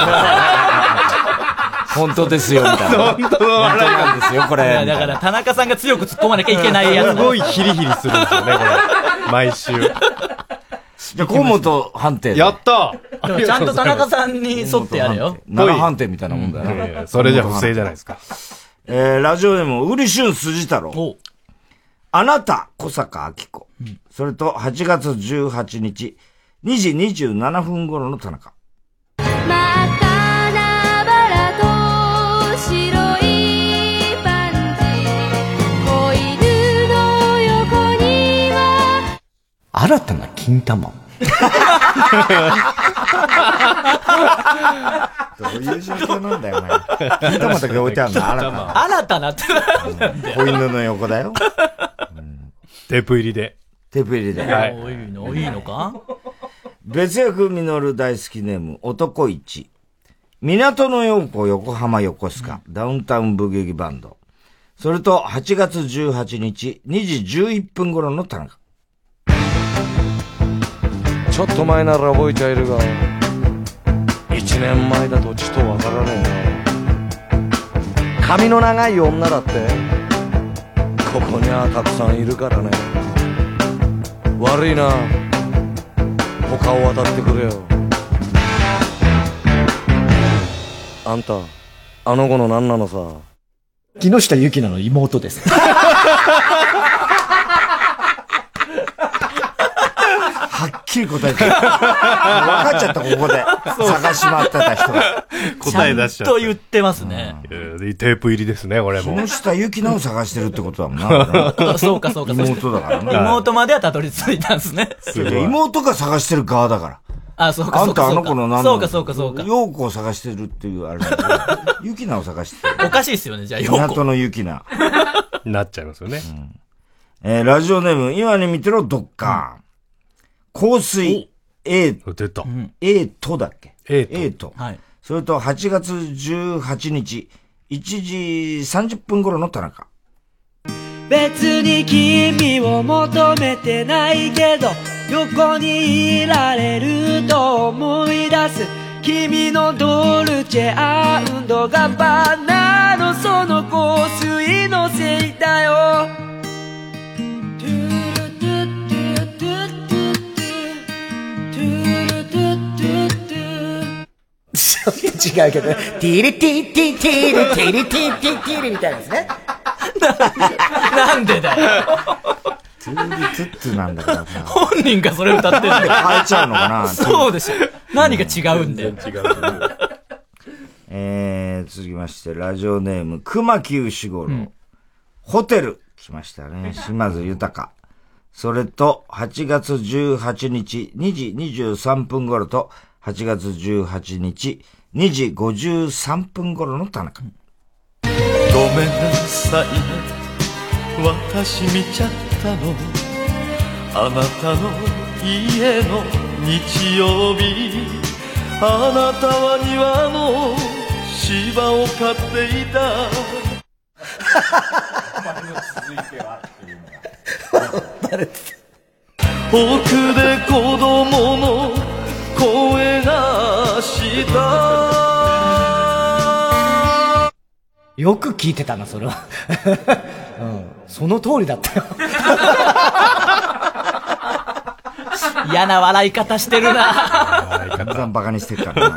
本当ですよ、みたいな。 本当の笑いなんですよ、 これ。だから田中さんが強く突っ込まなきゃいけないやつ。 すごいヒリヒリするんですよね、これ。毎週。 じゃあ、河本判定。 やったでもちゃんと田中さんに沿ってやれよ。 奈良判定みたいなもんだよ。 それじゃ不正じゃないですか。 ラジオネーム、うりしゅんすじ太郎。あなた、小坂明子。それと、8月18日、2時27分頃の田中。 白いパンツ、子犬の横には新たな金玉。 どういう状況なんだよ、お前。金玉だけ置いてあるの新たなってなんだよ。 子犬の横だよ。 テープ入りで。 テープ入りで。 はい。いいのか別役実る大好きネーム、男一。港の陽子横浜横須賀、ダウンタウンブギウギバンド。それと、8月18日、2時11分頃の田中。 ちょっと前なら覚えちゃいるが、1年前だとちとわからねえな。髪の長い女だって、ここにはたくさんいるからね。悪いな、他を渡ってくれよ。あんた、あの子の何なのさ。 木下ゆきなの妹です。 はっきり答えてる。分かっちゃった、ここで。探し回ってた人が。 答え出しちゃった。 ちゃんと言ってますね。 テープ入りですね、これも。 木下ゆきなを探してるってことだもんな。 そうか。 妹だからね。 妹まではたどり着いたんですね。 妹が探してる側だから。 あ、そうか。 あんたあの子の何そうか。 陽子を探してるっていうあれだけど、ゆきなを探してる。 おかしいっすよね、じゃあ陽子。 港のゆきな。 なっちゃいますよね。 ラジオネーム、今に見てろ、ドッカーン。香水、 出た。 とだっけ ?A と。はい。それと、8月18日、1時30分頃の田中。 別に君を求めてないけど、横にいられると思い出す。君のドルチェ&ガッバーナのその香水のせいだよ。 ちょっと違うけどね。ティリティティティリティリティティティリみたいなですね。 なんでだよ。 トゥーリトゥットゥなんだからさ。 本人がそれ歌ってるんで。 変えちゃうのかな。 そうでしょ。何が違うんだよ。 続きまして、ラジオネーム、熊木牛五郎。ホテル、来ましたね。島津豊。それと、8月18日、2時23分頃と、8月18日、2時53分頃の田中。 ごめんなさいね、私見ちゃったの。あなたの家の日曜日、あなたは庭の芝を刈っていた。奥で子供の声がした。 よく聞いてたな、それは。その通りだったよ。 嫌な笑い方してるな。 散々バカにしてるから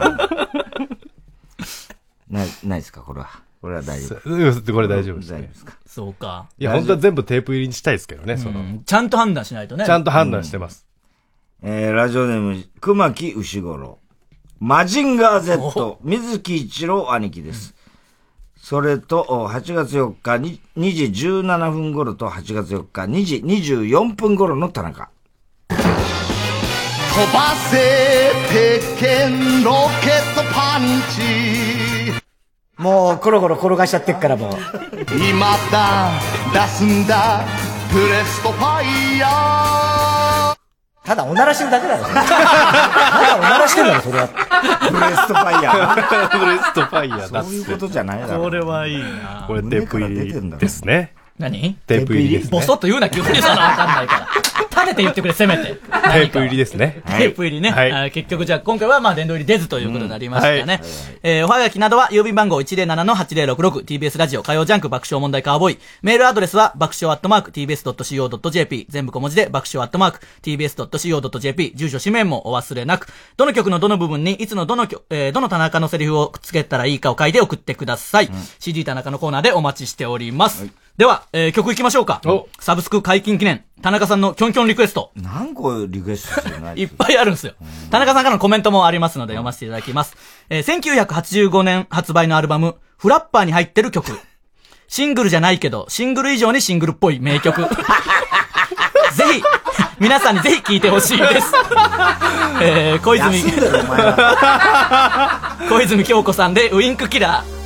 な。ないですか、これは。これは大丈夫。 これ大丈夫ですね。 大丈夫ですか。 そうか。 いや、本当は全部テープ入りにしたいですけどね、 ちゃんと判断しないとね。 ちゃんと判断してます。 ラジオネーム、熊木牛五郎。マジンガー Z、水木一郎兄貴です。それと、8月4日に2時17分頃と8月4日2時24分頃の田中。 飛ばせ鉄拳ロケットパンチもうコロコロ転がしちゃってっからもう。 今だ出すんだプレストファイヤーただおならしてるだけだろ。ただおならしてるだろ、それは。 ブレストファイヤー。 ブレストファイヤーだっつって。 そういうことじゃないだろ。 これはいいな。 これテープ入りですね。 何テープ入りですね。 ボソッと言うな、急にそのわかんないから。食べて言ってくれ、せめて。 テープ入りですね。 テープ入りね。はい、結局じゃあ今回はまあ殿堂入り出ずということになりましたね。おはがきなどは郵便番号 107-8066 TBS ラジオ火曜ジャンク爆笑問題カーボーイ。メールアドレスは爆笑@tbs.co.jp 全部小文字で爆笑@tbs.co.jp 住所氏名もお忘れなく。どの曲のどの部分にいつのどの田中のセリフをくっつけたらいいかを書いて送ってください。CD 田中のコーナーでお待ちしております。では、曲行きましょうか。サブスク解禁記念、田中さんのキョンキョンリクエスト。 何個リクエストしてないいっぱいあるんですよ。田中さんからのコメントもありますので読ませていただきます。1985年発売のアルバム、フラッパーに入ってる曲。シングルじゃないけど、シングル以上にシングルっぽい名曲。ぜひ、皆さんにぜひ聴いてほしいです。小泉京子さんでウインクキラー。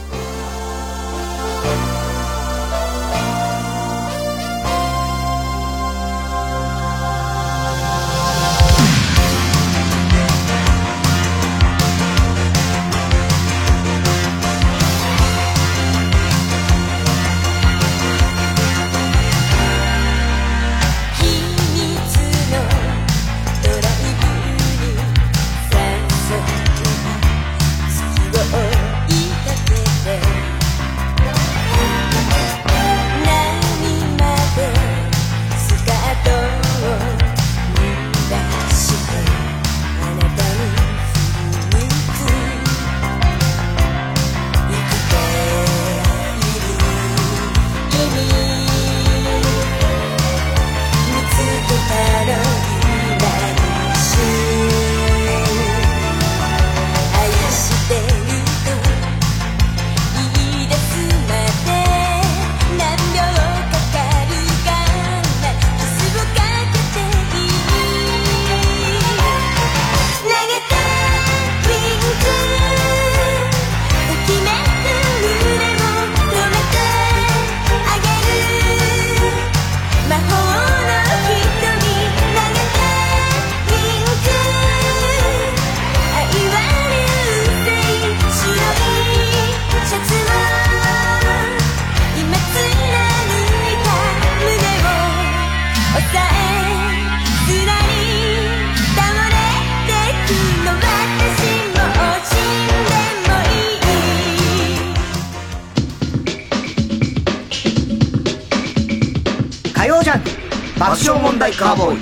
爆笑問題カーボーイ。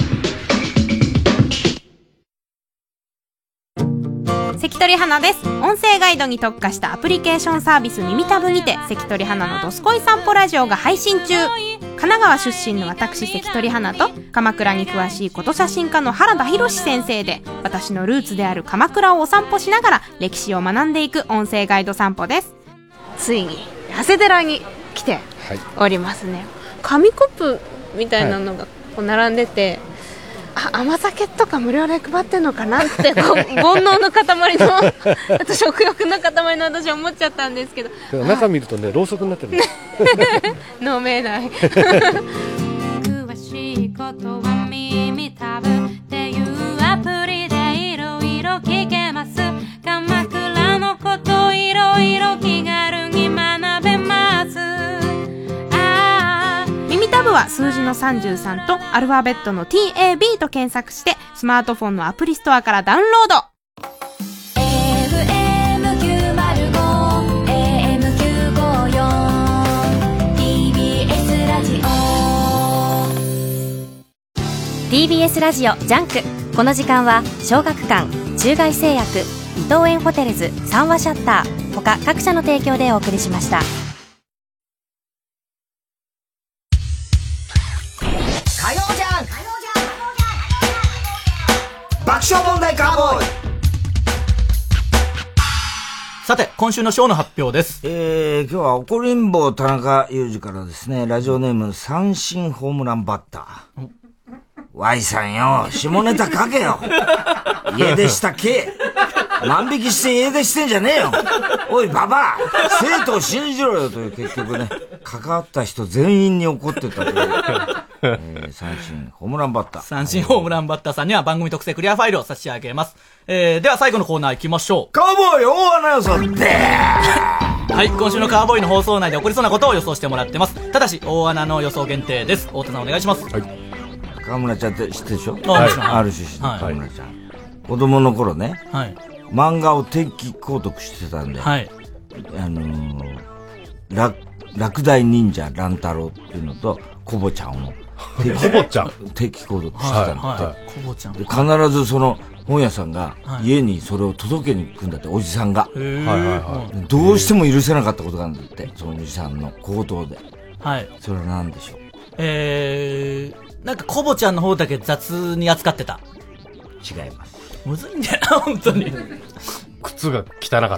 関取花です。音声ガイドに特化したアプリケーションサービス耳たぶにて関取花のどすこい散歩ラジオが配信中。神奈川出身の私関取花と鎌倉に詳しいこと写真家の原田博先生で私のルーツである鎌倉をお散歩しながら歴史を学んでいく音声ガイド散歩です。ついに長谷寺に来ておりますね。紙コップみたいなのがこう並んでて、甘酒とか無料で配ってんのかなってこう煩悩の塊のあと食欲の塊の私は思っちゃったんですけど、 中見るとねろうそくになってる飲めない詳しいことは耳たぶっていうアプリでいろいろ聞けます。鎌倉のこといろいろ気軽に学べます。耳たぶは数字の33とアルファベットの TAB と検索してスマートフォンのアプリストアからダウンロード。 FM905AM954 TBS ラジオ TBS ラジオジャンク。この時間は小学館、中外製薬、伊藤園ホテルズ、三話シャッター他各社の提供でお送りしました。 火曜じゃん爆笑問題カーボーイ。 さて今週のショーの発表です。 今日は怒りん坊田中裕二からですね、ラジオネーム三振ホームランバッター。 Y さんよ、下ネタ書けよ。家出したけ。万引きして家出してんじゃねえよ。おい、ババア、生徒を信じろよという結局ね、関わった人全員に怒ってたという。三振、ホームランバッター。 三振ホームランバッターさんには番組特製クリアファイルを差し上げます。では最後のコーナー行きましょう。 カウボーイ大穴予想ではい、今週のカウボーイの放送内で起こりそうなことを予想してもらってます。ただし、大穴の予想限定です。太田さんお願いします。はい。 河村ちゃんって知ってるでしょ？ はい。 ある出身の河村ちゃん。子供の頃ね、はい。漫画を定期購読してたんで、はい。落第忍者乱太郎っていうのと、コボちゃんをコボちゃん定期購読してたんで、 はい。コボちゃん。 で、必ずその本屋さんが家にそれを届けに行くんだって、おじさんが。 はいはいはい。 どうしても許せなかったことがあるんだって、そのおじさんの口頭で。 はい。 それは何でしょう？なんかコボちゃんの方だけ雑に扱ってた。 違います。 むずいんだよな、本当に。 靴が汚かった。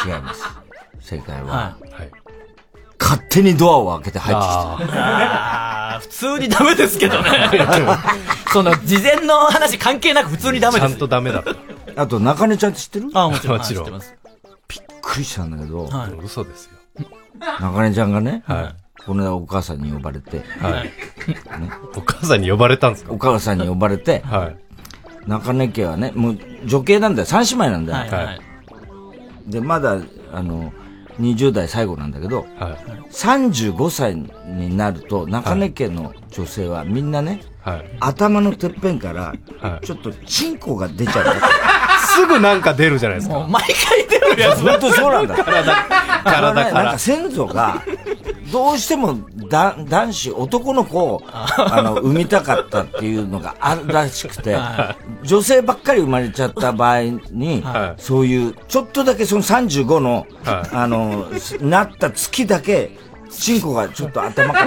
違います。正解は、はい。勝手にドアを開けて入ってきた。 普通にダメですけどね。その、事前の話関係なく普通にダメです。 ちゃんとダメだった。 あと、中根ちゃんって知ってる？ もちろん。知ってます。 びっくりしたんだけど、 はい、嘘ですよ。 中根ちゃんがね、 はい。 この間お母さんに呼ばれて、 はい。ね、お母さんに呼ばれたんですか？ お母さんに呼ばれて、はい。中根家はね、もう女系なんだよ。三姉妹なんだよ。はい。で、まだ、20代最後なんだけど、はい、35歳になると、中根家の女性はみんなね、はい、頭のてっぺんから、ちょっとチンコが出ちゃう。 すぐなんか出るじゃないですか。 もう毎回出るやつ。 本当そうなんだ。 体から。 なんか先祖が、どうしても男子、男の子を、産みたかったっていうのがあるらしくて、女性ばっかり生まれちゃった場合に、そういう、ちょっとだけその35の、なった月だけ、チンコがちょっと頭から、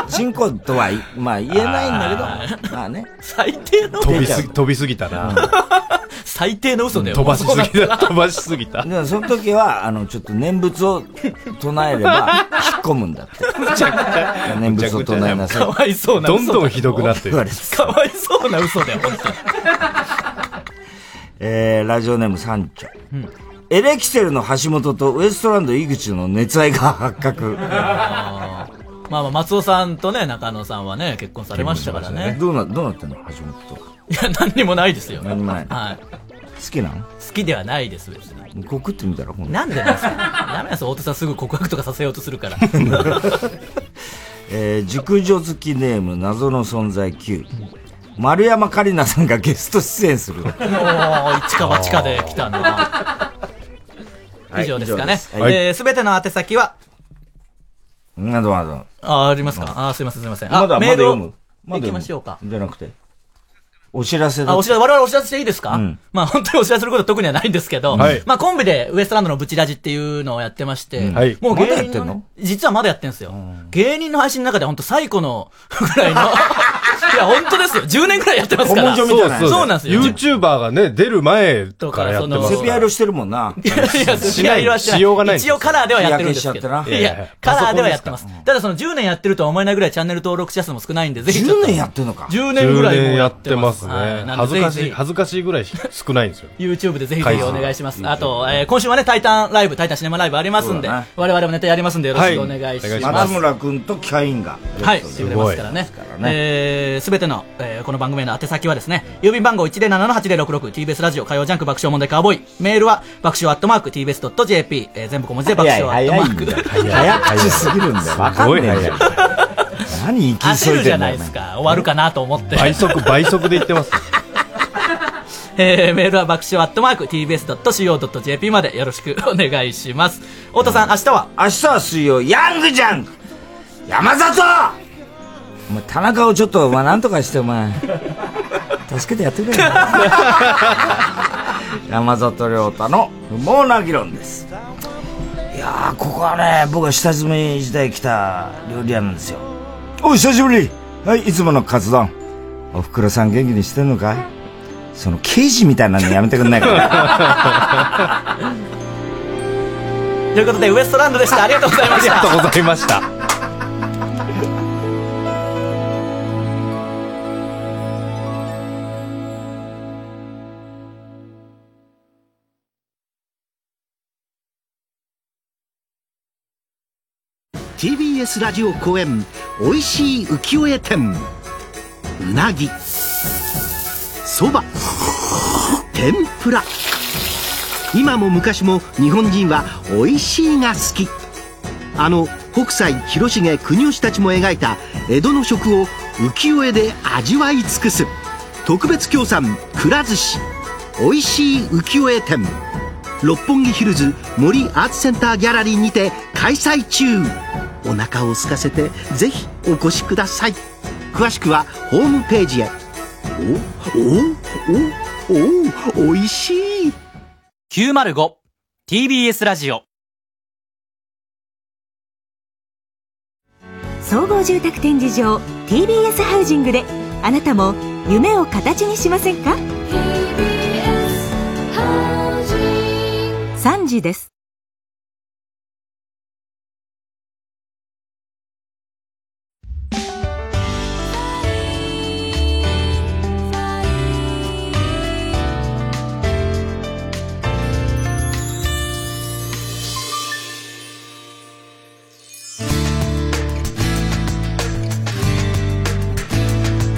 チンコとは、まあ言えないんだけど、まあね。 最低の飛びすぎたな。 最低の嘘だよ。 飛ばしすぎた。 でもその時は、ちょっと念仏を唱えれば、引っ込むんだって。念仏を唱えなさい。 かわいそうな嘘。どんどんひどくなってる。 かわいそうな嘘だよ、本当に。 ラジオネームサンチョ。エレキテルの橋本とウエストランド井口の熱愛が発覚。 まあ松尾さんとね、中野さんはね、結婚されましたからね。 どうなってんの橋本と。 いや、何にもないですよ。 何にもない。 はい。 好きなの？ 好きではないです、別に。 告ってみたらなんでなんですか？ダメなんですよ、太田さんすぐ告白とかさせようとするから。 熟女好きネーム、謎の存在9。丸山桂里奈さんがゲスト出演する。 一か八かで来たな。以上ですかね。すべての宛先はまだ。 ありますか？すいません。 まだ読む？ 行きましょうか。 じゃなくて。お知らせだ。 我々お知らせしていいですか？まあ本当にお知らせすることは特にはないんですけど、まあコンビでウエストランドのブチラジっていうのをやってまして、 もう芸人の実はまだやってんですよ。芸人の配信の中で本当最古のぐらいの、いや本当ですよ。10年くらいやってますから。 そうなんですよ。 YouTuber がね、出る前からやってます。 セピア色してるもんな。 いや、セピア色はしてない。 しようがない。 一応カラーではやってるんですけど。いや、カラーではやってます。ただその10年やってるとは思えないぐらいチャンネル登録者数も少ないんで、ぜひ。 10年やってんのか。 10年ぐらいもやってますね。恥ずかしいぐらい少ないんですよ。 YouTube でぜひぜひお願いします。あと、今週はね、タイタンシネマライブありますんで、我々もネタやりますんでよろしくお願いします。 松村くんとキャインが。 はい、してくれますからね。すべての、この番組への宛先はですね、郵便番号 107-8066 TBS ラジオ火曜ジャンク爆笑問題カーボーイ。メールは爆笑@tbs.jp。全部小文字で爆笑早口すぎるんだよ。わかんねえよ。何行き急いでんのじゃないですか。終わるかなと思って。 倍速で言ってます。 メールは爆笑@tbs.co.jp までよろしくお願いします。太田さん、明日は水曜、ヤングジャンク山里お前、田中をちょっと、なんとかして、お前、助けてやってくれよ。山里亮太の不毛な議論です。いやー、ここはね、僕は下積み時代来た料理屋なんですよ。お久しぶり。はい、いつものカツ丼。おふくろさん元気にしてんのかい？その刑事みたいなのやめてくんないかということでウエストランドでした。ありがとうございました。 ありがとうございました。 TBS ラジオ公演おいしい浮世絵展。うなぎ、そば、天ぷら。今も昔も日本人はおいしいが好き。北斎、広重、国吉たちも描いた江戸の食を浮世絵で味わい尽くす特別協賛くら寿司おいしい浮世絵展、六本木ヒルズ森アーツセンターギャラリーにて開催中。お腹を空かせてぜひお越しください。詳しくはホームページへ。おいしい。 905 TBS ラジオ。 総合住宅展示場 TBS ハウジングであなたも夢を形にしませんか？3時です。